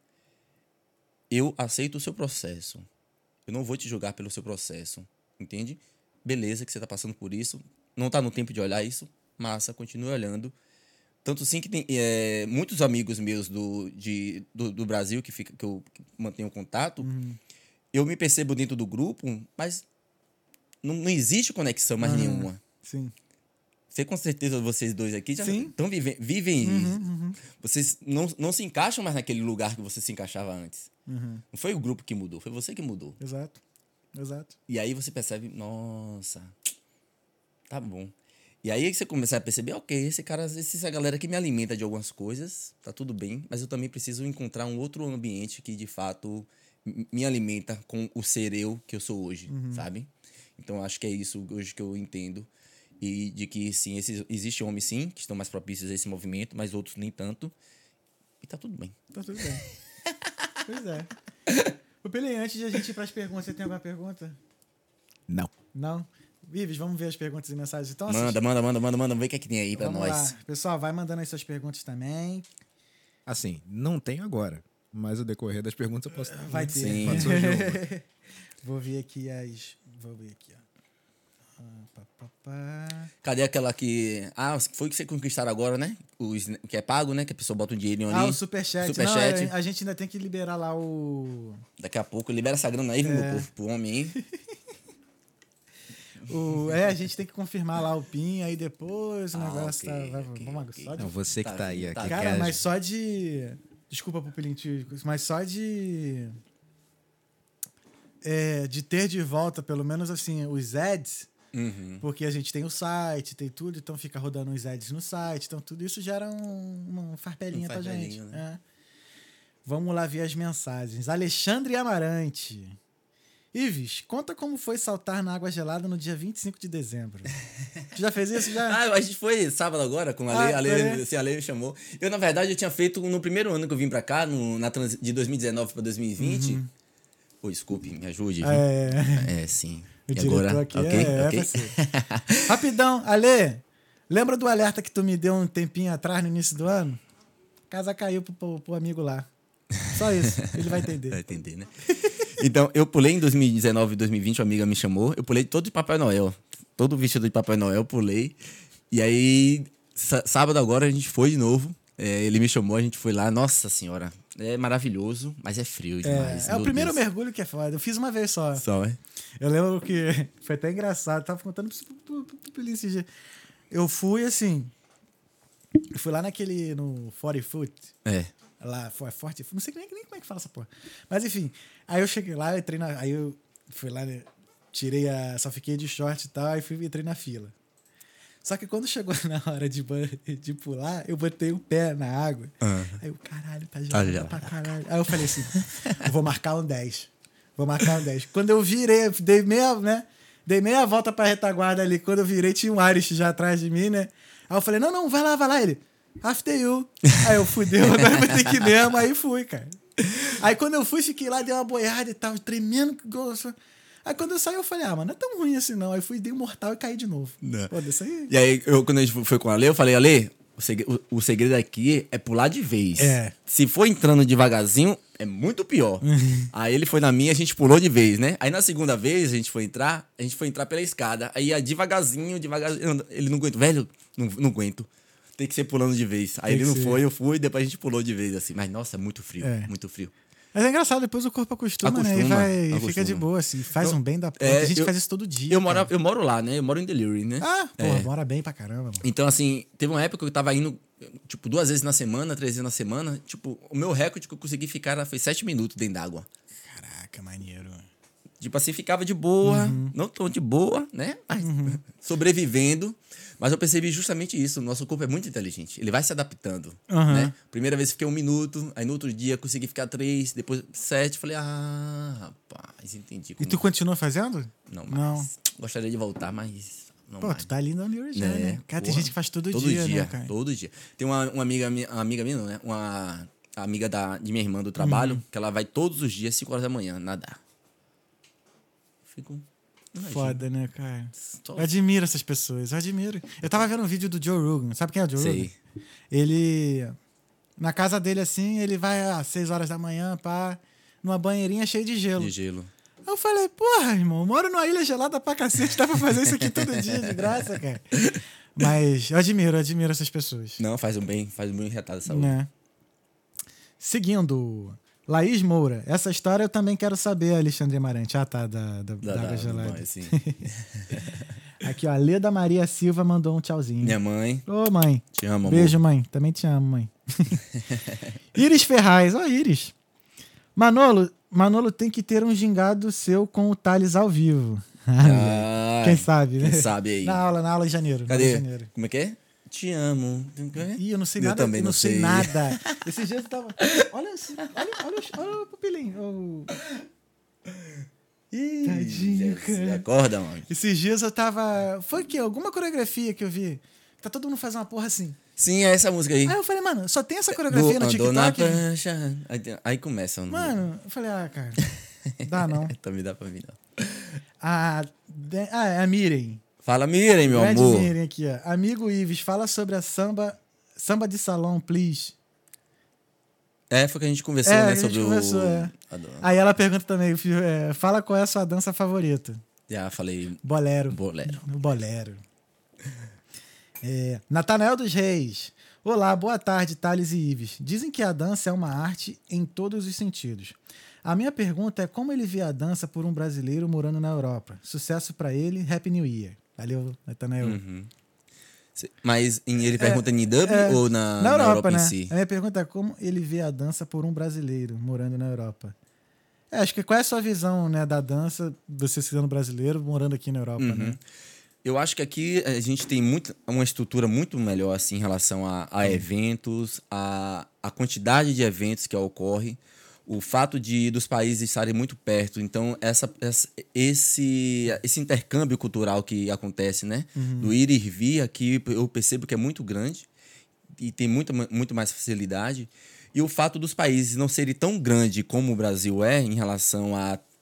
Eu aceito o seu processo. Eu não vou te julgar pelo seu processo. Entende? Beleza que você está passando por isso. Não está no tempo de olhar isso. Massa, continue olhando. Tanto sim que tem é, muitos amigos meus do, de, do, do Brasil que, fica, que eu mantenho contato. Uhum. Eu me percebo dentro do grupo, mas não, não existe conexão mais uhum. nenhuma. Sim. Você, com certeza, vocês dois aqui já sim. tão vive, vivem uhum, isso. Uhum. Vocês não, não se encaixam mais naquele lugar que você se encaixava antes. Uhum. Não foi o grupo que mudou, foi você que mudou. Exato. Exato. E aí você percebe, nossa, tá bom. E aí você começa a perceber, ok, esse cara, essa galera que me alimenta de algumas coisas, tá tudo bem, mas eu também preciso encontrar um outro ambiente que, de fato, me alimenta com o ser eu que eu sou hoje, uhum. sabe? Então, acho que é isso hoje que eu entendo. E de que, sim, esses, existe homens, sim, que estão mais propícios a esse movimento, mas outros nem tanto. E tá tudo bem. Tá tudo bem. Pois é. O Pele, antes de a gente ir para as perguntas, você tem alguma pergunta? Não. Não? Vives, vamos ver as perguntas e mensagens. Então, manda, assiste... manda, manda, manda, manda. Vamos ver o que é que tem aí para nós. Lá. Pessoal, vai mandando aí suas perguntas também. Assim, não tenho agora, mas o decorrer das perguntas eu posso... Vai ter. Sim. Pode surgir. Vou ver aqui as... Vou ver aqui, ó. Ah, pá, pá, pá. Cadê aquela que... Ah, foi que você conquistaram agora, né? Os, que é pago, né? Que a pessoa bota um dinheirinho ali. Ah, o superchat. Superchat. Não, a gente ainda tem que liberar lá o... Daqui a pouco, libera essa grana aí, é. meu povo, pro homem aí. o, é, a gente tem que confirmar lá o PIN, aí depois o ah, negócio okay, tá... Vai, okay, vamos okay. só de... Não, você que tá, tá aí. Tá, aqui, cara, mas só de... Desculpa, Pupilinho, mas só de... É, de ter de volta, pelo menos assim, os ads... Uhum. Porque a gente tem o site, tem tudo, então fica rodando os ads no site, então tudo isso gera um, uma farpelinha um pra gente. Né? É. Vamos lá ver as mensagens. Alexandre Amarante. Ives, conta como foi saltar na água gelada no dia vinte e cinco de dezembro. Tu já fez isso? Já? Ah, a gente foi sábado agora com a Lei, ah, a Lei, é. assim, a Lei me chamou. Eu, na verdade, eu tinha feito no primeiro ano que eu vim pra cá, no, na trans, de dois mil e dezenove pra dois mil e vinte, uhum. Ô, desculpe, me ajude. viu? É, É, sim. o E diretor agora? aqui Ok? é, Ok? é você. Rapidão, Ale, lembra do alerta que tu me deu um tempinho atrás, no início do ano? A casa caiu pro, pro, pro amigo lá. Só isso, ele vai Vai entender. entender, né? Então, eu pulei em dois mil e dezenove e dois mil e vinte, uma amiga me chamou. Eu pulei todo de Papai Noel. Todo vestido de Papai Noel, pulei. E aí, sá- sábado agora, a gente foi de novo. É, ele me chamou, a gente foi lá. Nossa Senhora, é maravilhoso, mas é frio demais. É, é o meu primeiro Deus. mergulho que é foda. Eu fiz uma vez só. Só, é? Eu lembro que foi até engraçado. Tava contando pro, pro, pro, pro Pelin esse dia. Eu fui assim. Eu fui lá naquele. No forty foot. É. Lá, foi forte. Não sei nem, nem como é que fala essa porra. Mas enfim. Aí eu cheguei lá, eu entrei na. Aí eu fui lá, né, tirei a. Só fiquei de short e tal. Aí fui, entrei na fila. Só que quando chegou na hora de, ban- de pular, eu botei o pé na água. Ah. Aí eu, caralho, tá Tá gelado gelado. pra caralho. Aí eu falei assim, eu vou marcar um dez. Vou marcar um dez. Quando eu virei, dei meia, né? Dei meia volta pra retaguarda ali. Quando eu virei, tinha um Irish já atrás de mim, né? Aí eu falei, não, não, vai lá, vai lá. Ele, after you. Aí eu fudeu, agora vai ter que ir mesmo. Aí fui, cara. Aí quando eu fui, fiquei lá, dei uma boiada e tal, tremendo. Aí quando eu saí, eu falei, ah, mano, não é tão ruim assim não. Aí fui, dei um mortal e caí de novo. Não. Pô, desse aí. E aí, eu, quando a gente foi com a Ale, eu falei, Ale, o segredo, o, o segredo aqui é pular de vez. É. Se for entrando devagarzinho, é muito pior. Aí ele foi na minha, a gente pulou de vez, né? Aí na segunda vez, a gente foi entrar, a gente foi entrar pela escada. Aí ia devagarzinho, devagarzinho. Ele não aguenta. Velho, não, não aguento. Tem que ser pulando de vez. Aí Tem ele que não ser. foi, eu fui, depois a gente pulou de vez, assim. Mas, nossa, muito frio, É. muito frio. Mas é engraçado, depois o corpo acostuma, né? E Acostuma, vai, e fica acostuma. de boa, assim. Faz Eu- um bem da porra. é, a gente eu- faz isso todo dia. Eu moro, cara. eu moro lá, né? Eu moro em Delirium, né? Ah, porra, mora bem pra caramba, mano. Então, assim, teve uma época que eu tava indo, tipo, duas vezes na semana, três vezes na semana. Tipo, o meu recorde que eu consegui ficar foi sete minutos dentro d'água. Caraca, maneiro. Tipo assim, ficava de boa, Uhum. não tô de boa, né? Mas sobrevivendo. Mas eu percebi justamente isso. O nosso corpo é muito inteligente. Ele vai se adaptando, Uhum. né? Primeira vez fiquei um minuto, aí no outro dia consegui ficar três, depois sete. Falei, ah, rapaz, entendi. E Como... tu continua fazendo? Não, mas Não. gostaria de voltar, mas não Pô, mais. tu tá ali na New já, É, né? Cara, tem porra, gente que faz todo, todo dia, dia, né, cara? todo dia. Tem uma, uma amiga minha, uma amiga minha, não, né? Uma amiga da, de minha irmã do trabalho, Uhum. que ela vai todos os dias, cinco horas da manhã, nadar. Fico. imagina, Foda, né, cara? só- Eu admiro essas pessoas, eu admiro. Eu tava vendo um vídeo do Joe Rogan. Sabe quem é o Joe Sei. Rogan? Ele... Na casa dele, assim, ele vai às seis horas da manhã, pá, numa banheirinha cheia de gelo. De gelo. Eu falei, porra, irmão, eu moro numa ilha gelada pra cacete, dá pra fazer isso aqui todo dia, de graça, cara. Mas eu admiro, eu admiro essas pessoas. Não, faz um bem, faz um bem retado à saúde. Né? Seguindo, Laís Moura. Essa história eu também quero saber, Alexandre Amarante. Ah, tá, da, da, Da, da da, água do gelada. banho, assim. Aqui, ó, a Leda Maria Silva mandou um tchauzinho. Minha mãe, Ô, mãe. te amo, amor. Beijo, mãe. Também te amo, mãe. Iris Ferraz. Ó, Iris. Manolo, Manolo tem que ter um gingado seu com o Thales ao vivo. Ai, Quem sabe, né? Quem sabe aí. Na aula, na aula em janeiro. na aula em Cadê? janeiro. Como é que é? Te amo. Ih, eu não sei Eu nada. também eu não não sei, sei. nada. Esses dias eu tava. Olha, esse- olha, olha, o- olha o pupilinho. O... Ih, Tadinho, Jess, cara. Acorda, mano. Esses dias eu tava. Foi que alguma coreografia que eu vi. Tá todo mundo fazendo uma porra assim. Sim, é essa música aí. Aí eu falei, mano, só tem essa coreografia no andou na TikTok? prancha. Aí, tem- aí começa. Mano, eu falei, ah, cara. Dá não. Também dá pra mim, não. A, de- ah, é a Miren. Fala, Miriam, meu Grande amor. Miren aqui, ó. Amigo Ives, fala sobre a samba. Samba de salão, please. É, foi que a gente conversou, É, né? a gente sobre conversou, o. é. a do- Aí ela pergunta também, filho, é, fala qual é a sua dança favorita. Já falei Bolero. bolero. O bolero. É, Natanael dos Reis. Olá, boa tarde, Thales e Ives. Dizem que a dança é uma arte em todos os sentidos. A minha pergunta é como ele vê a dança por um brasileiro morando na Europa. Sucesso pra ele, Happy New Year. Valeu, Natanael. Uhum. Cê- Mas em- ele pergunta em Dublin É, ou na, na Europa, em né? si? A minha pergunta é como ele vê a dança por um brasileiro morando na Europa. É, acho que qual é a sua visão, né, da dança, você sendo brasileiro, morando aqui na Europa, Uhum. né? Eu acho que aqui a gente tem muito, uma estrutura muito melhor assim, em relação a, a eventos, a, a quantidade de eventos que ocorre, o fato de dos países estarem muito perto. Então, essa, essa- esse, esse intercâmbio cultural que acontece, né? Do ir e vir aqui, eu percebo que é muito grande e tem muita, muito mais facilidade. E o fato dos países não serem tão grandes como o Brasil é em relação a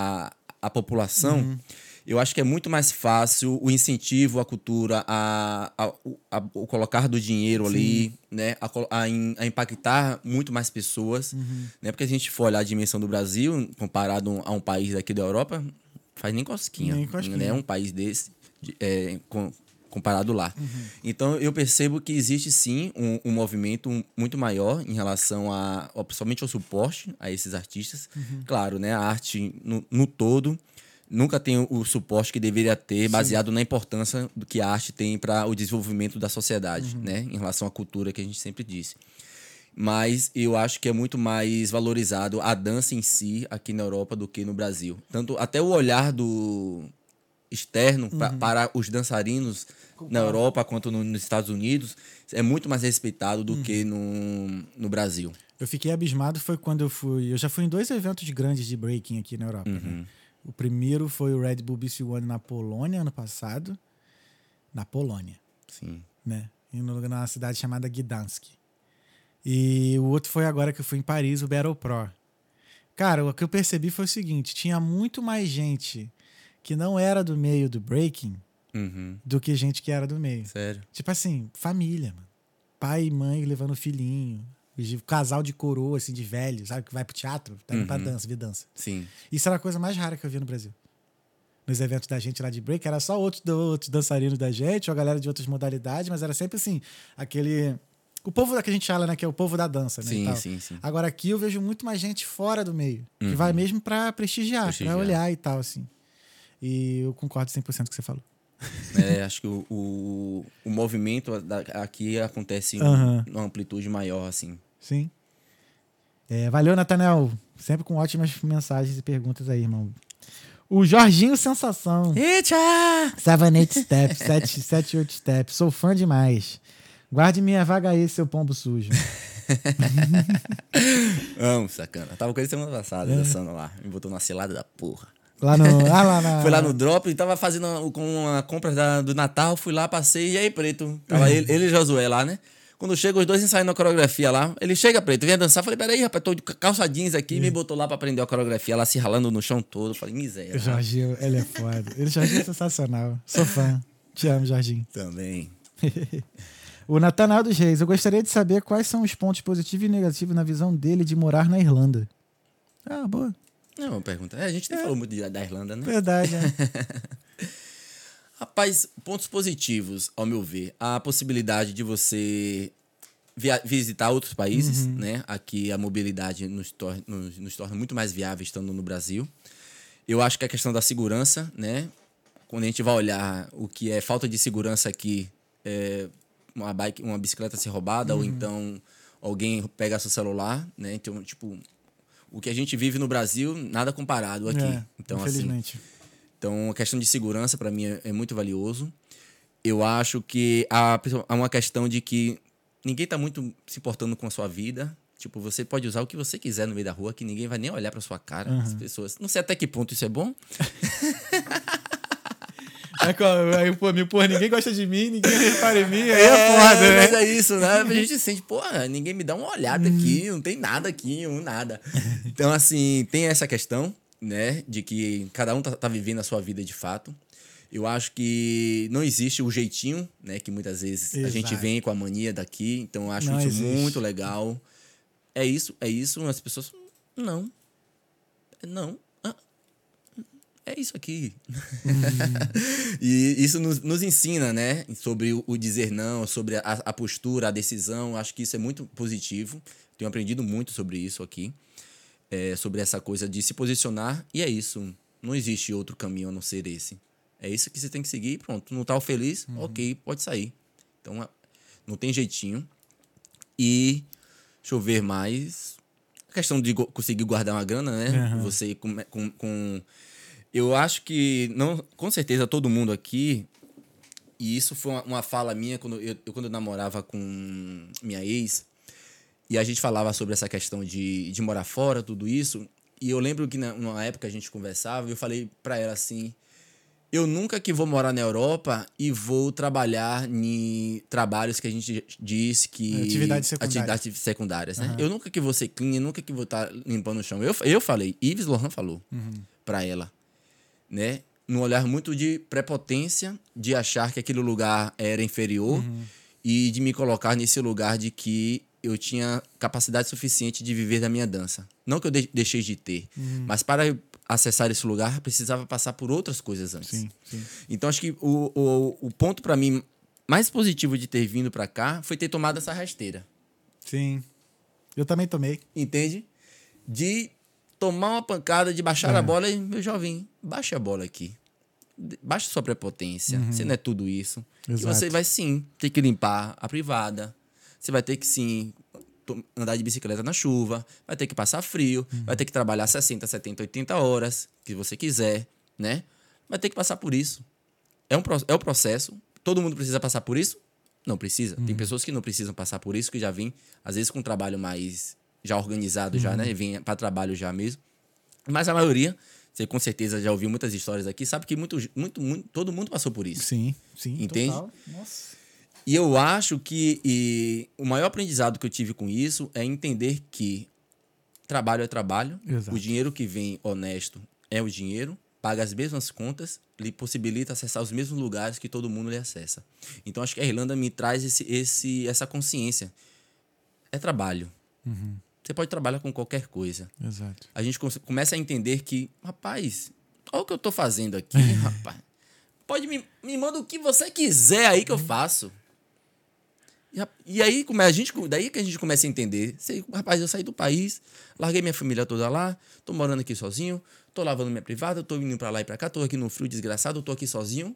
a, a população, uhum. eu acho que é muito mais fácil o incentivo à cultura, a, a, a, a o colocar do dinheiro Sim. ali, né? a, a, a impactar muito mais pessoas. Uhum. Né? Porque se a gente for olhar a dimensão do Brasil, comparado a um país daqui da Europa, faz nem cosquinha. Nem cosquinha. Né? Um país desse, é, com, comparado lá. Uhum. Então, eu percebo que existe, sim, um, um movimento muito maior em relação a, principalmente ao suporte a esses artistas. Uhum. Claro, né? A arte no, no todo nunca tem o suporte que deveria ter, baseado Sim. na importância do que a arte tem para o desenvolvimento da sociedade, uhum. né? Em relação à cultura, que a gente sempre disse. Mas eu acho que é muito mais valorizado a dança em si aqui na Europa do que no Brasil. Tanto até o olhar do externo uhum. pra, para os dançarinos Concordo. na Europa quanto no, nos Estados Unidos é muito mais respeitado do uhum. que no, no Brasil. Eu fiquei abismado foi quando eu fui... Eu já fui em dois eventos grandes de breaking aqui na Europa, uhum. né? O primeiro foi o Red Bull B C One na Polônia, ano passado. Na Polônia. Sim. Né? Numa cidade chamada Gdansk. E o outro foi agora que eu fui em Paris, o Battle Pro. Cara, o que eu percebi foi o seguinte. Tinha muito mais gente que não era do meio do breaking uhum. do que gente que era do meio. Sério? Tipo assim, família, mano. Pai e mãe levando o filhinho. Casal de coroa, assim, de velho, sabe? Que vai pro teatro, tá indo uhum. pra dança, ver dança. Sim. Isso era a coisa mais rara que eu via no Brasil. Nos eventos da gente lá de break, era só outros, outros dançarinos da gente, ou a galera de outras modalidades, mas era sempre assim, aquele... O povo da que a gente fala, né? Que é o povo da dança, né? Sim, e tal. sim, sim. Agora aqui eu vejo muito mais gente fora do meio, uhum. que vai mesmo pra prestigiar, prestigiar, pra olhar e tal, assim. E eu concordo cem por cento com o que você falou. É, acho que o, o, o movimento da, aqui acontece uhum. em uma amplitude maior, assim. Sim. É, valeu, Nathanael. Sempre com ótimas mensagens e perguntas aí, irmão. O Jorginho Sensação. Eita! Seven, eight steps, sete, sete, oito steps. Sou fã demais. Guarde minha vaga aí, seu pombo sujo. Amo, sacana. Tava com ele semana passada, é. dançando lá. Me botou na cilada da porra. Lá no... Ah, lá na... Fui lá no drop e tava fazendo com a compra da, do Natal. Fui lá, passei. E aí, Preto? Tava ele, ele e Josué lá, né? Quando chega, os dois ensaiando a coreografia lá. Ele chega, Preto, vem dançar. Falei, peraí, rapaz, tô de calça jeans aqui. Me botou lá pra aprender a coreografia, lá se ralando no chão todo. Falei, miséria. O Jorginho, ele é foda. Ele, Jorginho é sensacional. Sou fã. Te amo, Jorginho. Também. O Nathanael dos Reis. Eu gostaria de saber quais são os pontos positivos e negativos na visão dele de morar na Irlanda. Ah, boa. Não, pergunta. É, a gente nem é. falou muito de, da Irlanda, né? Verdade, é. Rapaz, pontos positivos, ao meu ver. A possibilidade de você via- visitar outros países, uhum. né? Aqui a mobilidade nos, tor- nos, nos torna muito mais viável estando no Brasil. Eu acho que a questão da segurança, né? Quando a gente vai olhar o que é falta de segurança aqui, é uma, bike, uma bicicleta ser roubada, uhum. ou então alguém pega seu celular, né? Então, tipo, o que a gente vive no Brasil, nada comparado aqui. É, então, infelizmente. Assim, então, a questão de segurança, para mim, é, é muito valioso. Eu acho que há, há uma questão de que ninguém tá muito se importando com a sua vida. Tipo, você pode usar o que você quiser no meio da rua, que ninguém vai nem olhar pra sua cara. Uhum. As pessoas... Não sei até que ponto isso é bom. Aí, pô, meu, porra, ninguém gosta de mim, ninguém repara em mim, aí é, é foda, né? Mas é isso, né? A gente sente, porra, ninguém me dá uma olhada uhum. aqui, não tem nada aqui, um nada. Então, assim, tem essa questão, né? De que cada um tá, tá vivendo a sua vida de fato. Eu acho que não existe o jeitinho, né? Que muitas vezes Exato. a gente vem com a mania daqui. Então, eu acho não isso existe. muito legal. É isso, é isso. As pessoas, não. Não. É isso aqui. Uhum. E isso nos, nos ensina, né? Sobre o, o dizer não, sobre a, a postura, a decisão. Acho que isso é muito positivo. Tenho aprendido muito sobre isso aqui. É, sobre essa coisa de se posicionar. E é isso. Não existe outro caminho a não ser esse. É isso que você tem que seguir. Pronto. Não tá feliz? Uhum. Ok, pode sair. Então, não tem jeitinho. E deixa eu ver mais. A questão de go- conseguir guardar uma grana, né? Uhum. Você com... com, com Eu acho que, não, com certeza, todo mundo aqui, e isso foi uma, uma fala minha quando eu, eu, quando eu namorava com minha ex, e a gente falava sobre essa questão de, de morar fora, tudo isso, e eu lembro que na, numa época a gente conversava, e eu falei pra ela assim, eu nunca que vou morar na Europa e vou trabalhar em trabalhos que a gente diz que... Atividades secundárias. Atividades secundárias, né? Uhum. Eu nunca que vou ser clean, nunca que vou estar limpando o chão. Eu, eu falei, Yves Lohan falou. Uhum. para ela, né? Num olhar muito de prepotência, de achar que aquele lugar era inferior uhum. e de me colocar nesse lugar de que eu tinha capacidade suficiente de viver da minha dança. Não que eu de- deixei de ter, uhum. mas para eu acessar esse lugar, precisava passar por outras coisas antes. Sim, sim. Então, acho que o, o, o ponto para mim mais positivo de ter vindo para cá foi ter tomado essa rasteira. Sim. Eu também tomei. Entende? De tomar uma pancada, de baixar é. a bola e, meu jovem, baixa a bola aqui. Baixa sua prepotência. Uhum. Você não é tudo isso. Exato. E você vai, sim, ter que limpar a privada. Você vai ter que, sim, andar de bicicleta na chuva. Vai ter que passar frio. Uhum. Vai ter que trabalhar sessenta, setenta, oitenta horas, que você quiser, né? Vai ter que passar por isso. É um é o processo. Todo mundo precisa passar por isso? Não precisa. Uhum. Tem pessoas que não precisam passar por isso, que já vêm, às vezes, com um trabalho mais já organizado, uhum. já, né? Vem para trabalho já mesmo. Mas a maioria, você com certeza já ouviu muitas histórias aqui, sabe que muito, muito, muito, todo mundo passou por isso. Sim, sim. Entende? Total. Nossa. E eu acho que e, o maior aprendizado que eu tive com isso é entender que trabalho é trabalho, exato. O dinheiro que vem honesto é o dinheiro, paga as mesmas contas, lhe possibilita acessar os mesmos lugares que todo mundo lhe acessa. Então, acho que a Irlanda me traz esse, esse, essa consciência. É trabalho. Uhum. Você pode trabalhar com qualquer coisa. Exato. A gente começa a entender que, rapaz, olha o que eu tô fazendo aqui, rapaz. Pode me, me manda o que você quiser aí que eu faço. E, e aí, a gente, daí que a gente começa a entender. Sei, rapaz, eu saí do país, larguei minha família toda lá, tô morando aqui sozinho, tô lavando minha privada, tô indo pra lá e pra cá, tô aqui no frio desgraçado, tô aqui sozinho.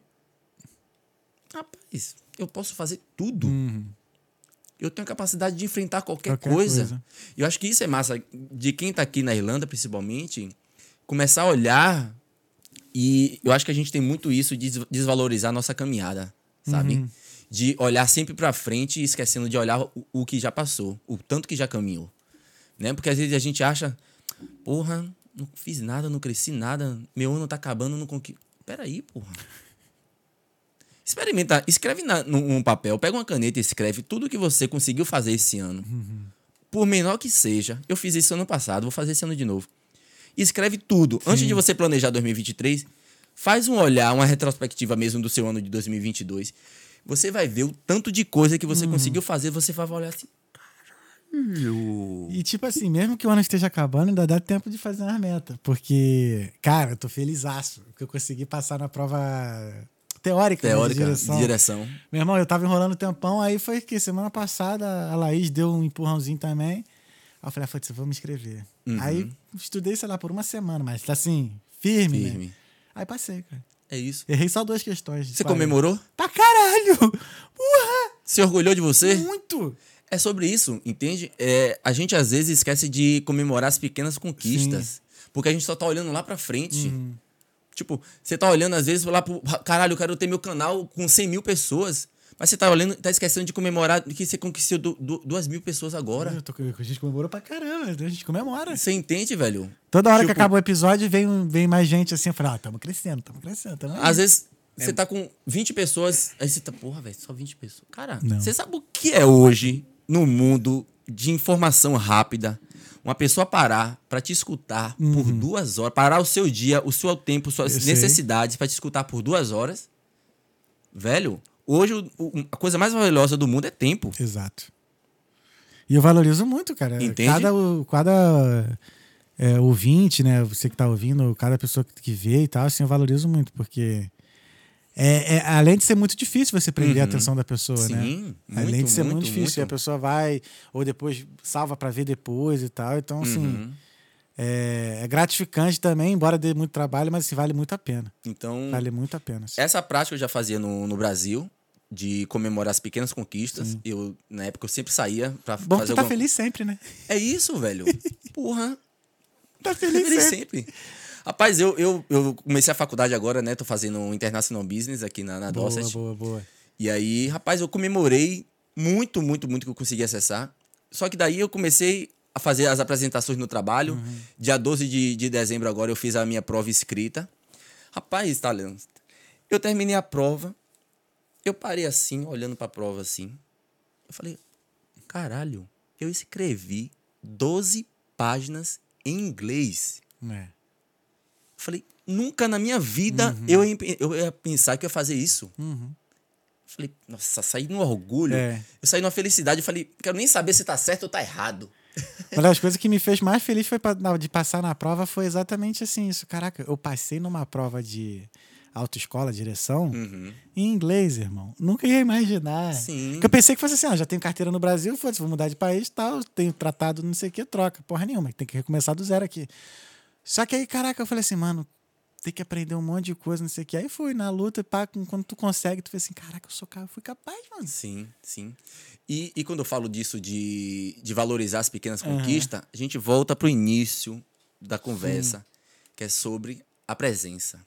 Rapaz, eu posso fazer tudo. Uhum. Eu tenho a capacidade de enfrentar qualquer, qualquer coisa. coisa. E eu acho que isso é massa de quem tá aqui na Irlanda, principalmente, começar a olhar. E eu acho que a gente tem muito isso de desvalorizar a nossa caminhada, sabe? Uhum. De olhar sempre pra frente e esquecendo de olhar o, o que já passou, o tanto que já caminhou. Né? Porque às vezes a gente acha, porra, não fiz nada, não cresci nada, meu ano tá acabando, não conquistei. Peraí, porra. Experimenta, escreve na, num papel, pega uma caneta e escreve tudo que você conseguiu fazer esse ano. Uhum. Por menor que seja. Eu fiz isso ano passado, vou fazer esse ano de novo. Escreve tudo. Sim. Antes de você planejar dois mil e vinte e três, faz um olhar, uma retrospectiva mesmo do seu ano de dois mil e vinte e dois. Você vai ver o tanto de coisa que você uhum. conseguiu fazer, você vai olhar assim, caralho. E tipo assim, mesmo que o ano esteja acabando, ainda dá tempo de fazer uma meta. Porque, cara, eu tô felizaço que eu consegui passar na prova teórica, teórica né, de direção. de direção. Meu irmão, eu tava enrolando um tempão, aí foi que semana passada a Laís deu um empurrãozinho também. Aí eu falei, ah, eu vou me inscrever. Uhum. Aí estudei, sei lá, por uma semana, mas assim, firme, firme. Né? Aí passei, cara. É isso. Errei só duas questões. Você comemorou? Pra caralho! Porra! Se orgulhou de você? Muito! É sobre isso, entende? É, a gente às vezes esquece de comemorar as pequenas conquistas. Sim. Porque a gente só tá olhando lá pra frente. Uhum. Tipo, você tá olhando às vezes lá pro... Caralho, eu quero ter meu canal com cem mil pessoas. Mas você tá olhando, tá esquecendo de comemorar que você conquistou du, du, duas mil pessoas agora. Eu tô, a gente comemorou pra caramba, a gente comemora. Você entende, velho? Toda hora tipo, que acaba o episódio, vem, vem mais gente assim, eu falo, ah, tamo crescendo, tamo crescendo, tamo aí. Às vezes, é. Você tá com vinte pessoas, aí você tá, porra, velho, só vinte pessoas. Cara, Não. Você sabe o que é hoje, no mundo de informação rápida, uma pessoa parar pra te escutar uhum. por duas horas, parar o seu dia, o seu tempo, suas eu necessidades sei. Pra te escutar por duas horas? Velho... Hoje, a coisa mais valiosa do mundo é tempo. Exato. E eu valorizo muito, cara. Entende? Cada, cada é, ouvinte, né? Você que tá ouvindo, cada pessoa que vê e tal, assim, eu valorizo muito, porque é, é, além de ser muito difícil você prender uhum. a atenção da pessoa, Sim, né? Muito, além de ser muito, muito difícil. Muito. E a pessoa vai, ou depois salva pra ver depois e tal. Então, assim... Uhum. É, é gratificante também, embora dê muito trabalho, mas assim, vale muito a pena. Então, vale muito a pena. Assim. Essa prática eu já fazia no, no Brasil, de comemorar as pequenas conquistas. Sim. Eu, na época, eu sempre saía pra Bom, fazer tu tá alguma... feliz sempre, né? É isso, velho. Porra. Tá feliz, feliz sempre. sempre. Rapaz, eu, eu, eu comecei a faculdade agora, né? Tô fazendo um International Business aqui na, na boa, Dorset. Boa, boa, boa. E aí, rapaz, eu comemorei muito, muito, muito que eu consegui acessar. Só que daí eu comecei a fazer as apresentações no trabalho. Uhum. Dia doze de, de dezembro agora eu fiz a minha prova escrita. Rapaz, tá lendo. Eu terminei a prova. Eu parei assim, olhando pra prova assim. Eu falei, caralho, eu escrevi doze páginas em inglês. É. falei, nunca na minha vida uhum. eu, ia, eu ia pensar que eu ia fazer isso. Uhum. Falei, nossa, saí num orgulho. É. Eu saí numa felicidade. Eu falei, quero nem saber se tá certo ou tá errado. Uma das coisas que me fez mais feliz foi pra, de passar na prova foi exatamente assim, isso. Caraca, eu passei numa prova de autoescola, direção, uhum. em inglês, irmão. Nunca ia imaginar. Sim. Porque eu pensei que fosse assim, ah, já tenho carteira no Brasil, foda-se, vou mudar de país e tal, tenho tratado não sei o que, troca. Porra nenhuma, tem que recomeçar do zero aqui. Só que aí, caraca, eu falei assim, mano, tem que aprender um monte de coisa, não sei o que. Aí fui na luta, pá, quando tu consegue, tu fez assim, caraca, eu sou eu fui capaz, mano. Sim, sim. E, e quando eu falo disso de, de valorizar as pequenas uhum. conquistas, a gente volta pro início da conversa, sim. que é sobre a presença.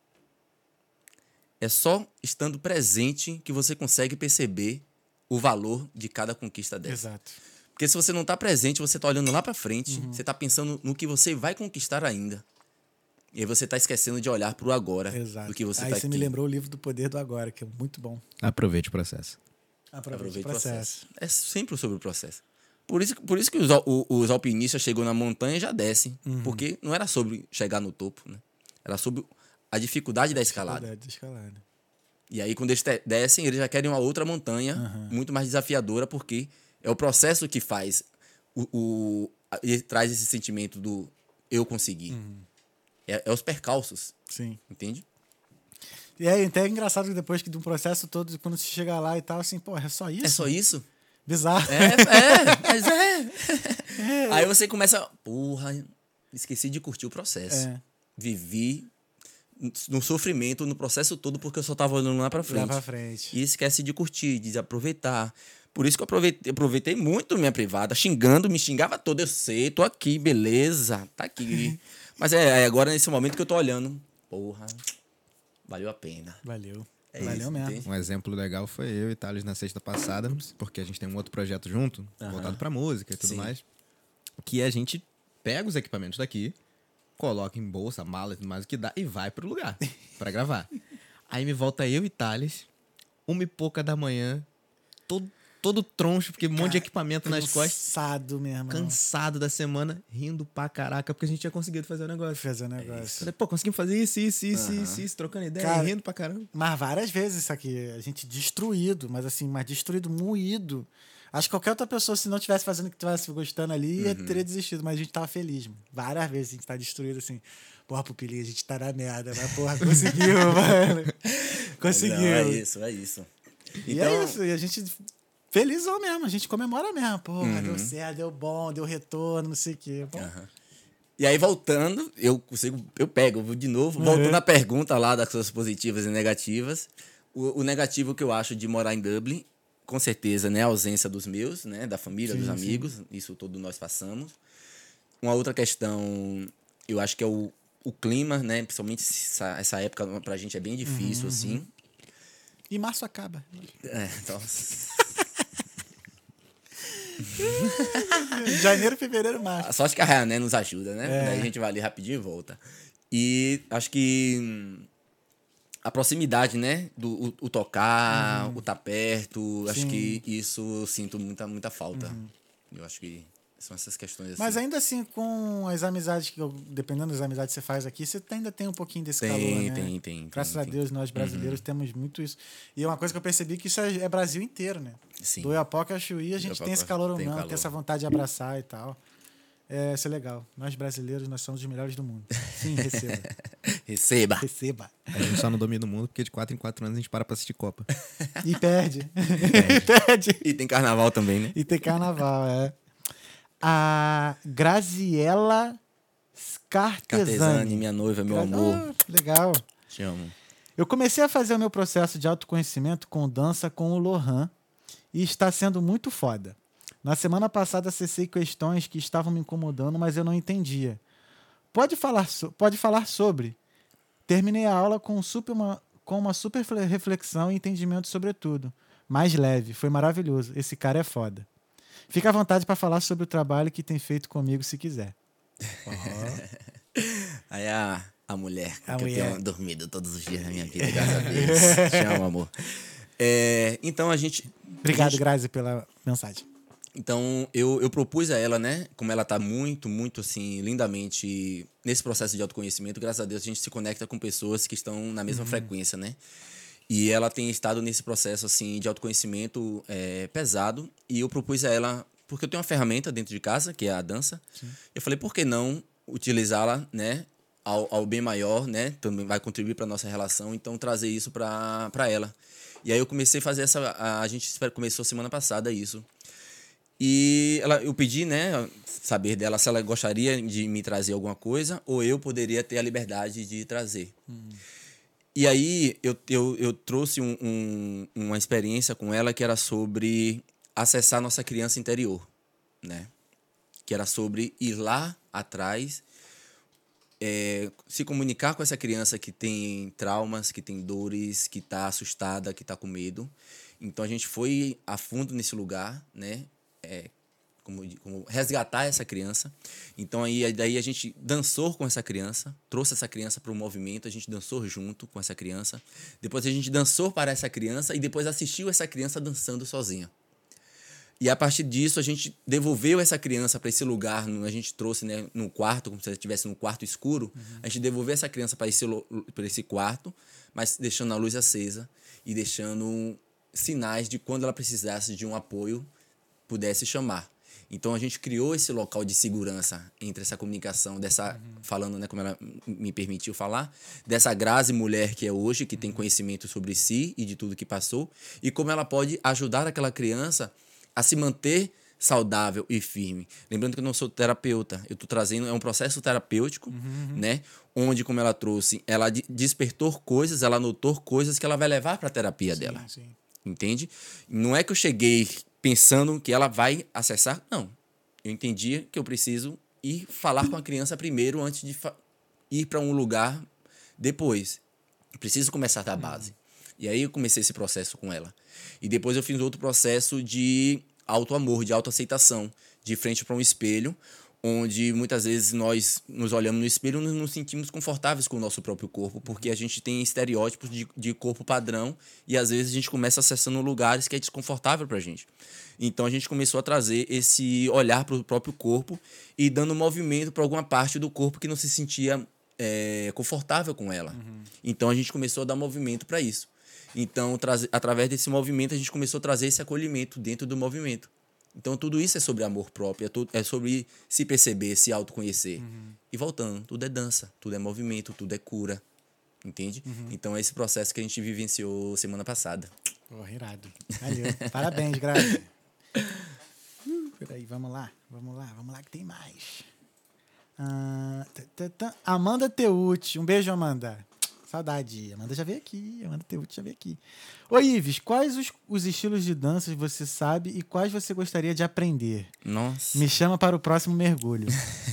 É só estando presente que você consegue perceber o valor de cada conquista dessa. Exato. Porque se você não está presente, você está olhando lá para frente, uhum. você está pensando no que você vai conquistar ainda. E aí você está esquecendo de olhar para o agora. Exato. Do que você aí tá você aqui. me lembrou o livro do Poder do Agora, que é muito bom. Aproveite o processo. Aproveite, Aproveite o processo. processo. É sempre sobre o processo. Por isso, por isso que os, os alpinistas chegam na montanha e já descem. Uhum. Porque não era sobre chegar no topo, né? Era sobre a dificuldade a da escalada. Dificuldade da escalada. E aí, quando eles descem, eles já querem uma outra montanha, uhum. muito mais desafiadora, porque é o processo que faz, o, o, ele traz esse sentimento do eu consegui. Uhum. É, é os percalços. Sim. Entende? E é até engraçado que depois que de um processo todo, quando você chega lá e tal, assim, pô, é só isso? É só isso? Bizarro. É, é, mas é. é. Aí você começa, porra, esqueci de curtir o processo. É. Vivi no sofrimento, no processo todo, porque eu só tava olhando lá pra frente. Lá pra frente. E esquece de curtir, de aproveitar. Por isso que eu aproveitei, aproveitei muito minha privada, xingando, me xingava todo. Eu sei, tô aqui, beleza, tá aqui. Mas é, é agora nesse momento que eu tô olhando. Porra, valeu a pena. Valeu. É valeu isso, mesmo. Entende? Um exemplo legal foi eu e Thales na sexta passada, porque a gente tem um outro projeto junto, uhum. voltado pra música e tudo Sim. mais, que a gente pega os equipamentos daqui, coloca em bolsa, mala e tudo mais o que dá e vai pro lugar pra gravar. Aí me volta eu e Thales, uma e pouca da manhã, todo, todo troncho, porque um monte de equipamento nas costas. Cansado mesmo. Cansado da semana, rindo pra caraca, porque a gente tinha conseguido fazer o negócio. Fazer o negócio. É Falei, pô, conseguimos fazer isso, isso, isso, uhum. isso, isso, trocando ideia, Cara, rindo pra caramba. Mas várias vezes isso aqui, a gente destruído, mas assim, mas destruído, moído. Acho que qualquer outra pessoa, se não estivesse fazendo o que estivesse gostando ali, uhum. teria desistido. Mas a gente tava feliz, mano. Várias vezes a gente tá destruído, assim. Porra, pupilinha, a gente tá na merda. Mas, porra, conseguiu, mano. Conseguiu. Não, é isso, é isso. E então... é isso. E a gente... Felizão mesmo. A gente comemora mesmo. Porra, uhum. deu certo, deu bom, deu retorno, não sei o quê. Uhum. E aí, voltando, eu consigo... Eu pego de novo. Uhum. Voltando à pergunta lá das coisas positivas e negativas. O, o negativo que eu acho de morar em Dublin... Com certeza, né? A ausência dos meus, né? Da família, sim, dos amigos. Sim. Isso todos nós passamos. Uma outra questão, eu acho que é o, o clima, né? Principalmente essa, essa época pra gente é bem difícil, uhum. assim. E março acaba. É, então... Janeiro, fevereiro, março. A sorte que a Raia nos ajuda, né? É. Daí a gente vai ali rapidinho e volta. E acho que... A proximidade, né? Do o, o tocar, uhum. o estar tá perto. Sim. Acho que isso eu sinto muita, muita falta. Uhum. Eu acho que são essas questões assim. Mas ainda assim, com as amizades, que eu, dependendo das amizades que você faz aqui, você ainda tem um pouquinho desse tem, calor, né? Tem, tem, Graças tem, a Deus, tem. nós brasileiros uhum. temos muito isso. E é uma coisa que eu percebi que isso é, é Brasil inteiro, né? Sim. Do Oiapoque ao Chuí, a gente tem esse calor humano, tem, tem essa vontade de abraçar e tal. É, isso é legal. Nós brasileiros, nós somos os melhores do mundo. Sim, receba. receba. Receba. A gente só não domina o mundo porque de quatro em quatro anos a gente para pra assistir Copa. E perde. E perde. E tem carnaval também, né? E tem carnaval, é. A Graziella Cartesani. Cartesani, minha noiva, meu Gra... amor. Ah, legal. Te amo. Eu comecei a fazer o meu processo de autoconhecimento com dança com o Lohan e está sendo muito foda. Na semana passada acessei questões que estavam me incomodando, mas eu não entendia. Pode falar, so- pode falar sobre. Terminei a aula com, super uma, com uma super reflexão e entendimento sobre tudo. Mais leve, foi maravilhoso. Esse cara é foda. Fica à vontade para falar sobre o trabalho que tem feito comigo, se quiser. Oh. Aí a, a mulher, a que mulher. eu tenho dormido todos os dias na minha vida, graças a Deus. Te amo, amor. É, então a gente... Obrigado, a gente... Grazi, pela mensagem. Então, eu, eu propus a ela, né? Como ela tá muito, muito, assim, lindamente nesse processo de autoconhecimento, graças a Deus a gente se conecta com pessoas que estão na mesma frequência, né? E ela tem estado nesse processo, assim, de autoconhecimento é, pesado. E eu propus a ela, porque eu tenho uma ferramenta dentro de casa, que é a dança. Sim. Eu falei, por que não utilizá-la, né? Ao, ao bem maior, né? Também vai contribuir para nossa relação. Então, trazer isso para para ela. E aí eu comecei a fazer essa... A, a gente começou semana passada isso. E ela, eu pedi, né, saber dela se ela gostaria de me trazer alguma coisa ou eu poderia ter a liberdade de trazer. Hum. E aí eu, eu, eu trouxe um, um, uma experiência com ela que era sobre acessar nossa criança interior, né? Que era sobre ir lá atrás, é, se comunicar com essa criança que tem traumas, que tem dores, que está assustada, que está com medo. Então a gente foi a fundo nesse lugar, né? É, como, como resgatar essa criança. Então aí daí a gente dançou com essa criança, trouxe essa criança para o movimento, a gente dançou junto com essa criança. Depois a gente dançou para essa criança e depois assistiu essa criança dançando sozinha. E a partir disso a gente devolveu essa criança para esse lugar, a gente trouxe, né, no quarto, como se ela estivesse num quarto escuro. Uhum. A gente devolveu essa criança para esse, para esse quarto, mas deixando a luz acesa e deixando sinais de quando ela precisasse de um apoio pudesse chamar. Então a gente criou esse local de segurança entre essa comunicação dessa, uhum. falando, né, como ela me permitiu falar, dessa Grazi mulher que é hoje, que uhum. tem conhecimento sobre si e de tudo que passou, e como ela pode ajudar aquela criança a se manter saudável e firme. Lembrando que eu não sou terapeuta, eu estou trazendo, é um processo terapêutico, uhum. né, onde, como ela trouxe, ela despertou coisas, ela notou coisas que ela vai levar para a terapia sim, dela. Sim. Entende? Não é que eu cheguei pensando que ela vai acessar, não. Eu entendia que eu preciso ir falar com a criança primeiro antes de ir para um lugar depois. Eu preciso começar da base. Uhum. E aí eu comecei esse processo com ela. E depois eu fiz outro processo de autoamor, de autoaceitação, de frente para um espelho, onde muitas vezes nós nos olhamos no espelho e nos sentimos confortáveis com o nosso próprio corpo, porque a gente tem estereótipos de, de corpo padrão e às vezes a gente começa acessando lugares que é desconfortável pra gente. Então a gente começou a trazer esse olhar para o próprio corpo e dando movimento para alguma parte do corpo que não se sentia é, confortável com ela. Uhum. Então a gente começou a dar movimento para isso. Então, trazer, através desse movimento, a gente começou a trazer esse acolhimento dentro do movimento. Então, tudo isso é sobre amor próprio, é, tudo, é sobre se perceber, se autoconhecer. Uhum. E voltando, tudo é dança, tudo é movimento, tudo é cura. Entende? Uhum. Então, é esse processo que a gente vivenciou semana passada. Porra, irado. Valeu. Parabéns, Grazi. Uh, peraí, vamos lá, vamos lá, vamos lá que tem mais. Uh, tá, tá, tá. Amanda Teucci. Um beijo, Amanda. Saudade. Amanda já veio aqui. Amanda Teucci já veio aqui. Oi, Ives, quais os, os estilos de danças você sabe e quais você gostaria de aprender? Nossa. Me chama para o próximo mergulho.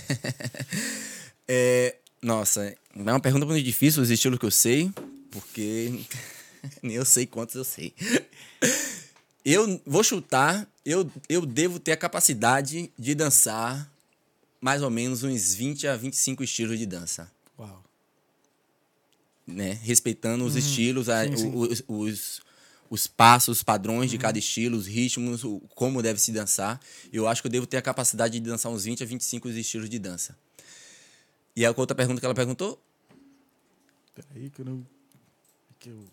é, nossa, é uma pergunta muito difícil, os estilos que eu sei, porque nem eu sei quantos eu sei. Eu vou chutar, eu, eu devo ter a capacidade de dançar mais ou menos uns vinte a vinte e cinco estilos de dança. Uau. Né? Respeitando os uhum. estilos, sim, a, sim. Os, os, os passos, os padrões uhum. de cada estilo, os ritmos, o, como deve se dançar. Eu acho que eu devo ter a capacidade de dançar uns vinte a vinte e cinco estilos de dança. E a outra pergunta que ela perguntou? Peraí que eu não... Que eu...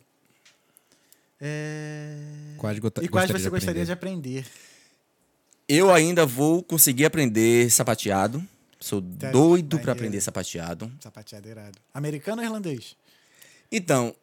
É... Quais gota... E quais você gostaria de aprender? Eu ainda vou conseguir aprender sapateado. Sou Até doido para aprender sapateado. Sapateado irado. Americano ou irlandês? Então,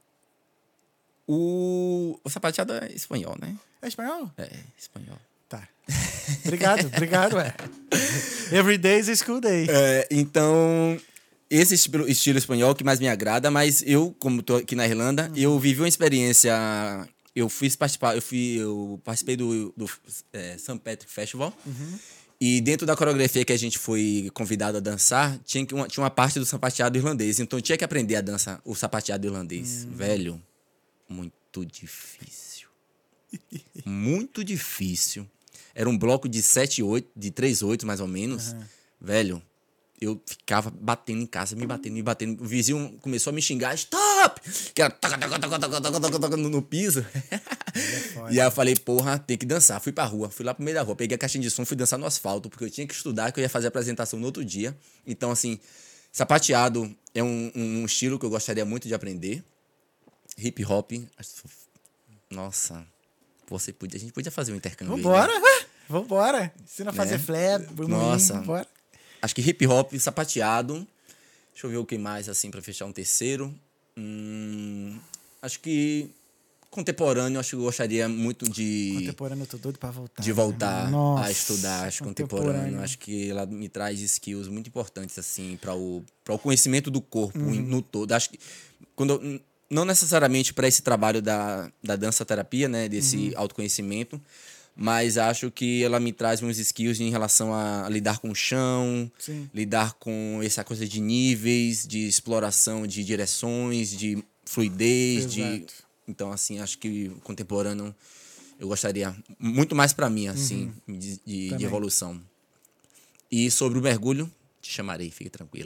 o... o sapateado é espanhol, né? É espanhol? É, espanhol. Tá. Obrigado, obrigado, ué. Every day is a school day. É, então, esse estilo, estilo espanhol que mais me agrada, mas eu, como tô aqui na Irlanda, uhum. eu vivi uma experiência... Eu fiz participar, eu, fui, eu participei do, do é, Saint Patrick Festival. Uhum. E dentro da coreografia que a gente foi convidado a dançar, tinha, uma, tinha uma parte do sapateado irlandês. Então eu tinha que aprender a dançar o sapateado irlandês. Hum. Velho, muito difícil. Muito difícil. Era um bloco de sete, oito, de três, oito mais ou menos. Uhum. Velho, eu ficava batendo em casa, me batendo, me batendo. O vizinho começou a me xingar, stop! Que era taca, taca, taca, taca, taca, taca, taca, no, no piso. E aí eu falei, porra, tem que dançar. Fui pra rua, fui lá pro meio da rua, peguei a caixinha de som, fui dançar no asfalto, porque eu tinha que estudar, que eu ia fazer a apresentação no outro dia. Então, assim, sapateado é um, um estilo que eu gostaria muito de aprender. Hip hop. Nossa, você podia, a gente podia fazer um intercâmbio. Vambora, aí, né? vambora. Ensina a fazer Né? flare, Nossa. vambora. Acho que hip hop, sapateado. Deixa eu ver o que mais, assim, pra fechar um terceiro. Hum, acho que contemporâneo, acho que eu gostaria muito de... Contemporâneo, eu tô doido pra voltar. De voltar Nossa, a estudar, acho contemporâneo. contemporâneo. Acho que ela me traz skills muito importantes, assim, para o, para o conhecimento do corpo uhum. no todo. Acho que quando eu, não necessariamente para esse trabalho da, da dança-terapia, né, desse uhum. autoconhecimento, mas acho que ela me traz uns skills em relação a, a lidar com o chão, Sim. lidar com essa coisa de níveis, de exploração de direções, de fluidez, Exato. de... Então, assim, acho que o contemporâneo eu gostaria muito mais para mim, assim, uhum. de, de, de evolução. E sobre o mergulho, te chamarei, fique tranquila.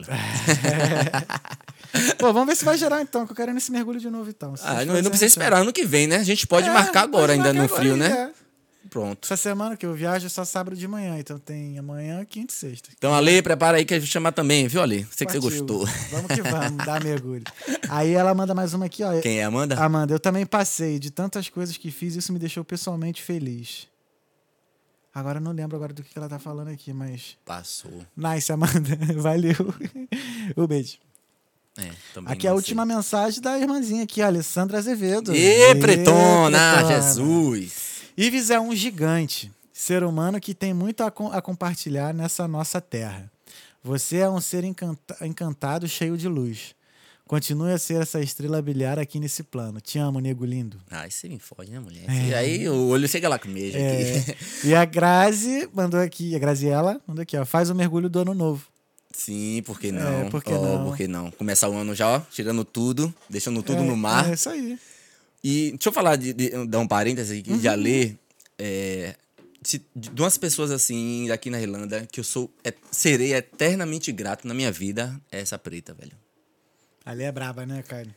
Pô, vamos ver se vai gerar então, que eu quero ir nesse mergulho de novo então. Ah, não, não precisa esperar ano que vem, né? A gente pode é, marcar agora, pode ainda marcar no agora, frio, né? É. Pronto. Essa semana que eu viajo é só sábado de manhã, então tem amanhã, quinta e sexta. Então, Ale, prepara aí que a gente chamar também, viu, Ale? Sei Partiu. que você gostou. Vamos que vamos, dá mergulho. Aí ela manda mais uma aqui, ó. Quem é, Amanda? Amanda, eu também passei de tantas coisas que fiz, isso me deixou pessoalmente feliz. Agora eu não lembro agora do que ela tá falando aqui, mas... Passou. Nice, Amanda. Valeu. O beijo. É, também aqui é a última sei. mensagem da irmãzinha aqui, a Alessandra Azevedo. Ê, pretona, pretona. Jesus. Ives é um gigante, ser humano que tem muito a, com, a compartilhar nessa nossa terra. Você é um ser encanta, encantado, cheio de luz. Continue a ser essa estrela a brilhar aqui nesse plano. Te amo, nego lindo. Ah, isso você me fode, né, mulher? É. E aí o olho chega lá com medo é. aqui. E a Grazi mandou aqui, a Graziella mandou aqui, ó, faz o mergulho do ano novo. Sim, por que não? É, por que oh, não? Por que não? Começar o ano já, ó, tirando tudo, deixando tudo é, no mar. É isso aí. E deixa eu falar, de, de, dar um parênteses aqui, uhum. de Alê, é, de, de umas pessoas assim, aqui na Irlanda, que eu sou, é, serei eternamente grato na minha vida, é essa preta, velho. Alê é braba, né, Caio?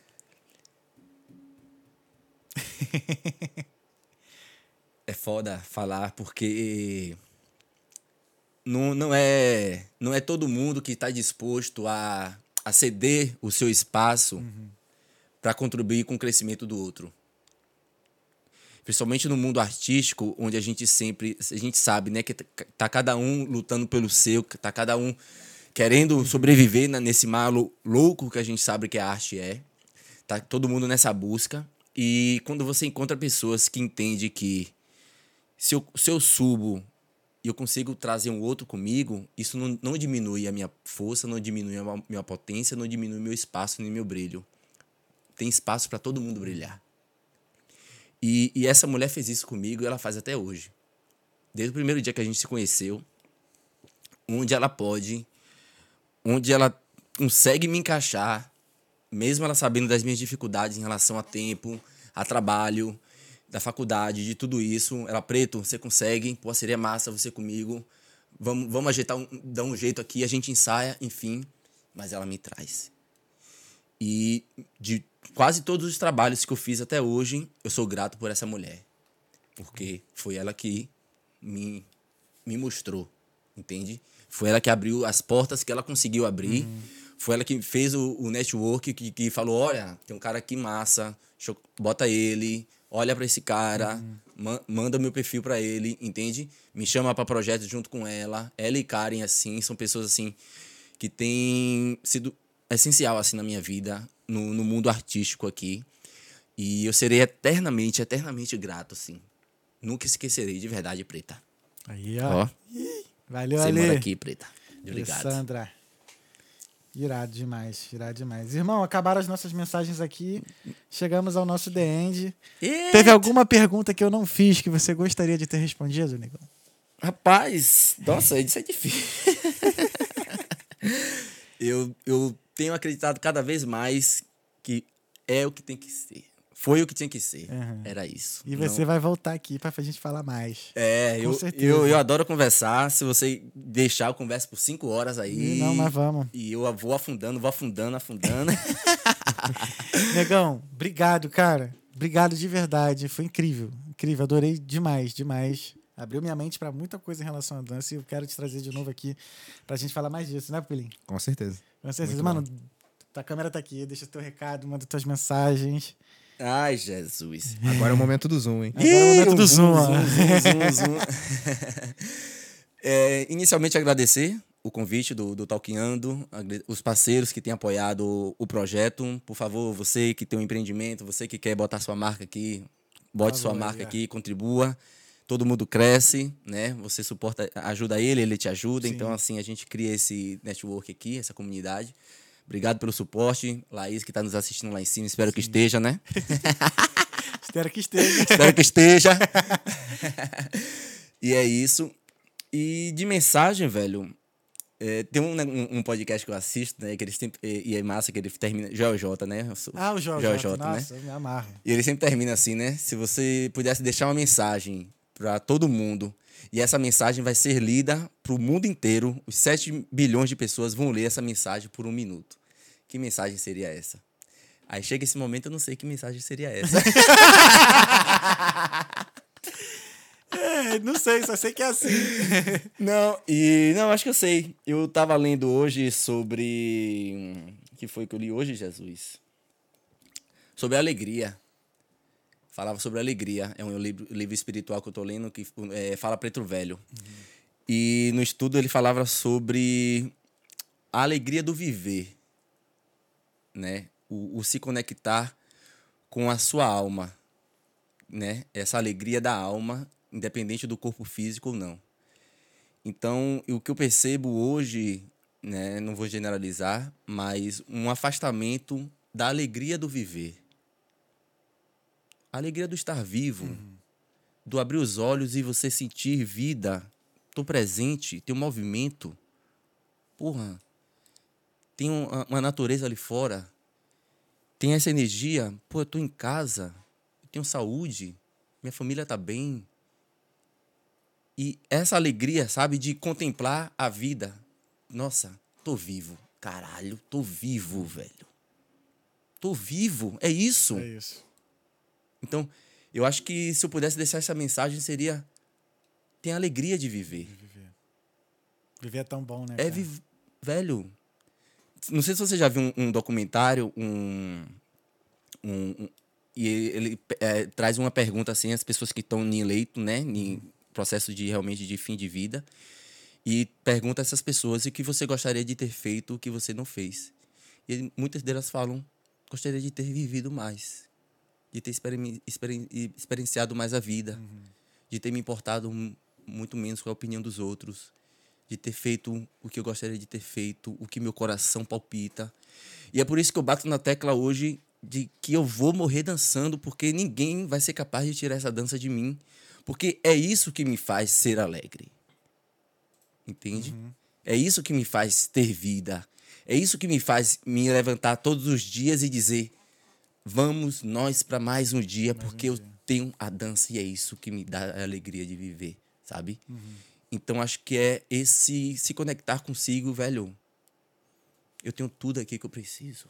É foda falar, porque não, não, é, não é todo mundo que está disposto a, a ceder o seu espaço uhum. para contribuir com o crescimento do outro. Principalmente no mundo artístico, onde a gente sempre, a gente sabe, né, que tá cada um lutando pelo seu, que tá cada um querendo sobreviver nesse mar louco que a gente sabe que a arte é. Tá todo mundo nessa busca. E quando você encontra pessoas que entendem que se eu, se eu subo e eu consigo trazer um outro comigo, isso não, não diminui a minha força, não diminui a minha potência, não diminui meu espaço nem meu brilho. Tem espaço para todo mundo brilhar. E, e essa mulher fez isso comigo e ela faz até hoje. Desde o primeiro dia que a gente se conheceu, onde ela pode, onde ela consegue me encaixar, mesmo ela sabendo das minhas dificuldades em relação a tempo, a trabalho, da faculdade, de tudo isso. Ela, Preto, você consegue, pô, seria massa você comigo, vamos, vamos ajeitar, um, dar um jeito aqui, a gente ensaia, enfim, mas ela me traz. E de quase todos os trabalhos que eu fiz até hoje, eu sou grato por essa mulher, porque foi ela que me, me mostrou, entende? Foi ela que abriu as portas que ela conseguiu abrir. Uhum. Foi ela que fez o, o network, que, que falou, olha, tem um cara aqui massa, eu, bota ele, olha pra esse cara, uhum. ma, manda meu perfil pra ele, entende? Me chama pra projetos junto com ela. Ela e Karen, assim, são pessoas, assim, que têm sido essencial, assim, na minha vida, no, no mundo artístico aqui. E eu serei eternamente, eternamente grato, assim. Nunca esquecerei, de verdade, Preta. Aí, ó. ó. Valeu, Você Ale. mora aqui, Preta. Obrigado. Alessandra. Irado demais, irado demais. Irmão, acabaram as nossas mensagens aqui. Chegamos ao nosso The End. Eita. Teve alguma pergunta que eu não fiz que você gostaria de ter respondido, Negão? Rapaz, nossa, isso é difícil. eu, eu tenho acreditado cada vez mais que é o que tem que ser. Foi o que tinha que ser. Uhum. Era isso. E você Não- vai voltar aqui pra gente falar mais. É, Com eu, certeza. eu, eu adoro conversar. Se você deixar, eu converso por cinco horas aí. Ih, não, mas vamos. E eu vou afundando, vou afundando, afundando. Negão, obrigado, cara. Obrigado de verdade. Foi incrível. Incrível. Adorei demais, demais. Abriu minha mente pra muita coisa em relação à dança e eu quero te trazer de novo aqui pra gente falar mais disso, né, Pupilinho? Com certeza. Com certeza. Muito Mano, tua câmera tá aqui. Deixa teu recado, manda tuas mensagens. Ai, Jesus. Agora é o momento do Zoom, hein? Agora é o momento do um Zoom, ó. zoom, zoom, zoom, zoom. É, inicialmente, agradecer o convite do, do Talkando, agrade- os parceiros que têm apoiado o, o projeto. Por favor, você que tem um empreendimento, você que quer botar sua marca aqui, bote Por sua favor, marca é. aqui, contribua. Todo mundo cresce, né? Você suporta, ajuda ele, ele te ajuda. Sim. Então, assim, a gente cria esse network aqui, essa comunidade. Obrigado pelo suporte. Laís, que está nos assistindo lá em cima, espero que esteja, né? Espero que esteja. Espero que esteja. E é isso. E de mensagem, velho, é, tem um, né, um, um podcast que eu assisto, né? Que eles sempre, e, e é massa que ele termina. J J, né? Eu sou- Ah, o Jorge. J J, né? Nossa, eu me amarro. E ele sempre termina assim, né? Se você pudesse deixar uma mensagem para todo mundo, e essa mensagem vai ser lida para o mundo inteiro, os sete bilhões de pessoas vão ler essa mensagem por um minuto. Que mensagem seria essa? Aí chega esse momento, eu não sei que mensagem seria essa. É, não sei, só sei que é assim. Não, e não, acho que eu sei. Eu tava lendo hoje sobre. O que foi que eu li hoje, Jesus? Sobre a alegria. Falava sobre a alegria. É um livro, livro espiritual que eu tô lendo que é, fala preto velho. Uhum. E no estudo ele falava sobre a alegria do viver, né? O, o se conectar com a sua alma, né? Essa alegria da alma, independente do corpo físico ou não. Então, o que eu percebo hoje, né, não vou generalizar, mas um afastamento da alegria do viver. A alegria do estar vivo, uhum. do abrir os olhos e você sentir vida. Tô presente, tem um movimento. Porra, tem uma, uma natureza ali fora. Tem essa energia. Pô, eu tô em casa, eu tenho saúde, minha família tá bem. E essa alegria, sabe, de contemplar a vida. Nossa, tô vivo. Caralho, tô vivo, velho. Tô vivo, é isso. É isso. Então, eu acho que se eu pudesse deixar essa mensagem, seria... Tem a alegria de viver. De viver. Viver é tão bom, né? É, vi... velho... Não sei se você já viu um, um documentário, um... um, um e ele, ele é, traz uma pergunta, assim, às pessoas que estão em leito, né? Em processo de, realmente, de fim de vida. E pergunta a essas pessoas o que você gostaria de ter feito, o que você não fez. E muitas delas falam, gostaria de ter vivido mais. De ter experi- experi- experienciado mais a vida. Uhum. De ter me importado muito menos com a opinião dos outros. De ter feito o que eu gostaria de ter feito, o que meu coração palpita. E é por isso que eu bato na tecla hoje de que eu vou morrer dançando, porque ninguém vai ser capaz de tirar essa dança de mim. Porque é isso que me faz ser alegre. Entende? Uhum. É isso que me faz ter vida. É isso que me faz me levantar todos os dias e dizer... Vamos nós para mais um dia, mais porque um dia. Eu tenho a dança e é isso que me dá a alegria de viver, sabe? Uhum. Então, acho que é esse se conectar consigo, velho. Eu tenho tudo aqui que eu preciso.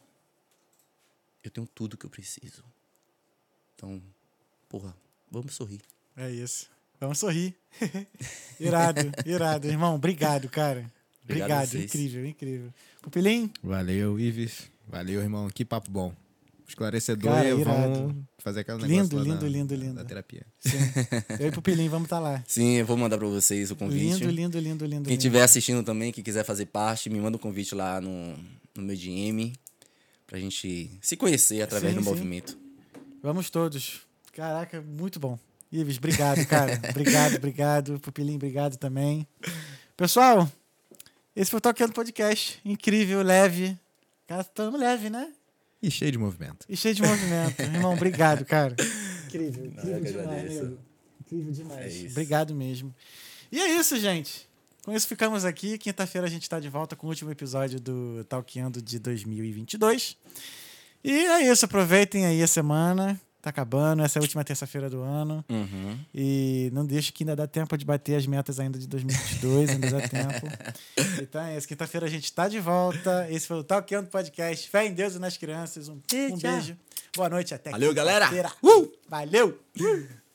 Eu tenho tudo que eu preciso. Então, porra, vamos sorrir. É isso. Vamos sorrir. Irado, irado. Irmão, obrigado, cara. Obrigado, obrigado. Incrível, incrível. Pupilinho? Valeu, Ives. Valeu, irmão. Que papo bom. Esclarecedor, cara, e irado. Vamos fazer aquela lindo, negócio lindo, da, lindo, da, lindo. da terapia. Sim. Eu e Pupilinho, vamos estar tá lá. Sim, eu vou mandar para vocês o convite. Lindo, lindo, lindo, lindo. Quem estiver assistindo também, que quiser fazer parte, me manda um convite lá no, no meu D M pra gente se conhecer através sim, do sim. movimento. Vamos todos. Caraca, muito bom. Ives, obrigado, cara. obrigado, obrigado. Pupilinho, obrigado também. Pessoal, esse foi o Talkando Podcast. Incrível, leve. Cara, estamos leve, né? E cheio de movimento. E cheio de movimento. Irmão, obrigado, cara. Incrível, incrível Não, demais, nego. Incrível demais. É obrigado mesmo. E é isso, gente. Com isso ficamos aqui. Quinta-feira a gente está de volta com o último episódio do Talkando de dois mil e vinte e dois. E é isso. Aproveitem aí a semana. tá acabando. Essa é a última terça-feira do ano. Uhum. E não deixe que ainda dá tempo de bater as metas ainda de dois mil e vinte e dois, ainda dá tempo. Então é isso. Quinta-feira a gente tá de volta. Esse foi o Talkando Podcast. Fé em Deus e nas crianças. Um, um beijo. Boa noite, até Valeu, galera. Uh! Valeu!